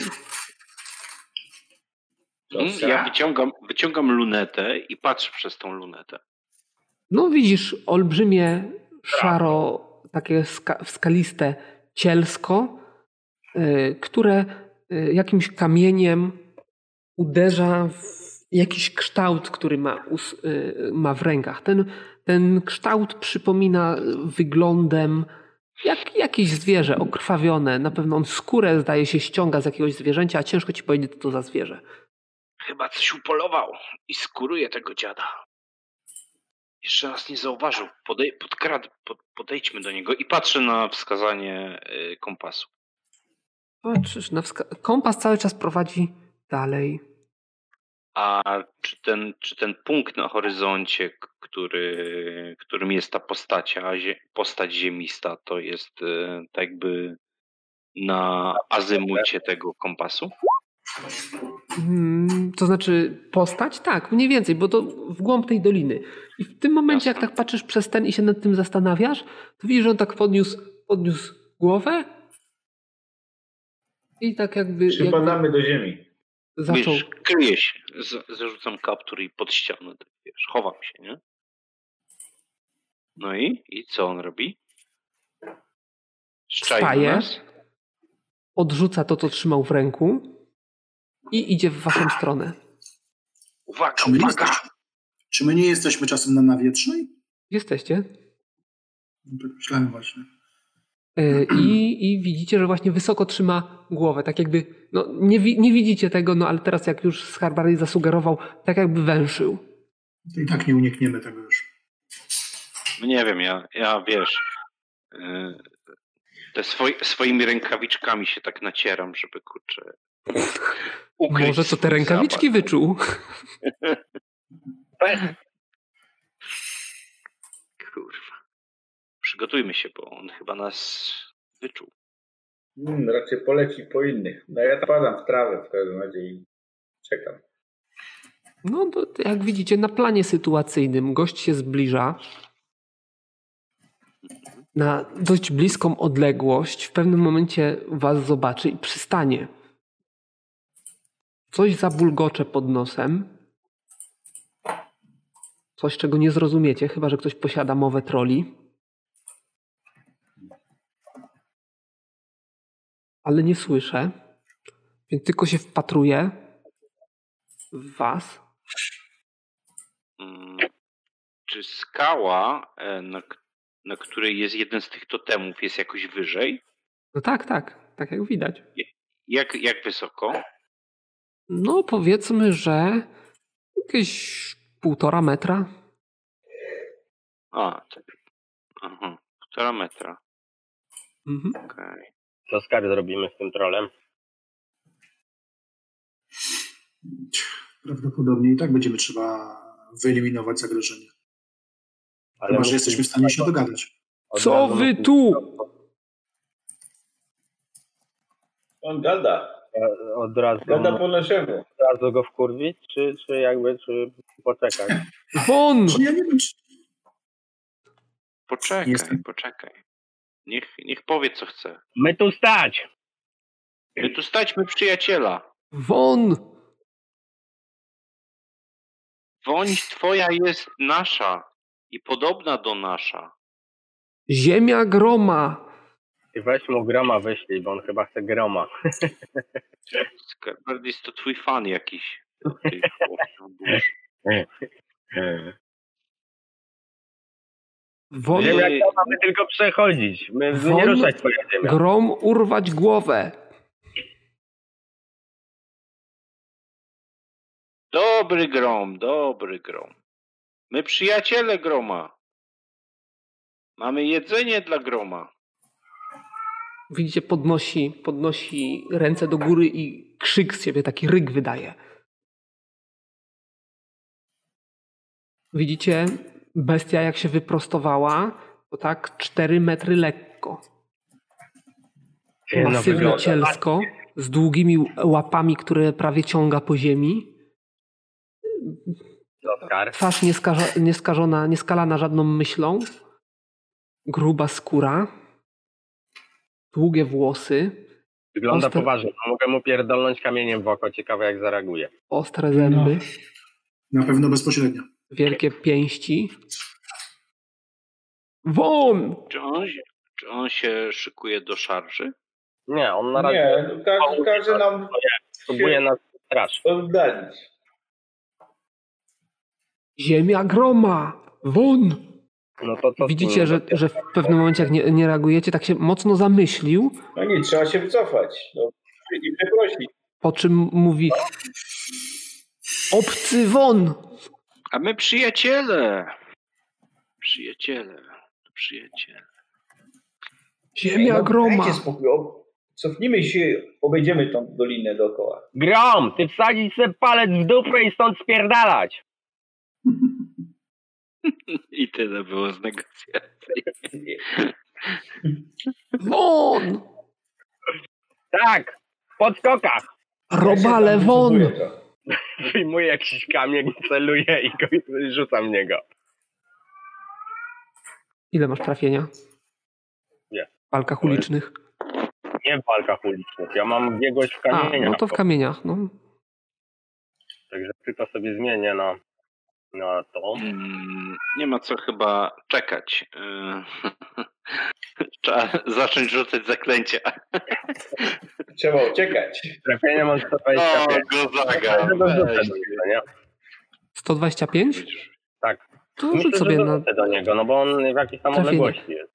Ja wyciągam lunetę i patrzę przez tą lunetę. No widzisz olbrzymie, szaro, takie skaliste cielsko, które jakimś kamieniem uderza w jakiś kształt, który ma w rękach. Ten kształt przypomina wyglądem jak jakieś zwierzę okrwawione. Na pewno on skórę, zdaje się, ściąga z jakiegoś zwierzęcia, a ciężko ci powiedzieć, co to za zwierzę. Chyba coś upolował i skóruje tego dziada. Jeszcze nas nie zauważył. Podejdźmy do niego i patrzę na wskazanie kompasu. Patrzysz, kompas cały czas prowadzi dalej. A czy ten punkt na horyzoncie, którym jest ta postać ziemista, to jest tak jakby na azymucie tego kompasu? To znaczy postać? Tak, mniej więcej, bo to w głąb tej doliny. I w tym momencie, jak tak patrzysz przez ten i się nad tym zastanawiasz, to widzisz, że on tak podniósł głowę i tak jakby... Przypadamy do ziemi. Zaczął... Wiesz, kryję się, zarzucam kaptur i pod ścianę, tak wiesz, chowam się, nie? No i co on robi? Wstaje, odrzuca to, co trzymał w ręku i idzie w waszą stronę. Uwaga! Czy my nie jesteśmy czasem na Nawietrznej? Jesteście. Tak myślałem właśnie. I widzicie, że właśnie wysoko trzyma głowę. Tak jakby, no nie widzicie tego, no ale teraz jak już Skarbary zasugerował, tak jakby węszył. I tak nie unikniemy tego już. Nie wiem, ja wiesz, swoimi rękawiczkami się tak nacieram, żeby kurczę ukryć. Może to te rękawiczki wyczuł. Kurwa. Przygotujmy się, bo on chyba nas wyczuł. Raczej poleci po innych. No ja padam w trawę w każdym razie i czekam. No to jak widzicie na planie sytuacyjnym gość się zbliża na dość bliską odległość. W pewnym momencie was zobaczy i przystanie. Coś zabulgocze pod nosem. Coś, czego nie zrozumiecie, chyba że ktoś posiada mowę troli. Ale nie słyszę, więc tylko się wpatruję w was. Czy skała, na której jest jeden z tych totemów, jest jakoś wyżej? No tak jak widać. Jak wysoko? No powiedzmy, że jakieś 1,5 metra. A, tak. Aha, 1,5 metra. Mhm. Okay. Co Skar zrobimy z tym trolem? Prawdopodobnie i tak będziemy trzeba wyeliminować zagrożenie. Ale chyba że jesteśmy w stanie się dogadać. Co wy tu? On gada. Od razu, Gada po naszemu. od razu go wkurwić, czy poczekać? Won! Ja nie wiem, czy... Poczekaj. Niech powie, co chce. My tu stać! My tu staćmy przyjaciela. Won! Woń twoja jest nasza i podobna do nasza. Ziemia groma! Ty weź mu Groma wyślij, bo on chyba chce Groma. Skarbardis to twój fan jakiś. Won! Ziemia Groma, my tylko przechodzić. My nie ruszać twoja ziemia. Grom urwać głowę. Dobry Grom. My przyjaciele Groma. Mamy jedzenie dla Groma. Widzicie, podnosi ręce do góry i krzyk z siebie, taki ryk wydaje. Widzicie, bestia jak się wyprostowała, to tak 4 metry lekko. Masywne cielsko, z długimi łapami, które prawie ciąga po ziemi. Oskar. Twarz nieskalana żadną myślą. Gruba skóra. Długie włosy. Wygląda poważnie. Mogę mu pierdolnąć kamieniem w oko. Ciekawe jak zareaguje. Ostre zęby. Na pewno bezpośrednio. Wielkie pięści. Won! Czy on się szykuje do szarży? Nie, on na razie Nie, każe nam próbuje nas straszyć. oddalić. Ziemia groma! Won! No to co Widzicie, że w pewnym momencie jak nie reagujecie, tak się mocno zamyślił, No nie, trzeba się wycofać. No, i przeprosić. po czym mówi: obcy won! A my przyjaciele. Przyjaciele. Ziemia groma! Dajcie spokój. Cofnijmy się, obejdziemy tą dolinę dookoła. Grom, ty wsadzić sobie palec w dupę i stąd spierdalać. I tyle było z negocjacji. Won! Tak, w podskokach. Robale won! Wyjmuję jakiś kamień, celuję i rzucam w niego. Ile masz trafienia? Nie. W walkach ulicznych. Nie w walkach ulicznych, ja mam biegłość w A, kamieniach. no to w kamieniach, no. Także tylko sobie zmienię na to. Nie ma co chyba czekać. Trzeba zacząć rzucać zaklęcia. Trzeba uciekać. Trafienie mam 125. Gozaga. 125? Tak. To Myślę, rzuć sobie że na... dorzucę do niego, no bo on w jakiejś tam Trafienie. odległości jest.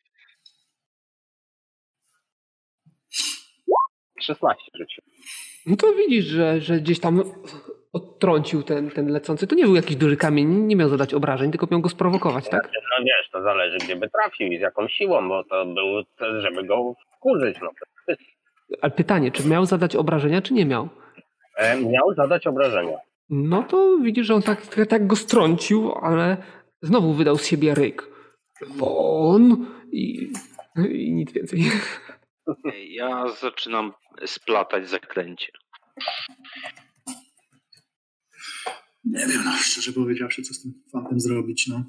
16 rzucił. No to widzisz, że gdzieś tam odtrącił ten lecący. To nie był jakiś duży kamień, nie miał zadać obrażeń, tylko miał go sprowokować, tak? No wiesz, to zależy gdzie by trafił i z jaką siłą, bo to był, żeby go wkurzyć. No. Ale pytanie, czy miał zadać obrażenia, czy nie miał? Miał zadać obrażenia. No to widzisz, że on tak go strącił, ale znowu wydał z siebie ryk. Won! I nic więcej. Ja zaczynam splatać zaklęcie. Nie wiem, no, szczerze powiedziawszy, co z tym fantem zrobić, no.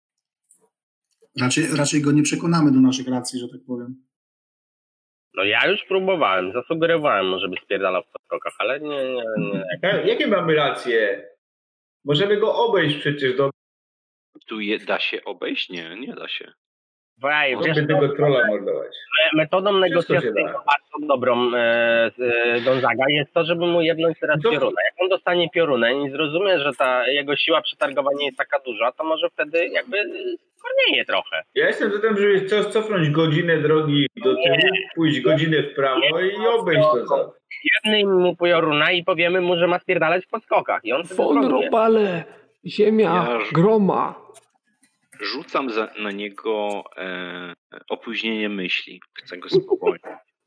Raczej go nie przekonamy do naszych racji, że tak powiem. No ja już próbowałem, zasugerowałem mu, żeby spierdalał w podskokach, ale nie. Jakie mamy racje? Możemy go obejść przecież do... Tu da się obejść? Nie da się. Wej, wiesz, Żeby tego trolla mordować. metodą negocjacyjną się da. bardzo dobrą Gonzaga jest to, żeby mu jebnąć teraz pioruna. Jak on dostanie piorunę i zrozumie, że ta jego siła przetargowa nie jest taka duża, to może wtedy jakby skornieje trochę. Ja jestem za tym, żeby cofnąć godzinę drogi do tyłu, pójść godzinę w prawo i obejść to za. Jednej mu pioruna i powiemy mu, że ma spierdalać w podskokach. I on wtedy Won, zrozumie. robale! Ziemia groma! Rzucam na niego opóźnienie myśli. Chcę go spowolnić.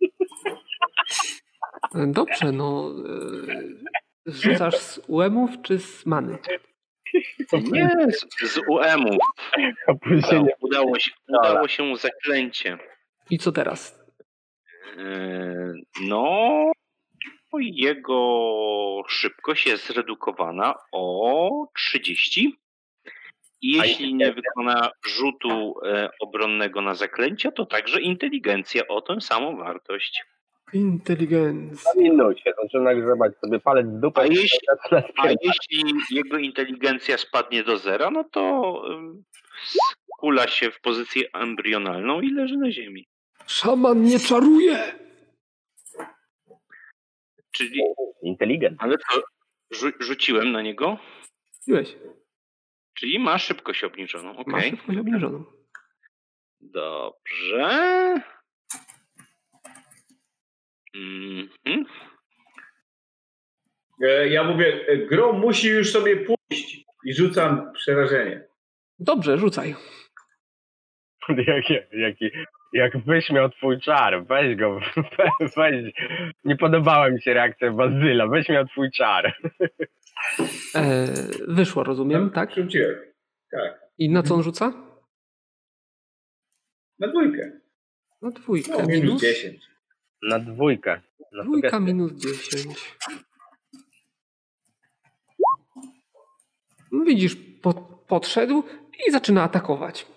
Dobrze, no... Zrzucasz z UM-ów czy z many? Nie, z UM-u. Opóźnienie. Udało się zaklęcie. I co teraz? No, to jego szybkość jest zredukowana o 30. I jeśli nie wykona rzutu obronnego na zaklęcia, to także inteligencja o tę samą wartość. Inteligencja. Na minucie zaczyna grzebać sobie palec w dupę. A jeśli jego inteligencja spadnie do zera, no to skula się w pozycję embrionalną i leży na ziemi. Szaman nie czaruje! Czyli... Inteligent. Ale to rzuciłem na niego? Piłeś. Czyli ma szybkość obniżoną. Ma Okay. szybkość obniżoną. Dobrze. Ja mówię, Grom musi już sobie pójść i rzucam przerażenie. Dobrze, rzucaj. Jak wyśmiał twój czar, weź go, weź. Nie podobała mi się reakcja Bazyla, wyśmiał twój czar. Wyszło, rozumiem, tak? Rzuciłem, tak. I na co on rzuca? Na 2. Na 2. No, minus 10. Na 2. Na 2 minus 10. No widzisz, podszedł i zaczyna atakować.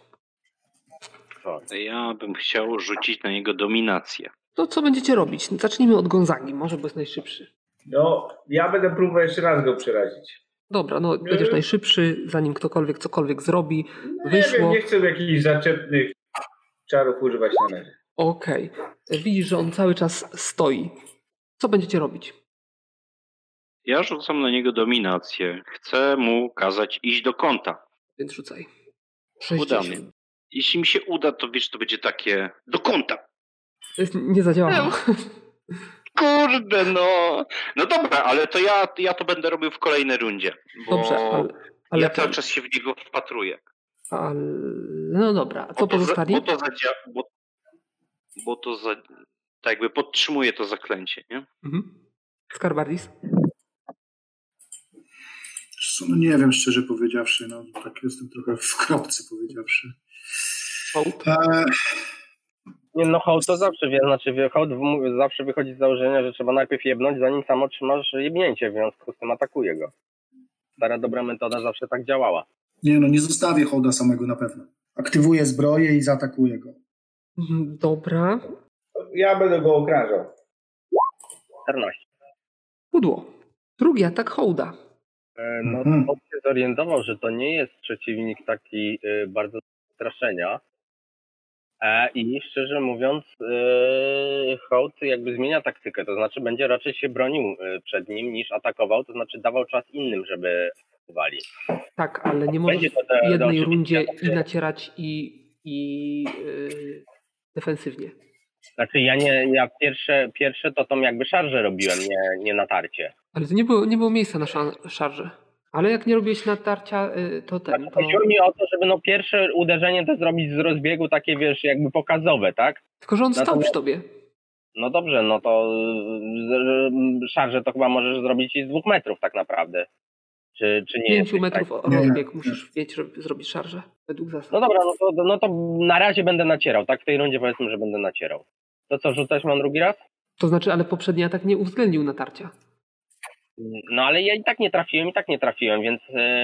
Ja bym chciał rzucić na niego dominację. To co będziecie robić? Zacznijmy od Gonzagi, może bo jest najszybszy. No, ja będę próbował jeszcze raz go przerazić. Dobra, no będziesz najszybszy, zanim ktokolwiek cokolwiek zrobi. Nie wiem, nie chcę jakichś zaczepnych czarów używać na razie. Okej. Widzisz, że on cały czas stoi. Co będziecie robić? Ja rzucam na niego dominację. Chcę mu kazać iść do kąta. Więc rzucaj. Uda 60. mnie. Jeśli mi się uda, to wiesz, to będzie takie do kąta. Nie zadziałało. Kurde, no. No dobra, ale to ja to będę robił w kolejnej rundzie. Bo Dobrze, ale ja cały czas się w niego wpatruję. Ale... No dobra, a co pozostali? Bo to tak jakby podtrzymuje to zaklęcie, nie? Mhm. Skarbardis? No nie wiem, szczerze powiedziawszy, no tak jestem trochę w kropce powiedziawszy. Nie, no hołd to zawsze wie, hołd zawsze wychodzi z założenia, że trzeba najpierw jebnąć, zanim sam otrzymasz jebnięcie, w związku z tym atakuje go. Stara dobra metoda zawsze tak działała. Nie, no nie zostawię hołda samego na pewno. Aktywuję zbroję i zaatakuję go. Dobra. Ja będę go okrążał. 14. Pudło. Drugi atak hołda. No to hołd się zorientował, że to nie jest przeciwnik taki bardzo do straszenia. I szczerze mówiąc, hołd jakby zmienia taktykę, to znaczy będzie raczej się bronił przed nim niż atakował, to znaczy dawał czas innym, żeby atakowali. Tak, ale nie możesz w jednej rundzie i nacierać i defensywnie. Znaczy ja pierwsze to tą jakby szarżę robiłem, nie natarcie. Ale to nie było miejsca na szarżę. Ale jak nie robiłeś natarcia, to ten... To... Chodziło mi o to, żeby pierwsze uderzenie to zrobić z rozbiegu takie, wiesz, jakby pokazowe, tak? Tylko, że on stał przy tobie. No dobrze, no to szarżę to chyba możesz zrobić i z 2 metrów tak naprawdę. Czy nie? 5 metrów rozbieg musisz wiedzieć, żeby zrobić szarżę według zasad. No dobra, no to na razie będę nacierał, tak? W tej rundzie powiedzmy, że będę nacierał. To co, rzucać mam drugi raz? To znaczy, ale poprzedni atak nie uwzględnił natarcia. No ale ja i tak nie trafiłem, więc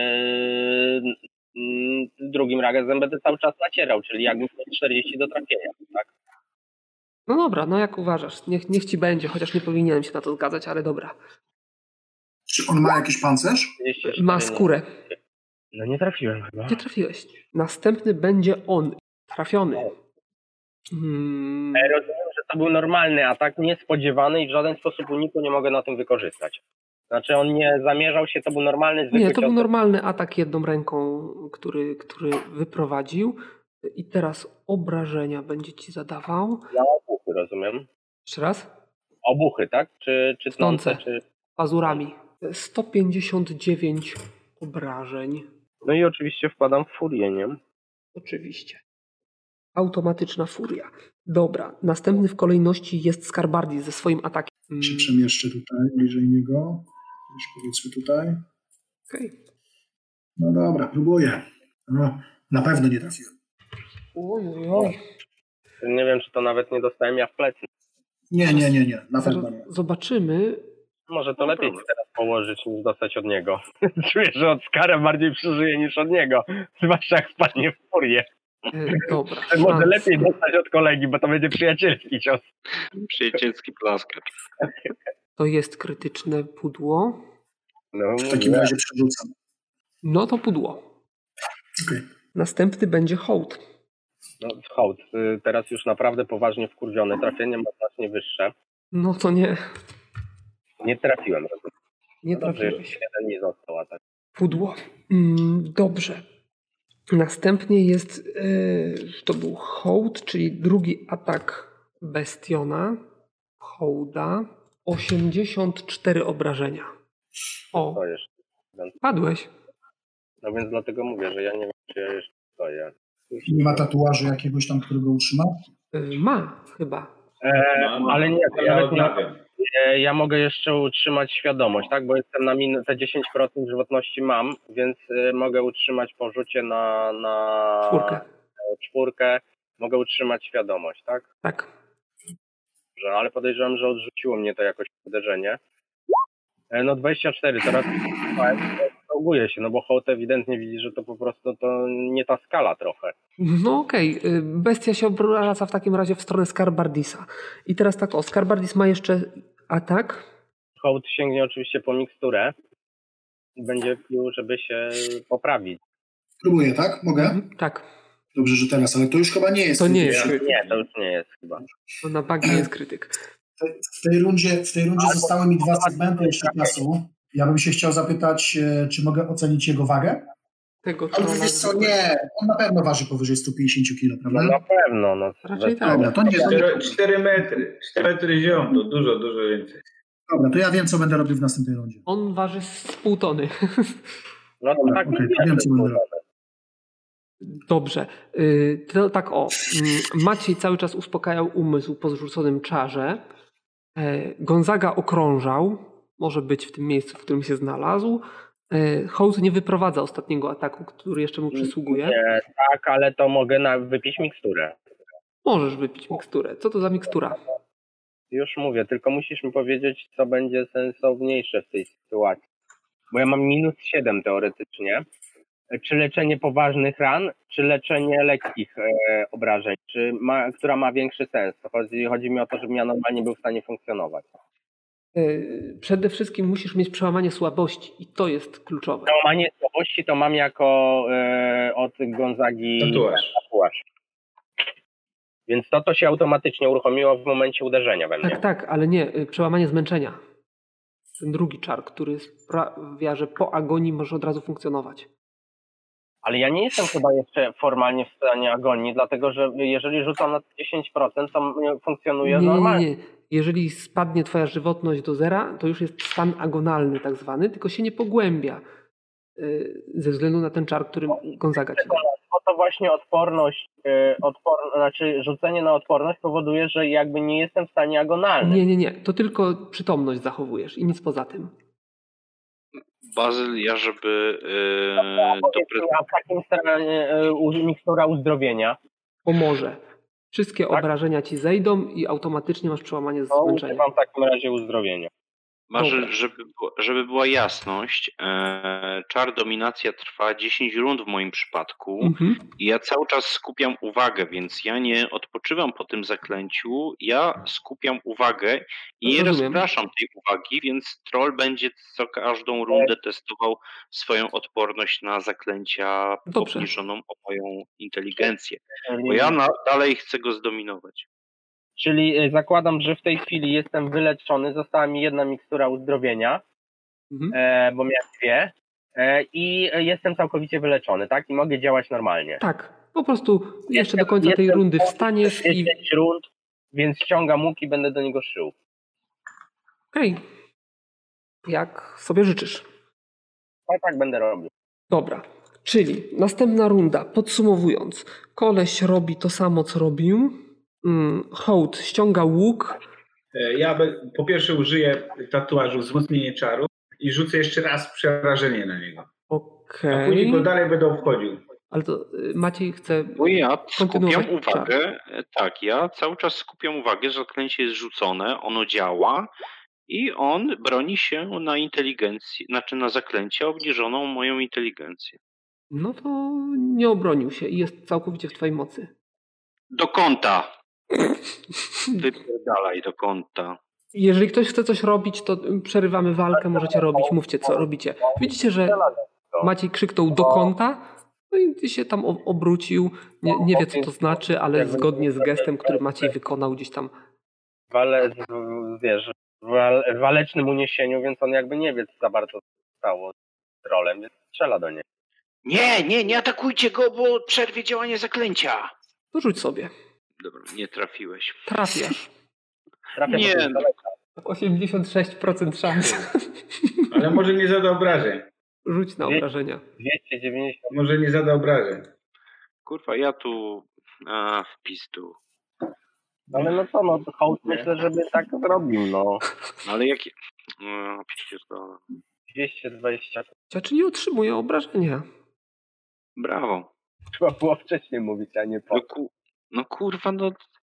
drugim razem będę cały czas nacierał, czyli jakbym 40 do trafienia, tak? No dobra, no jak uważasz? Niech ci będzie, chociaż nie powinienem się na to zgadzać, ale dobra. Czy on ma jakiś pancerz? Ma skórę. No nie trafiłem chyba. Gdzie trafiłeś? Następny będzie on. Trafiony. Rozumiem, że to był normalny atak, niespodziewany i w żaden sposób uniku nie mogę na tym wykorzystać. Znaczy on nie zamierzał się, to był normalny, zwykły Nie, to był cios. normalny atak jedną ręką, który wyprowadził. I teraz obrażenia będzie ci zadawał. Na obuchy, rozumiem. Jeszcze raz? Obuchy, tak? Czy tnące? Czy... Pazurami. 159 obrażeń. No i oczywiście wpadam w furię, nie? Oczywiście. Automatyczna furia. Dobra, następny w kolejności jest Skarbardis ze swoim atakiem. Się przemieszczę tutaj, bliżej niego. Już powiedzmy tutaj. Okej. No dobra, próbuję. No, na pewno nie trafiłem. Oj. Nie wiem, czy to nawet nie dostałem ja w plecy. Nie, na pewno nie. Zobaczymy. Może to lepiej teraz położyć niż dostać od niego. Czuję, że od Skara bardziej przeżyje niż od niego. Zwłaszcza jak wpadnie w furię. Dobra. Może lepiej dostać od kolegi, bo to będzie przyjacielski cios. Przyjacielski plaskacz. To jest krytyczne pudło. No, W takim razie przerzucam. No to pudło. Okay. Następny będzie hołd. No, hołd. Teraz już naprawdę poważnie wkurwiony. Trafienie ma znacznie wyższe. No to nie. Nie trafiłem. Nie Dobrze, trafiłeś. jeden nie został atak. Pudło. Dobrze. Następnie jest, to był hołd, czyli drugi atak Bestiona. Hołda. 84 obrażenia. O, To jeszcze. padłeś. No więc dlatego mówię, że ja nie wiem, czy ja jeszcze stoję. Nie ma tatuażu jakiegoś tam, którego utrzyma? Ma chyba. Ale nie, to Ja nawet nie. odmawiam. Ja mogę jeszcze utrzymać świadomość, tak? Bo jestem na te 10% żywotności mam, więc mogę utrzymać po rzucie na Czwórkę. 4. Mogę utrzymać świadomość, tak? Tak. Ale podejrzewam, że odrzuciło mnie to jakoś uderzenie. No 24, teraz czołguje się, no bo hołd ewidentnie widzi, że to po prostu to nie ta skala trochę. No okej. Bestia się obraca w takim razie w stronę Skarbardisa. I teraz tak, Skarbardis ma jeszcze atak. Hołd sięgnie oczywiście po miksturę i będzie pił, żeby się poprawić. Próbuję, tak? Mogę? Tak. Dobrze, że teraz, ale to już chyba nie jest. To nie krytyk. jest. Nie, to już nie jest chyba. To na bagnie jest krytyk. W tej rundzie zostały mi 2 segmenty jeszcze czasu. Ja bym się chciał zapytać, czy mogę ocenić jego wagę? Tego Ale wiesz co, nie. On na pewno waży powyżej 150 kg, No prawda? na pewno. No, Raczej tak. Dobra, to nie. 4 metry. 4 metry ziom, to dużo więcej. Dobra, to ja wiem, co będę robił w następnej rundzie. On waży z pół tony. No to Dobra, tak okej, nie to wiem, co będę robił. Dobrze. To tak Maciej cały czas uspokajał umysł po zrzuconym czarze. Gonzaga okrążał. Może być w tym miejscu, w którym się znalazł. Hołd nie wyprowadza ostatniego ataku, który jeszcze mu przysługuje. Nie, tak, ale to mogę wypić miksturę. Możesz wypić miksturę. Co to za mikstura? Już mówię, tylko musisz mi powiedzieć, co będzie sensowniejsze w tej sytuacji. Bo ja mam -7 teoretycznie. Czy leczenie poważnych ran, czy leczenie lekkich obrażeń? Która ma większy sens? Chodzi mi o to, żebym ja normalnie był w stanie funkcjonować. Przede wszystkim musisz mieć przełamanie słabości i to jest kluczowe. Przełamanie słabości to mam jako od Gonzagi tatuaż. Więc to się automatycznie uruchomiło w momencie uderzenia we mnie. Tak, ale nie. Przełamanie zmęczenia. Ten drugi czar, który sprawia, że po agonii możesz od razu funkcjonować. Ale ja nie jestem chyba jeszcze formalnie w stanie agonii, dlatego że jeżeli rzucam na 10%, to funkcjonuje normalnie. Nie. Jeżeli spadnie twoja żywotność do zera, to już jest stan agonalny tak zwany, tylko się nie pogłębia ze względu na ten czar, którym Gonzaga ci da. Bo to właśnie znaczy rzucenie na odporność powoduje, że jakby nie jestem w stanie agonalnym. Nie. To tylko przytomność zachowujesz i nic poza tym. Bazyl, żeby... A w takim stanie mikstura uzdrowienia. Pomoże. Wszystkie obrażenia ci zejdą i automatycznie masz przełamanie zmęczenia. Mam w takim razie uzdrowienia. Marzę, żeby była jasność, czar dominacja trwa 10 rund w moim przypadku i ja cały czas skupiam uwagę, więc ja nie odpoczywam po tym zaklęciu, ja skupiam uwagę i nie rozpraszam tej uwagi, więc troll będzie co każdą rundę testował swoją odporność na zaklęcia obniżoną o moją inteligencję, bo ja dalej chcę go zdominować. Czyli zakładam, że w tej chwili jestem wyleczony, została mi jedna mikstura uzdrowienia, bo miałem 2 i jestem całkowicie wyleczony, tak? I mogę działać normalnie. Tak, po prostu jeszcze do końca tej rundy wstaniesz i... 10 rund, więc ściągam łuk i będę do niego szył. Okej. Jak sobie życzysz. Tak będę robił. Dobra, czyli następna runda, podsumowując. Koleś robi to samo, co robił. Hołd ściąga łuk. Ja po pierwsze użyję tatuażu wzmocnienie czaru i rzucę jeszcze raz przerażenie na niego. Okej. A później go dalej będę obchodził. Ale to Maciej chce Bo ja skupiam czar. uwagę, ja cały czas skupiam uwagę, że zaklęcie jest rzucone, ono działa I on broni się na inteligencję, znaczy na zaklęcie obniżoną moją inteligencję. No to nie obronił się i jest całkowicie w twojej mocy. Do kąta! Wypierdalaj do kąta. Jeżeli ktoś chce coś robić, to przerywamy walkę, możecie robić, mówcie co robicie. Widzicie, że Maciej krzyknął do kąta, no i się tam obrócił, nie wie co to znaczy, ale zgodnie z gestem, który Maciej wykonał gdzieś tam. Wiesz, w walecznym uniesieniu, więc on jakby nie wie co za bardzo stało z trolem, więc strzela do niego. Nie atakujcie go, bo przerwie działanie zaklęcia. To rzuć sobie. Dobra, nie trafiłeś. Trafiasz. Nie, no. 86% szans. Ale może nie zada obrażeń. Rzuć na obrażenia. 290. Może nie zada obrażeń. Kurwa, ja tu... w pizdu. Ale no co, no to hołd myślę, żeby tak zrobił, no. Ale jakie... pierdolę. 220. Czyli otrzymuje obrażenia. Brawo. Trzeba było wcześniej mówić, a nie po. No kurwa, no...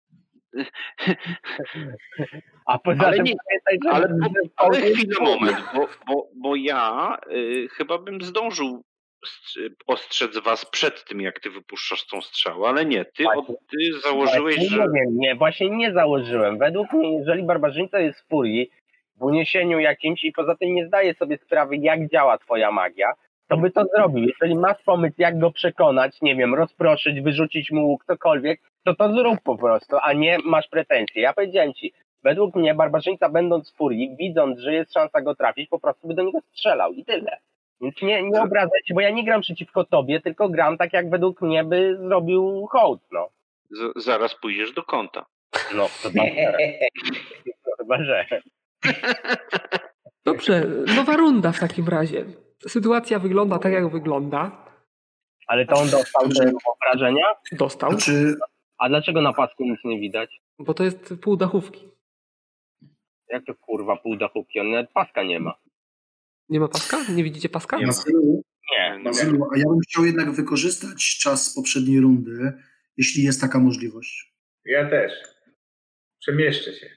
A poza Ale tym nie, pamiętaj, że... ale chwilę, moment, bo ja chyba bym zdążył ostrzec was przed tym, jak ty wypuszczasz tą strzałę, ale nie, ty założyłeś, że... Nie, właśnie nie założyłem. Według mnie, jeżeli barbarzyńca jest w furii, w uniesieniu jakimś i poza tym nie zdaje sobie sprawy, jak działa twoja magia, to by to zrobił. Jeżeli masz pomysł, jak go przekonać, nie wiem, rozproszyć, wyrzucić mu łuk, cokolwiek, to zrób po prostu, a nie masz pretensje. Ja powiedziałem ci, według mnie barbarzyńca będąc w furii, widząc, że jest szansa go trafić, po prostu by do niego strzelał i tyle. Więc nie obrażaj się, bo ja nie gram przeciwko tobie, tylko gram tak, jak według mnie by zrobił hołd, no. Zaraz pójdziesz do kąta. No, chyba, że. Dobrze, nowa runda w takim razie. Sytuacja wygląda tak, jak wygląda. Ale to on dostał te obrażenia? Dostał. A dlaczego na pasku nic nie widać? Bo to jest pół dachówki. Jak to kurwa pół dachówki? On nawet paska nie ma. Nie ma paska? Nie widzicie paska? Nie. Mazylu, a ja bym chciał jednak wykorzystać czas poprzedniej rundy, jeśli jest taka możliwość. Ja też. Przemieszczę się.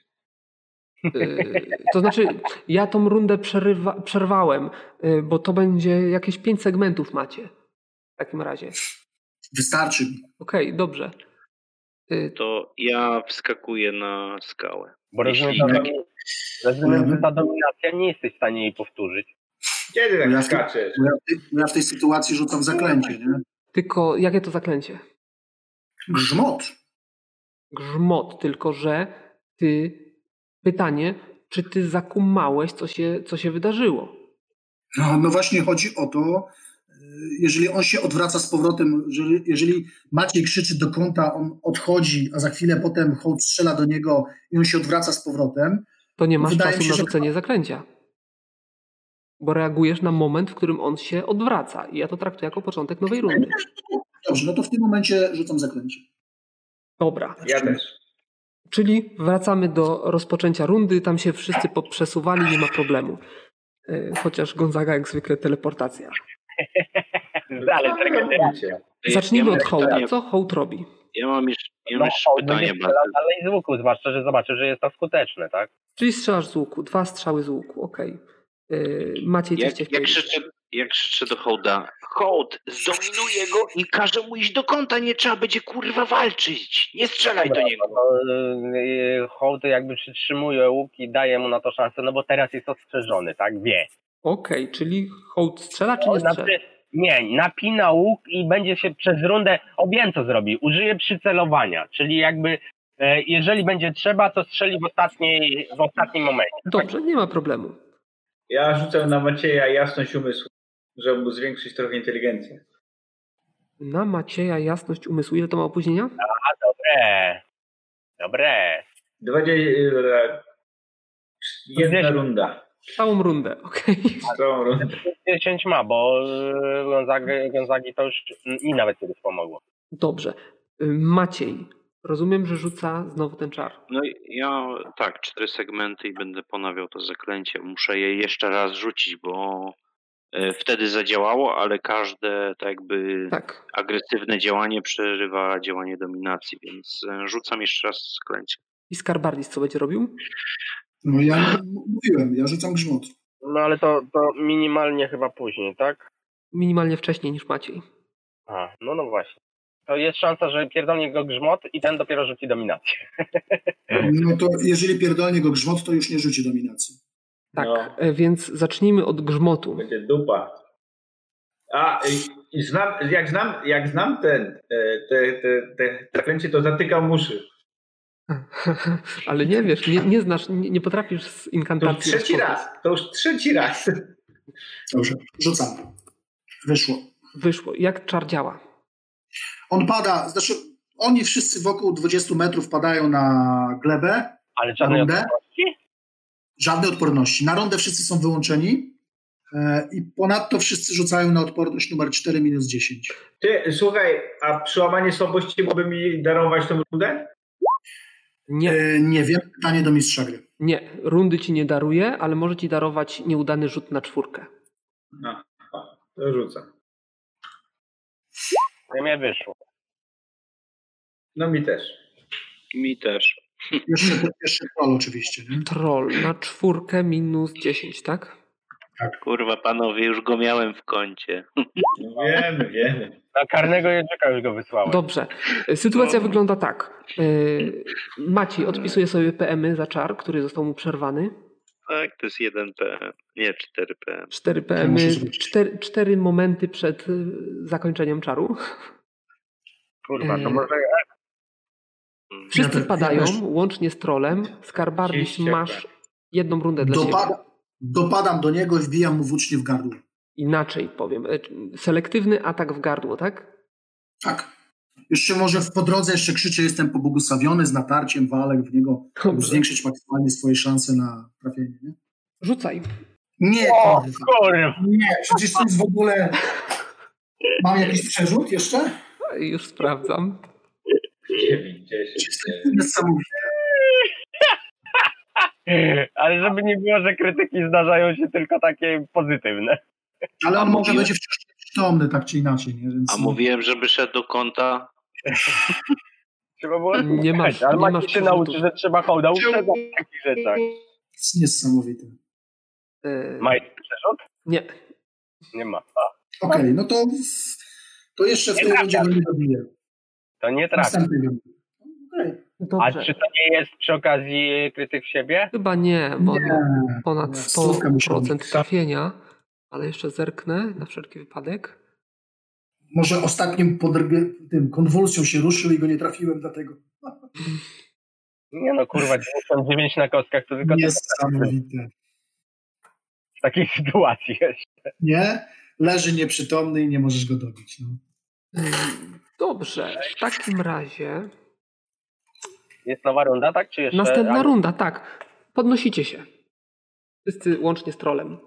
To znaczy, ja tą rundę przerwałem, bo to będzie jakieś 5 segmentów macie. W takim razie. Wystarczy mi. Okej, dobrze. To ja wskakuję na skałę. Bo rozumiem, że ta dominacja nie jesteś w stanie jej powtórzyć. Kiedy tak skaczesz? Ja w tej sytuacji rzucam zaklęcie, nie? Tylko jakie to zaklęcie? Grzmot. Grzmot, tylko że ty... Pytanie, czy ty zakumałeś, co się wydarzyło? No właśnie chodzi o to, jeżeli on się odwraca z powrotem, jeżeli Maciej krzyczy do kąta, on odchodzi, a za chwilę potem hołd strzela do niego i on się odwraca z powrotem. To nie masz Wydaje czasu mi się, na że- rzucenie zaklęcia. Bo reagujesz na moment, w którym on się odwraca. I ja to traktuję jako początek nowej rundy. Dobrze, no to w tym momencie rzucam zaklęcie. Dobra. Ja też. Czyli wracamy do rozpoczęcia rundy. Tam się wszyscy poprzesuwali, nie ma problemu. Chociaż Gonzaga jak zwykle teleportacja. Ale Zacznijmy mam od hołda. pytanie. Co hołd robi? Ja mam jeszcze pytanie. dalej z łuku, zwłaszcza, że zobaczył, że jest to skuteczne, tak? Czyli strzelasz z łuku. 2 strzały z łuku. Okej. Maciej, coś chciałeś powiedzieć? Jak krzyczę do hołda, hołd zdominuje go i każe mu iść do kąta, nie trzeba będzie kurwa walczyć. Nie strzelaj do niego. Hołd jakby przytrzymuje łuk i daje mu na to szansę, no bo teraz jest ostrzeżony, tak? Wie. Okej, czyli hołd strzela czy nie strzela? Nie, napina łuk i będzie się przez rundę, wiem co zrobi, użyje przycelowania, czyli jakby jeżeli będzie trzeba, to strzeli w ostatnim momencie. Dobrze, nie ma problemu. Ja rzucam na Macieja jasność umysłu, żeby mu zwiększyć trochę inteligencję. Na Macieja jasność umysłu. Ile to ma opóźnienia? Dobre. 1 runda. Całą rundę, okej. Całą rundę. 10 ma, bo Gonzagi to już i nawet kiedyś pomogło. Dobrze. Maciej, rozumiem, że rzuca znowu ten czar. No ja tak, 4 segmenty i będę ponawiał to zaklęcie. Muszę je jeszcze raz rzucić, bo wtedy zadziałało, ale każde tak jakby Tak. agresywne działanie przerywa działanie dominacji, więc rzucam jeszcze raz zaklęcie. I Skarbardis co będzie robił? No ja mówiłem, ja rzucam grzmot. No ale to minimalnie chyba później, tak? Minimalnie wcześniej niż Maciej. A, no właśnie. To jest szansa, że pierdolnie go grzmot i ten dopiero rzuci dominację. No to jeżeli pierdolnie go grzmot, to już nie rzuci dominacji. Tak, No. więc zacznijmy od grzmotu. Będzie dupa. Jak znam te zaklęcie, to zatykam uszy. Ale nie wiesz, nie znasz, nie potrafisz z To już inkantacji. trzeci raz. Dobrze, rzucam. Wyszło. Wyszło. Jak czar działa? On pada, znaczy oni wszyscy wokół 20 metrów padają na glebę. Ale żadnej Rundę? odporności? Żadnej odporności. Na rundę wszyscy są wyłączeni i ponadto wszyscy rzucają na odporność numer 4 minus 10. Ty, słuchaj, a przełamanie słabości mógłby mi darować tą rundę? Nie, Nie wiem, pytanie do mistrza gry. nie. Rundy ci nie daruje, ale może ci darować nieudany rzut na 4. No, to rzucam. Nie mnie wyszło. No mi też. Mi też. Jeszcze troll oczywiście. Nie? Troll na 4 minus 10, tak? Kurwa, panowie, już go miałem w kącie. Wiemy. Na karnego Jerzyka już go wysłałem. Dobrze. Sytuacja wygląda tak. Maciej odpisuje sobie PM-y za czar, który został mu przerwany. Tak, to jest 1 PM. Nie, 4 PM. 4 muszę PM-y, zrobić. 4 momenty przed zakończeniem czaru. Kurwa, to może Wszyscy Ja padają, też. łącznie z trolem. Skarbardis, Ścieżka. masz jedną rundę dla siebie. Dopadam do niego i wbijam mu włócznie w gardło. Inaczej powiem. Selektywny atak w gardło, tak? Tak. Jeszcze może po drodze jeszcze krzyczę, jestem pobłogosławiony z natarciem walek w niego, żeby Dobrze. zwiększyć maksymalnie swoje szanse na trafienie. Nie, Rzucaj. nie, O, kurwa. kurwa. Nie, przecież to jest w ogóle... Mam jakiś przerzut jeszcze? Już sprawdzam. 9, 10. Niesamowite. Ale żeby nie było, że krytyki zdarzają się tylko takie pozytywne. Ale on może mówiłem- będzie wciąż przytomny, tak czy inaczej. Nie? Więc A mówiłem, żeby szedł do kąta. Trzeba było Nie masz- ale nie Maciej masz się przerzutów. nauczy, że trzeba hołda uprzedzać w takich rzeczach. jest niesamowite. Masz przerzut? Nie. Nie ma. Okej, no to jeszcze w tej Nie rundzie go nie dobiję. To nie trafi. Następnej rundzie. Okej. A Dobrze. czy to nie jest przy okazji krytyk w siebie? Chyba nie, bo Nie. ponad Nie, stówka musiała 100% być. trafienia. Ale jeszcze zerknę na wszelki wypadek. Może ostatnim tym konwulsją się ruszył i go nie trafiłem dlatego. Nie no kurwa, 99 na kostkach to tylko Niesamowite. w takiej sytuacji jest. Nie? Leży nieprzytomny i nie możesz go dobić. No. Dobrze. W takim razie Jest nowa runda, tak? Czy jeszcze? następna runda, tak. Podnosicie się. Wszyscy łącznie z trolem.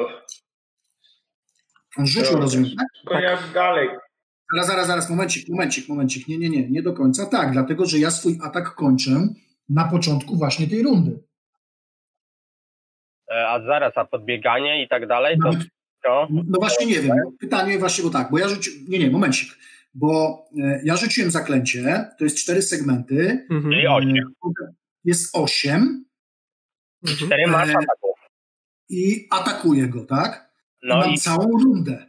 On rzucił, rozumiem, tak? To ja dalej. Zaraz, momencik. Nie do końca. Tak, dlatego, że ja swój atak kończę na początku właśnie tej rundy. A zaraz, a podbieganie i tak dalej, to No właśnie nie wiem. Pytanie właśnie, bo ja rzuciłem... Momencik. Bo ja rzuciłem zaklęcie, to jest 4 segmenty. Mhm. czyli 8. Jest 8 Mhm. 4 masz ataków. i atakuję go, tak? No mam i całą rundę.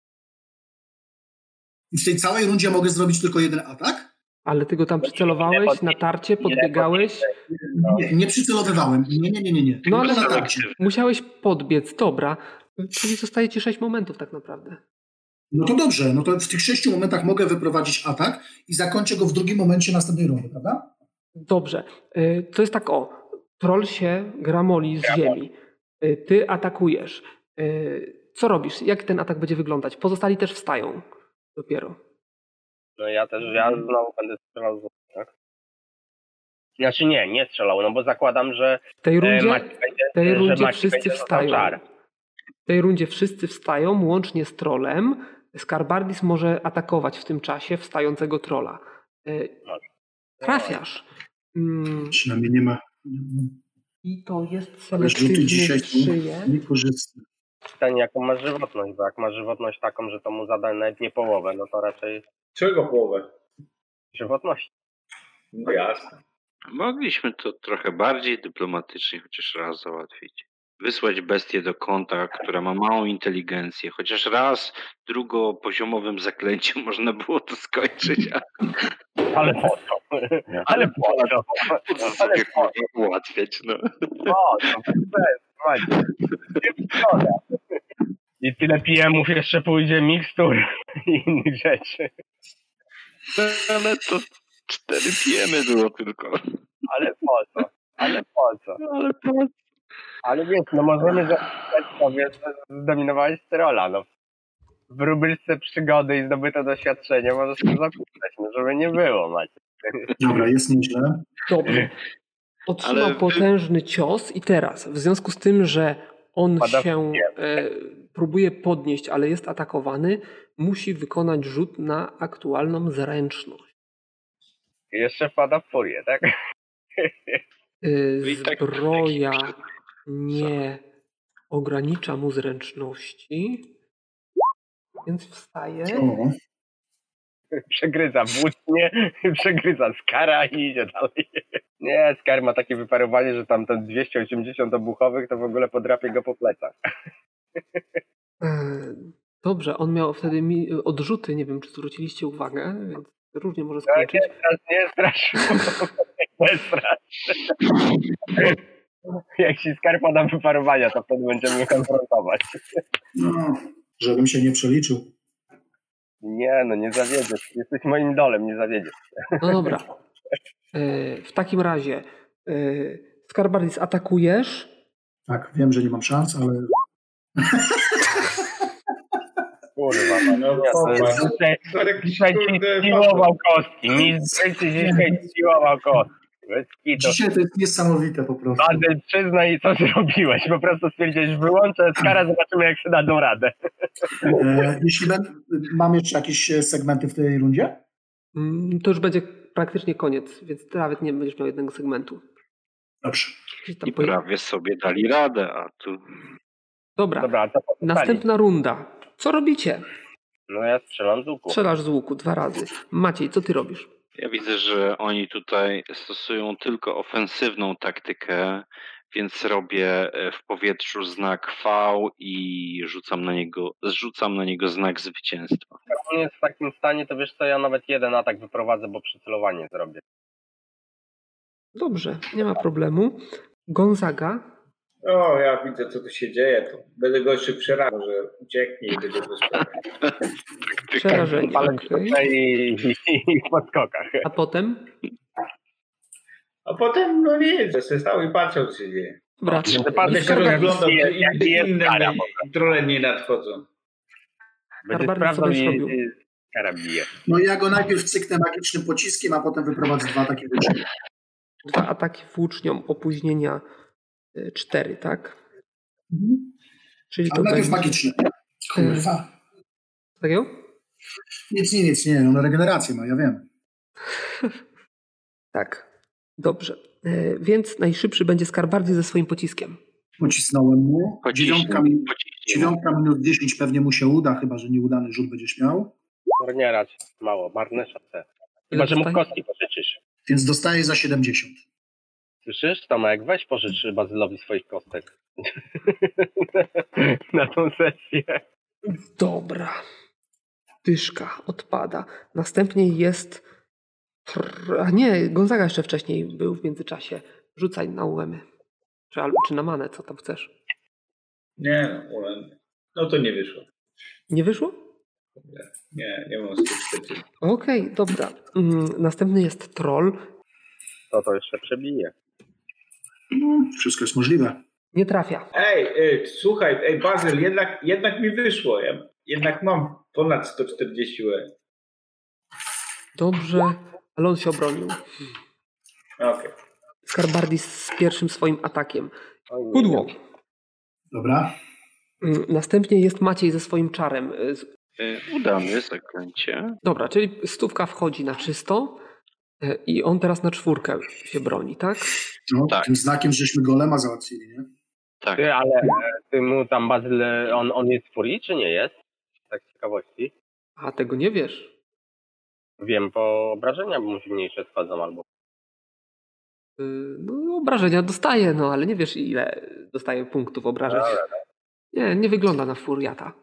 I w tej całej rundzie mogę zrobić tylko jeden atak? Ale ty go tam przycelowałeś, na tarcie, podbiegałeś. Nie przycelowywałem. Nie. No ale Tylko na tak, tarcie. musiałeś podbiec, dobra. Czyli zostaje ci 6 momentów tak naprawdę. No to dobrze, no to w tych 6 momentach mogę wyprowadzić atak i zakończę go w drugim momencie następnej rundy, prawda? Dobrze. To jest tak troll się gramoli z ziemi. Ty atakujesz. Co robisz? Jak ten atak będzie wyglądać? Pozostali też wstają dopiero. no ja znowu będę strzelał z tak? Znaczy nie strzelał, no bo zakładam, że W tej rundzie, Maciej będzie, w tej że rundzie Maciej wszyscy będzie dostał wstają. czar. W tej rundzie wszyscy wstają, łącznie z trollem. Skarbardis może atakować w tym czasie wstającego trolla. Trafiasz. Przynajmniej nie ma. I to jest Rzuty selektywny dzisiaj w szyję. niekorzystne. Pytanie, jaką ma żywotność, bo jak ma żywotność taką, że to mu zada nawet nie połowę, no to raczej Czego połowę? żywotność. No jasne. Mogliśmy to trochę bardziej dyplomatycznie chociaż raz załatwić. Wysłać bestię do kąta, która ma małą inteligencję. Chociaż raz drugopoziomowym zaklęciem można było to skończyć. Ale po co? Ale po co? Po co Ale sobie po kurwa ułatwiać, no. co? To bez, słuchajcie. Nie szkoda. I tyle PM-ów jeszcze pójdzie, mikstur i innych rzeczy. Ale to 4 PM było tylko. Ale po co? Ale po co? Ale po co? Ale wiesz, no możemy zdominowałeś Sterola, no. W rubryce przygody i zdobyte doświadczenie możesz to zapisać, no żeby nie było, Macie. Dobra, jest nieźle. Dobrze. Otrzymał Ale wy- potężny cios i teraz, w związku z tym, że on Pada w się pieprz. próbuje podnieść, ale jest atakowany, musi wykonać rzut na aktualną zręczność. I jeszcze wpada w furię, tak? i tak- Zbroja tak- nie ogranicza mu zręczności, więc wstaje. O, Przegryza włócznie, przegryza Skara i idzie dalej. Nie, Skar ma takie wyparowanie, że tam ten 280 obuchowych to w ogóle podrapie go po plecach. Dobrze, on miał wtedy odrzuty, nie wiem czy zwróciliście uwagę, więc różnie może skończyć. Nie strasz. Nie strasz. Jak ci Skar poda wyparowania, to wtedy będziemy konfrontować. no, żebym się nie przeliczył. Nie, no nie zawiedziesz. Jesteś moim dolem, nie zawiedziesz. No dobra. W takim razie Skarbardis atakujesz. Tak, wiem, że nie mam szans, ale Kurwa, No popatrz. dzisiaj ci siłował kostki. Dzisiaj siłował kostki. Bez kitu. dzisiaj to jest niesamowite po prostu. Badyl, przyznaj, co zrobiłeś. Po prostu stwierdziłeś, wyłączę Skara, zobaczymy, jak sobie dadzą radę. Jeśli mam jeszcze jakieś segmenty w tej rundzie? To już będzie praktycznie koniec, więc ty nawet nie będziesz miał jednego segmentu. Dobrze. Gdzieś tam I prawie sobie dali radę, a tu... Dobra, Dobra, to pozostali. następna runda. Co robicie? No ja strzelam z łuku. Strzelasz z łuku 2 razy. Maciej, co ty robisz? Ja widzę, że oni tutaj stosują tylko ofensywną taktykę, więc robię w powietrzu znak V i zrzucam na niego znak zwycięstwa. Jak on jest w takim stanie, to wiesz co, ja nawet jeden atak wyprowadzę, bo przycelowanie zrobię. Dobrze, nie ma problemu. Gonzaga. O, ja widzę, co tu się dzieje. To będę go jeszcze przerażał, że ucieknie i będzie go sprawy. Przerażenie. Palę okej. i w podskokach. A potem? A potem, no nie, że se stał i patrzał, co się dzieje. Dobra. Będę się Skarbardis, rozglądał, jak czy jest inne kara, trole nie nadchodzą. Będzie Skarbardis, sprawdzał co będziesz robił? i Skara bije. No ja go najpierw cyknę magicznym pociskiem, a potem wyprowadzę 2 takie wyczyn. 2 ataki włócznią opóźnienia 4, tak? Czyli to Ale najpierw będzie... magiczny. Kurwa. Takiego? Nic, nie, no regenerację ma, ja wiem. Tak. Dobrze. Więc najszybszy będzie Skarbardis ze swoim pociskiem. Pocisnąłem mu. Dziewiątka Pociśnij. minus 10 pewnie mu się uda, chyba że nieudany rzut będziesz miał. Nie rać, mało, marne szanse. Chyba, że mu dostaje? kostki pożyczysz. Więc dostaje za 70. Słyszysz, Tomek? Weź pożycz Bazylowi swoich kostek. Na tą sesję. Dobra. Dyszka odpada. Następnie jest... A nie, Gonzaga jeszcze wcześniej był w międzyczasie. Rzucaj na UEM-y. Czy na manę, co tam chcesz. Nie, no to nie wyszło. Nie wyszło? Nie mam skutku. Okej, dobra. Następny jest troll. To jeszcze przebije. No, wszystko jest możliwe. Nie trafia. Słuchaj, Bazyl, jednak mi wyszło. Ja jednak mam ponad 140 łeb. Dobrze, ale on się obronił. Okej. Skarbardis z pierwszym swoim atakiem. Oj, nie Pudło. wiem. Dobra. Następnie jest Maciej ze swoim czarem. Udane zaklęcie. Dobra, czyli 100 wchodzi na czysto i on teraz na 4 się broni, tak? No, Tak. tym znakiem żeśmy golema załatwili, nie? Tak. Ty, ale ty mu tam Bazyl, on jest w furii, czy nie jest? Tak z ciekawości. A tego nie wiesz. Wiem, bo obrażenia mu mniejsze schodzą albo. No, obrażenia dostaje, no ale nie wiesz ile dostaje punktów obrażeń. Nie wygląda na furiata.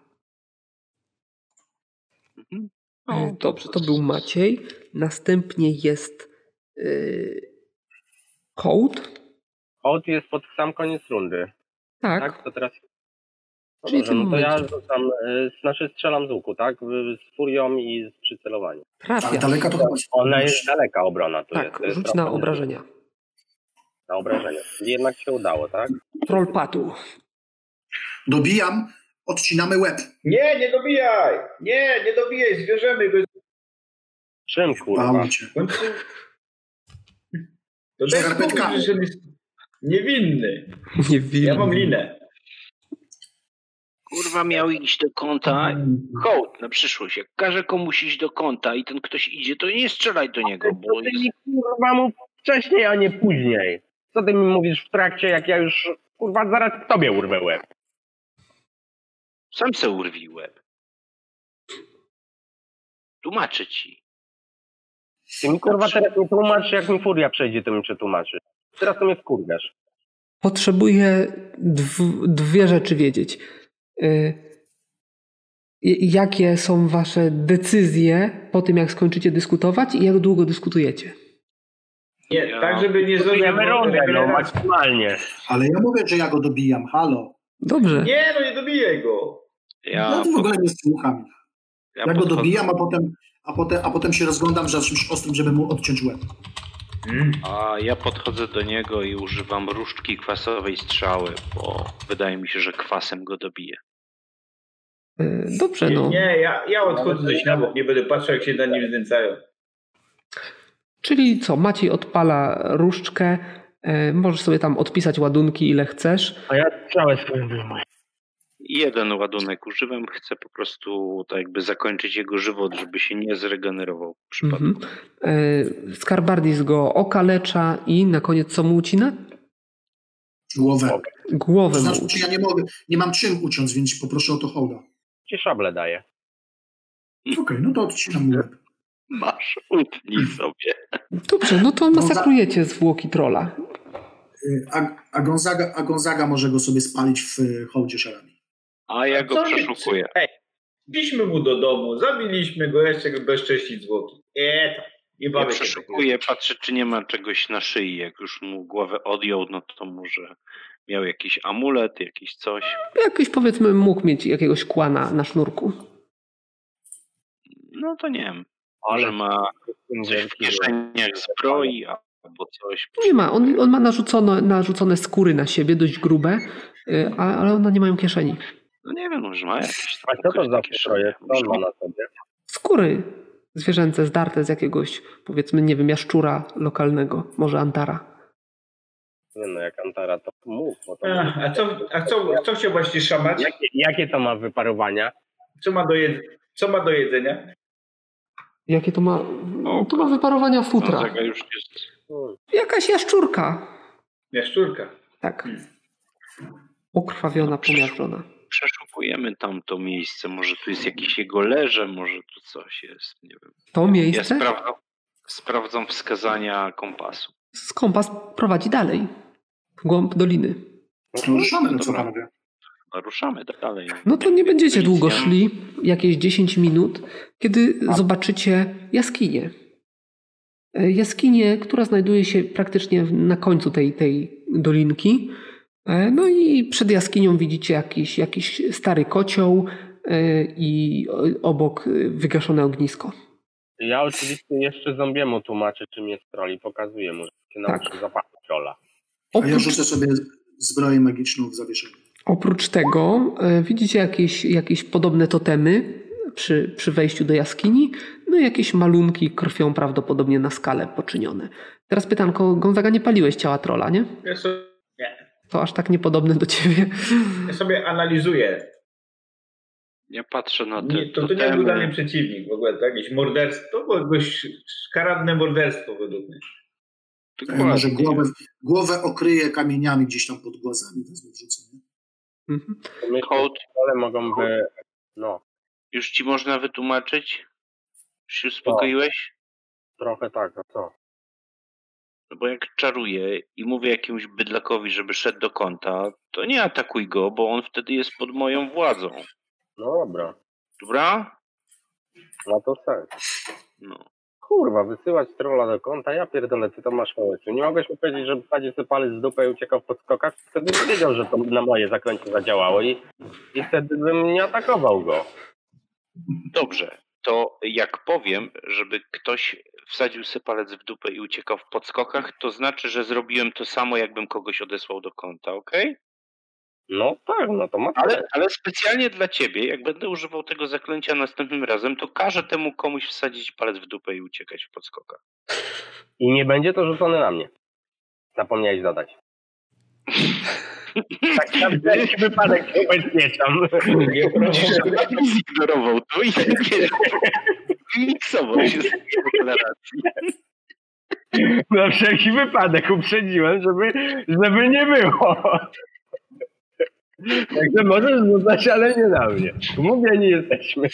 No, Dobrze, to był Maciej. Następnie jest Hołd. Hołd jest pod sam koniec rundy. Tak. Tak? To teraz... No Czyli dobrze, w tym no to ja momencie. rzucam, strzelam z łuku, tak? Z furią i z przycelowaniem. Ale Trafiasz. daleka to chyba... Ona jest daleka obrona tu jest. Tak, To jest rzuć trochę na obrażenia. Na obrażenia. Czyli jednak się udało, tak? Troll padł. Dobijam, odcinamy łeb. Nie dobijaj! Nie dobijaj, zwierzemy go. Czym, kurwa? Bałem cię. W końcu... To Z daj skarpetkami. spokój, że jest niewinny. Nie wiem. Ja mam linę. Kurwa, miał iść do kąta. Hołd na przyszłość. Jak każe komuś iść do kąta i ten ktoś idzie, to nie strzelaj do niego, bo To ty mi, kurwa, mów wcześniej, a nie później. Co ty mi mówisz w trakcie, jak ja już, kurwa, zaraz tobie urwę łeb. sam se urwij łeb. Tłumaczę ci. Ty mi, kurwa, teraz nie tłumacz, jak mi furia przejdzie, to mi przetłumaczy. Teraz to mnie wkurwiasz. Potrzebuję dwie rzeczy wiedzieć. Jakie są wasze decyzje po tym, jak skończycie dyskutować i jak długo dyskutujecie? Nie, tak żeby nie Zrobimy rundę, no, maksymalnie. Ale ja mówię, że ja go dobijam, halo. Dobrze. Nie dobijaj go. Ja tu w ogóle nie słucham. Ja go podchodzę- dobijam, a potem się rozglądam za czymś ostrym, żeby mu odciąć łeb. A ja podchodzę do niego i używam różdżki kwasowej strzały, bo wydaje mi się, że kwasem go dobiję. Dobrze, no. Nie, ja odchodzę do śladu, nie będę patrzył, jak się na nim znęcają. Czyli co, Maciej odpala różdżkę, możesz sobie tam odpisać ładunki ile chcesz. A ja strzałę swoją wyjmuję. Jeden ładunek używam, chcę po prostu tak jakby zakończyć jego żywot, żeby się nie zregenerował w przypadku. Skarbardis go okalecza i na koniec co mu ucina? Głowę. Głowę To mu znaczy, ucina. ja nie mam czym uciąć, więc poproszę o to hołda. Ci szable daję. Okej, no to odcinam łeb. Masz, utnij sobie. Dobrze, no to masakrujecie zwłoki trolla. A Gonzaga może go sobie spalić w hołdzie szarami. A ja go przeszukuję. Wbiliśmy mu do domu, zabiliśmy go, jeszcze go bezcześcić zwłoki. To. Nie Ja bawię się. przeszukuję, patrzę, czy nie ma czegoś na szyi. Jak już mu głowę odjął, no to może miał jakiś amulet, jakiś coś. Jakiś, powiedzmy, mógł mieć jakiegoś kła na sznurku. No to nie wiem. Może ma coś w kieszeniach zbroi albo coś. Nie ma, on ma narzucone skóry na siebie, dość grube, ale one nie mają kieszeni. No nie wiem, może ma jakieś A co to za stroje? Co on ma na sobie? Skóry zwierzęce zdarte z jakiegoś, powiedzmy, nie wiem, jaszczura lokalnego, może antara. Nie no, jak Antara, to mów. Bo to Co chciał właśnie szamać? Jakie to ma wyparowania? Co ma do jedzenia? Jakie to ma? To ma wyparowania futra. Gonzaga już jest. Jakaś jaszczurka. Jaszczurka. Tak. Pokrwawiona, pomiażdżona. Przeszukujemy tamto miejsce. Może tu jest jakieś jego leże, może tu coś jest. Nie wiem. To Ja miejsce sprawdzam wskazania kompasu. z kompas prowadzi dalej. W głąb doliny. No ruszamy, no co Dobra. panowie? Ruszamy dalej. No to nie będziecie długo szli, jakieś 10 minut, kiedy zobaczycie jaskinię. Jaskinię, która znajduje się praktycznie na końcu tej dolinki. No i przed jaskinią widzicie jakiś stary kocioł i obok wygaszone ognisko. Ja oczywiście jeszcze zombiemu tłumaczę, czym jest troll i pokazuję mu, że się nauczy zapachu trolla. A ja rzucę sobie zbroję magiczną w zawieszeniu. Oprócz tego widzicie jakieś podobne totemy przy wejściu do jaskini, no i jakieś malunki krwią prawdopodobnie na skalę poczynione. Teraz pytanko, Gonzaga, nie paliłeś ciała trolla, nie? To aż tak niepodobne do ciebie. Ja sobie analizuję. Ja patrzę na te To nie był dla mnie przeciwnik w ogóle, to jakieś morderstwo, to było jakieś karadne morderstwo według mnie. Może głowę okryje kamieniami gdzieś tam pod głazami, wezmę wrzucę. Nie? Trolle mogą by... No, Już ci można wytłumaczyć? Już się uspokoiłeś? trochę tak, a co? No bo jak czaruję i mówię jakiemuś bydlakowi, żeby szedł do kąta, to nie atakuj go, bo on wtedy jest pod moją władzą. No dobra. Dobra? Ma to sens. No. Kurwa, wysyłać trolla do kąta, ja pierdolę, ty to masz pomysł. Nie mogłeś mi powiedzieć, że wsadził sobie palec z dupy i uciekał w podskokach? Wtedy bym wiedział, że to na moje zaklęcie zadziałało i wtedy bym nie atakował go. Dobrze, to jak powiem, żeby ktoś wsadził sobie palec w dupę i uciekał w podskokach, to znaczy, że zrobiłem to samo, jakbym kogoś odesłał do kąta, okej? No tak, no to ma sens. Ale specjalnie dla ciebie, jak będę używał tego zaklęcia następnym razem, to każę temu komuś wsadzić palec w dupę i uciekać w podskokach. I nie będzie to rzucone na mnie. Zapomniałeś dodać. Tak na wszelki wypadek się ubezpieczam. Zignorował to i miksował się z tej deklaracji. Na wszelki wypadek uprzedziłem, żeby nie było. Także możesz rzucać, ale nie na mnie. Umówieni jesteśmy.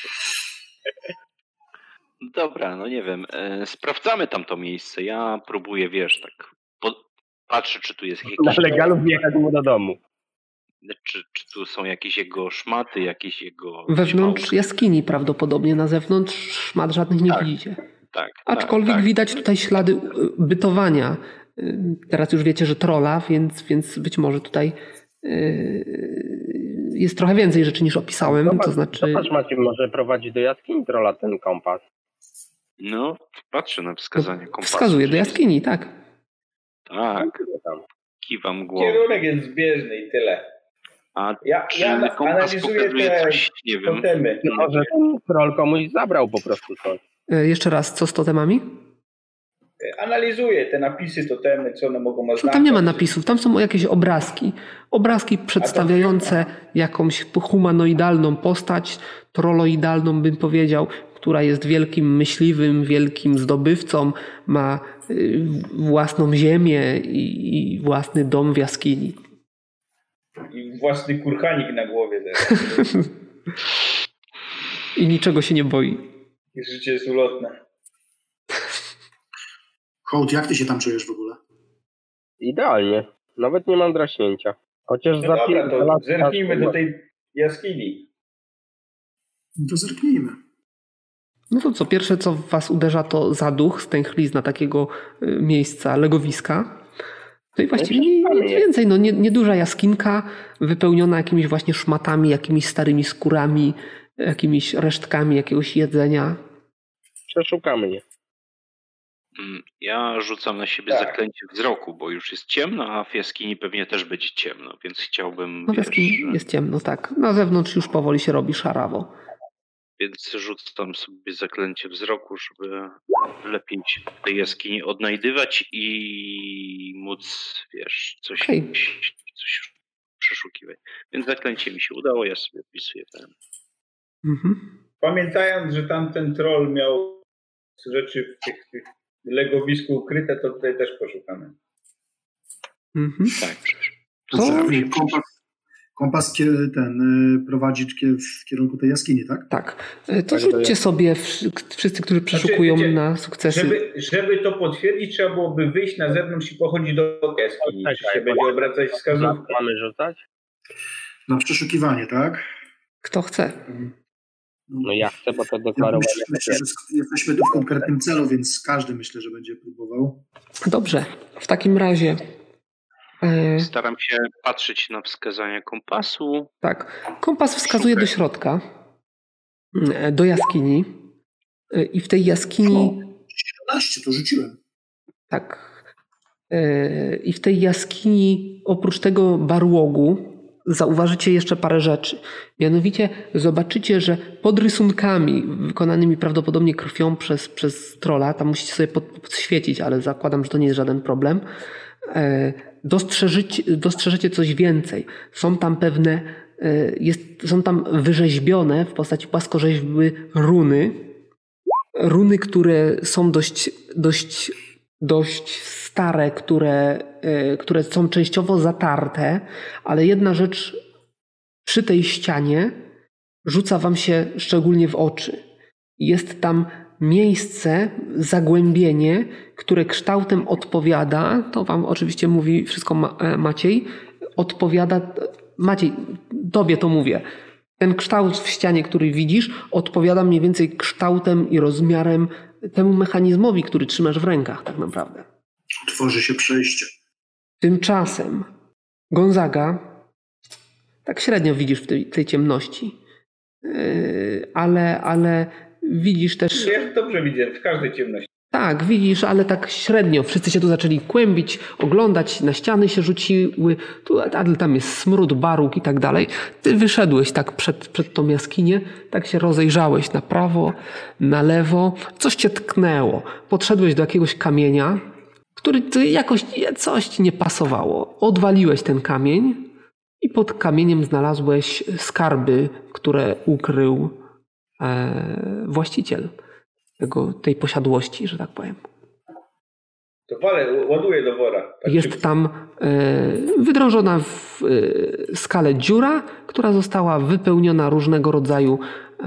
Dobra, no nie wiem. Sprawdzamy tam to miejsce. Ja próbuję, wiesz, tak patrzę, czy tu jest Na jakiś... legalu wjechać mu do domu. Czy tu są jakieś jego szmaty, jakieś jego... Wewnątrz jaskini prawdopodobnie, na zewnątrz szmat żadnych nie widzicie. Tak. Aczkolwiek widać tutaj ślady bytowania. Teraz już wiecie, że trolla, więc być może tutaj jest trochę więcej rzeczy niż opisałem. To znaczy... Zobacz, Maciej, może prowadzi do jaskini trolla ten kompas. No, patrzę na wskazanie kompasu. Wskazuje do jaskini, tak. Tak, Tam. kiwam głową. Kierunek jest zbieżny i tyle. A Ja czy kompas analizuję pokazuje te coś, nie wiem. totemy. Może ten troll komuś zabrał po prostu coś. Jeszcze raz, co z totemami? Analizuję te napisy, totemy, co one mogą oznaczać. Tam nie ma napisów, tam są jakieś obrazki. Obrazki przedstawiające jakąś humanoidalną postać, trolloidalną bym powiedział, która jest wielkim myśliwym, wielkim zdobywcą, ma własną ziemię i własny dom w jaskini. I własny kurhanik na głowie też. I niczego się nie boi. Ich życie jest ulotne. Hołd, jak ty się tam czujesz w ogóle? Idealnie. Nawet nie mam draśnięcia. Chociaż No dobra, to zerknijmy do tej jaskini. No to zerknijmy. No to co, pierwsze co w was uderza to zaduch, stęchlizna takiego miejsca, legowiska. No i właściwie nic więcej, no nieduża jaskinka wypełniona jakimiś właśnie szmatami, jakimiś starymi skórami, jakimiś resztkami jakiegoś jedzenia. Przeszukamy je. Ja rzucam na siebie zaklęcie wzroku, bo już jest ciemno, a w jaskini pewnie też będzie ciemno, więc chciałbym... No w jaskini jest ciemno, tak. Na zewnątrz już powoli się robi szarawo. Więc rzucam sobie zaklęcie wzroku, żeby lepiej się w tej jaskini odnajdywać i móc, wiesz, coś przeszukiwać. Więc zaklęcie mi się udało, ja sobie wpisuję ten. Pamiętając, że tamten troll miał rzeczy w tych legowisku ukryte, to tutaj też poszukamy. Tak. Kompas ten prowadzi w kierunku tej jaskini, tak? Tak. To rzućcie sobie wszyscy, którzy przeszukują na sukcesy. Żeby to potwierdzić, trzeba byłoby wyjść na zewnątrz i pochodzić do jaskini. Czy się będzie obracać wskazówką? Mamy rzucać? Na przeszukiwanie, tak? Kto chce. No ja chcę, bo to deklarowanie. Myślę, że jesteśmy tu w konkretnym celu, więc każdy myślę, że będzie próbował. Dobrze. W takim razie... Staram się patrzeć na wskazania kompasu. Tak. Kompas wskazuje do środka, do jaskini. I w tej jaskini... 17 to rzuciłem. Tak. I w tej jaskini oprócz tego barłogu zauważycie jeszcze parę rzeczy. Mianowicie zobaczycie, że pod rysunkami wykonanymi prawdopodobnie krwią przez trolla, tam musicie sobie podświecić, ale zakładam, że to nie jest żaden problem, dostrzeżecie coś więcej. Są tam są tam wyrzeźbione w postaci płaskorzeźby runy, które są dość stare, które są częściowo zatarte, ale jedna rzecz przy tej ścianie rzuca wam się szczególnie w oczy. Jest tam miejsce, zagłębienie, które kształtem odpowiada, to wam oczywiście mówi wszystko Maciej, odpowiada, Maciej, tobie to mówię, ten kształt w ścianie, który widzisz, odpowiada mniej więcej kształtem i rozmiarem temu mechanizmowi, który trzymasz w rękach tak naprawdę. Tworzy się przejście. Tymczasem Gonzaga tak średnio widzisz w tej ciemności, ale widzisz też... Ja dobrze widzę, w każdej ciemności. Tak, widzisz, ale tak średnio. Wszyscy się tu zaczęli kłębić, oglądać, na ściany się rzuciły, ale tam jest smród, baróg i tak dalej. Ty wyszedłeś tak przed tą jaskinię, tak się rozejrzałeś na prawo, na lewo, coś cię tknęło. Podszedłeś do jakiegoś kamienia, który jakoś coś ci nie pasowało. Odwaliłeś ten kamień i pod kamieniem znalazłeś skarby, które ukrył właściciel tej posiadłości, że tak powiem. To ładuję do wora. Tak jest szybko. tam wydrążona w skale dziura, która została wypełniona różnego rodzaju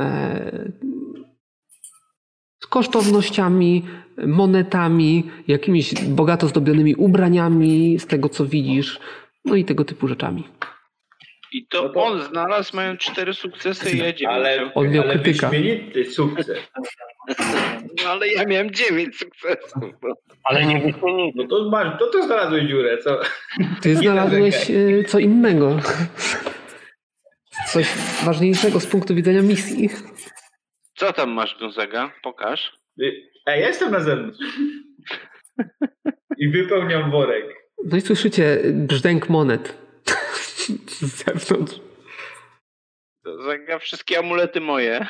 kosztownościami, monetami, jakimiś bogato zdobionymi ubraniami, z tego co widzisz, no i tego typu rzeczami. I to on znalazł, mają 4 sukcesy i ja 9. On miał ale krytyka. wyśmienity sukces. No ale ja miałem 9 sukcesów. Ale nie wyśmienity. No to masz, to znalazłeś dziurę, co? Ty znalazłeś co innego. Coś ważniejszego z punktu widzenia misji. Co tam masz, Gonzaga? Pokaż. Ja jestem na zewnątrz. I wypełniam worek. No i słyszycie brzdęk monet z zewnątrz. Gonzaga, wszystkie amulety moje.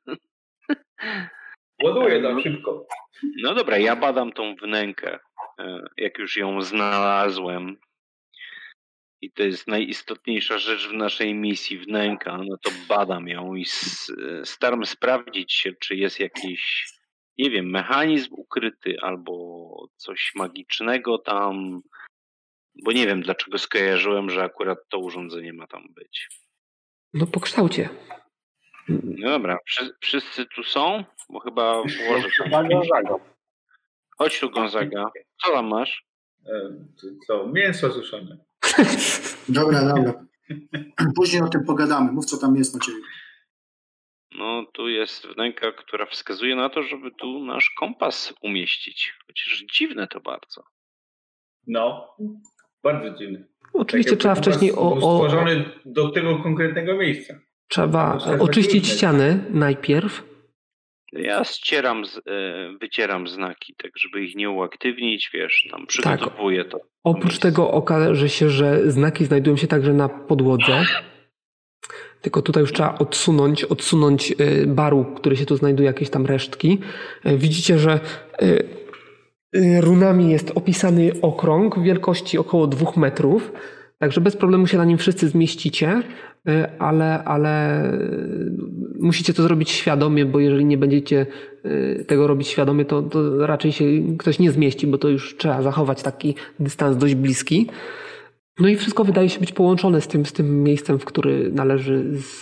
Ładuję tam szybko. No dobra, ja badam tą wnękę, jak już ją znalazłem. I to jest najistotniejsza rzecz w naszej misji, wnęka. No to badam ją i staram sprawdzić się, czy jest jakiś, nie wiem, mechanizm ukryty albo coś magicznego tam. Bo nie wiem, dlaczego skojarzyłem, że akurat to urządzenie ma tam być. No po kształcie. No dobra, wszyscy tu są? Bo chyba włożę tam. Gonzaga. Chodź tu, Gonzaga. Co tam masz? Co? Mięso suszone. Dobra. Później o tym pogadamy. Mów, co tam jest na ciebie. No tu jest wnęka, która wskazuje na to, żeby tu nasz kompas umieścić. Chociaż dziwne to bardzo. No, bardzo dziwne. Oczywiście Tak trzeba jakby wcześniej był stworzony do tego konkretnego miejsca. trzeba To jest oczyścić dziwne. ściany najpierw. Ja wycieram znaki, tak żeby ich nie uaktywnić, wiesz, tam przygotowuję to. Oprócz tego okaże się, że znaki znajdują się także na podłodze. Tylko tutaj już trzeba odsunąć baru, który się tu znajduje, jakieś tam resztki. Widzicie, że runami jest opisany okrąg wielkości około 2 metrów. Także bez problemu się na nim wszyscy zmieścicie, ale musicie to zrobić świadomie, bo jeżeli nie będziecie tego robić świadomie, to raczej się ktoś nie zmieści, bo to już trzeba zachować taki dystans dość bliski. No i wszystko wydaje się być połączone z tym miejscem, w którym należy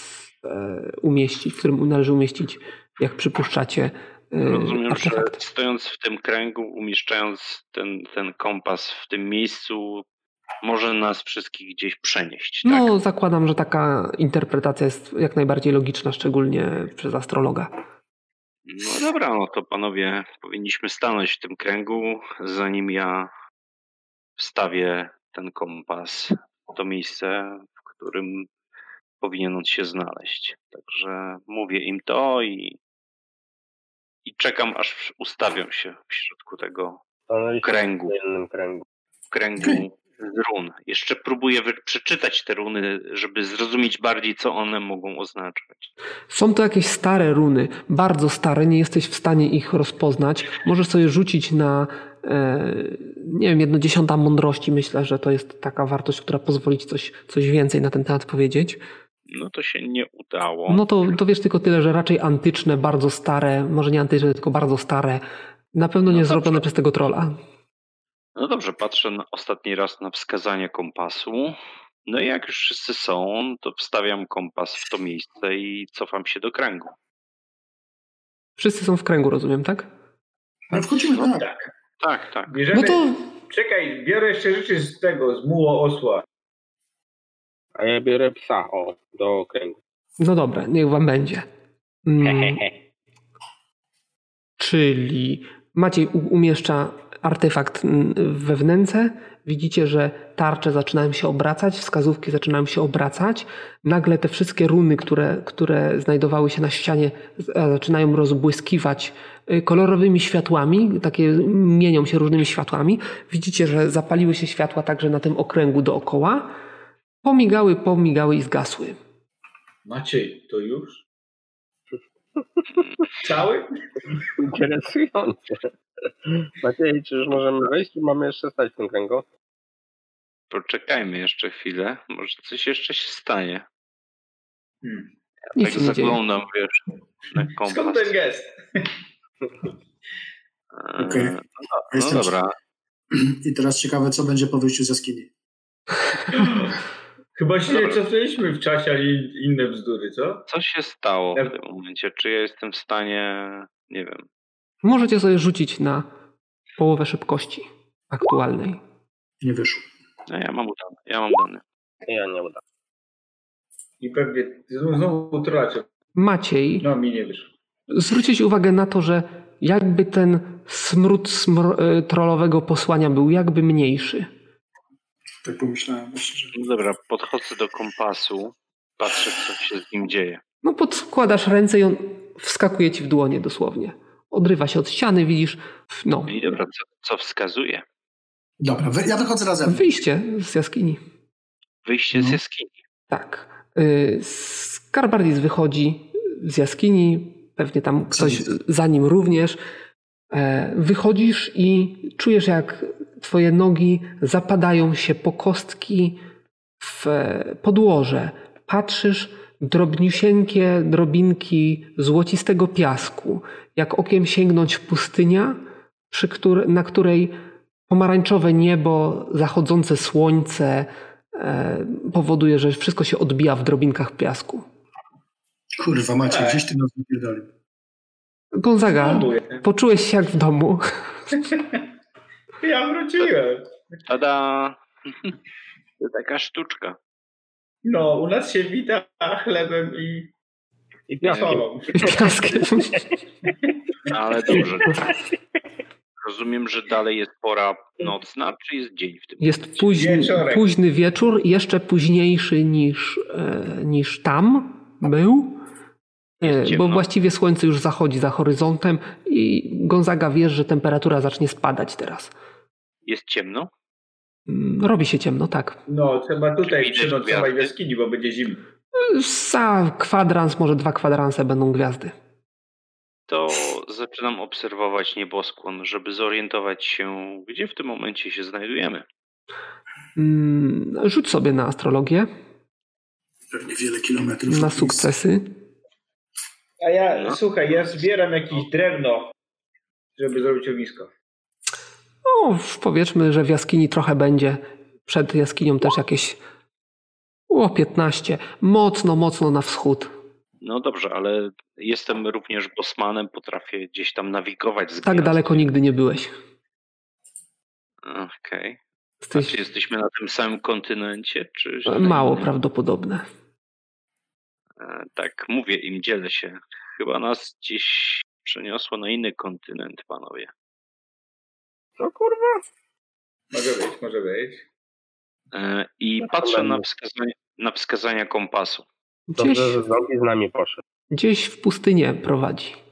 umieścić, jak przypuszczacie, Rozumiem, artefakt. że stojąc w tym kręgu, umieszczając ten kompas w tym miejscu, może nas wszystkich gdzieś przenieść, tak? No, zakładam, że taka interpretacja jest jak najbardziej logiczna, szczególnie przez astrologa. No dobra, no to panowie, powinniśmy stanąć w tym kręgu, zanim ja wstawię ten kompas w to miejsce, w którym powinien on się znaleźć. Także mówię im to i czekam, aż ustawią się w środku tego kręgu. W jednym kręgu. Z run. Jeszcze próbuję przeczytać te runy, żeby zrozumieć bardziej, co one mogą oznaczać. Są to jakieś stare runy, bardzo stare, nie jesteś w stanie ich rozpoznać. Możesz sobie rzucić na, nie wiem, 1/10 mądrości. Myślę, że to jest taka wartość, która pozwoli ci coś więcej na ten temat powiedzieć. No to się nie udało. No to wiesz tylko tyle, że raczej antyczne, bardzo stare, może nie antyczne, tylko bardzo stare. Na pewno nie zrobione przez tego trolla. No dobrze, patrzę ostatni raz na wskazanie kompasu. No i jak już wszyscy są, to wstawiam kompas w to miejsce i cofam się do kręgu. Wszyscy są w kręgu, rozumiem, tak? Ale wchodzimy, No tak. tak. Tak. Bierzemy... No to Czekaj, biorę jeszcze rzeczy z tego, z muło osła. A ja biorę psa, do kręgu. no dobra, niech wam będzie. Czyli Maciej umieszcza artefakt we wnęce. Widzicie, że tarcze zaczynają się obracać, wskazówki zaczynają się obracać. Nagle te wszystkie runy, które znajdowały się na ścianie, zaczynają rozbłyskiwać kolorowymi światłami, takie mienią się różnymi światłami. Widzicie, że zapaliły się światła także na tym okręgu dookoła. Pomigały i zgasły. Maciej, to już? Cały? Interesujące. Maciej, czy już możemy wejść, czy mamy jeszcze stać w tym kręgu? Poczekajmy jeszcze chwilę. Może coś jeszcze się stanie. Nic Tak się nie dzieje. zaglądam, wiesz, na kompas. Skąd ten gest? Okej. No Jestem dobra. I teraz ciekawe, co będzie po wyjściu z jaskini. Chyba się nie cofnęliśmy w czasie, ale inne bzdury, co? Co się stało w tym momencie? Czy ja jestem w stanie, nie wiem. Możecie sobie rzucić na połowę szybkości aktualnej. Nie wyszło. No, ja mam dane. Ja nie uda. I pewnie znowu trolacie. Maciej, No mi nie wyszło. zwrócić uwagę na to, że jakby ten smród trollowego posłania był jakby mniejszy. Tak pomyślałem. Myślę, że... No dobra, podchodzę do kompasu, patrzę, co się z nim dzieje. No podkładasz ręce i on wskakuje ci w dłonie dosłownie. Odrywa się od ściany, widzisz, no, I dobra, co wskazuje? Dobra, ja wychodzę razem. wyjście z jaskini. Wyjście z jaskini. Tak. Skarbardis wychodzi z jaskini, pewnie tam ktoś za nim również. Wychodzisz i czujesz, jak twoje nogi zapadają się po kostki w podłoże. Patrzysz, drobniusieńkie drobinki złocistego piasku. Jak okiem sięgnąć w pustynia, na której pomarańczowe niebo, zachodzące słońce powoduje, że wszystko się odbija w drobinkach piasku. Kurwa, Maciej, gdzieś ty nas wypierdolił. Gonzaga, Ląduję. poczułeś się jak w domu. Ja wróciłem. Tada! To taka sztuczka. No, u nas się wita chlebem i solą. Piaskiem. Ale dobrze. Rozumiem, że dalej jest pora nocna, czy jest dzień w tym Jest Wieczorek. późny wieczór, jeszcze późniejszy niż tam był. Jest ciemno. Bo właściwie słońce już zachodzi za horyzontem i Gonzaga, wiesz, że temperatura zacznie spadać teraz. Jest ciemno? Robi się ciemno, tak. No, trzeba tutaj Widać przynocować w gwiazdy? jaskini, bo będzie zimno. Za kwadrans, może 2 kwadranse będą gwiazdy. To zaczynam obserwować nieboskłon, żeby zorientować się, gdzie w tym momencie się znajdujemy. Rzuć sobie na astrologię, Pewnie wiele kilometrów. na od sukcesy. A ja, słuchaj, ja zbieram jakieś drewno, żeby zrobić ognisko. No, powiedzmy, że w jaskini trochę będzie. Przed jaskinią też jakieś 15. Mocno na wschód. No dobrze, ale jestem również bosmanem, potrafię gdzieś tam nawigować z Tak gwiazd. daleko nigdy nie byłeś. Okej. A Jesteś czy jesteśmy na tym samym kontynencie, czy... mało innym? prawdopodobne. Tak, mówię im, dzielę się. Chyba nas gdzieś przeniosło na inny kontynent, panowie. No kurwa. Może być. I No to patrzę będzie. na wskazania kompasu. Gdzieś, Dobrze, że z nogi z nami poszedł. gdzieś w pustynię prowadzi.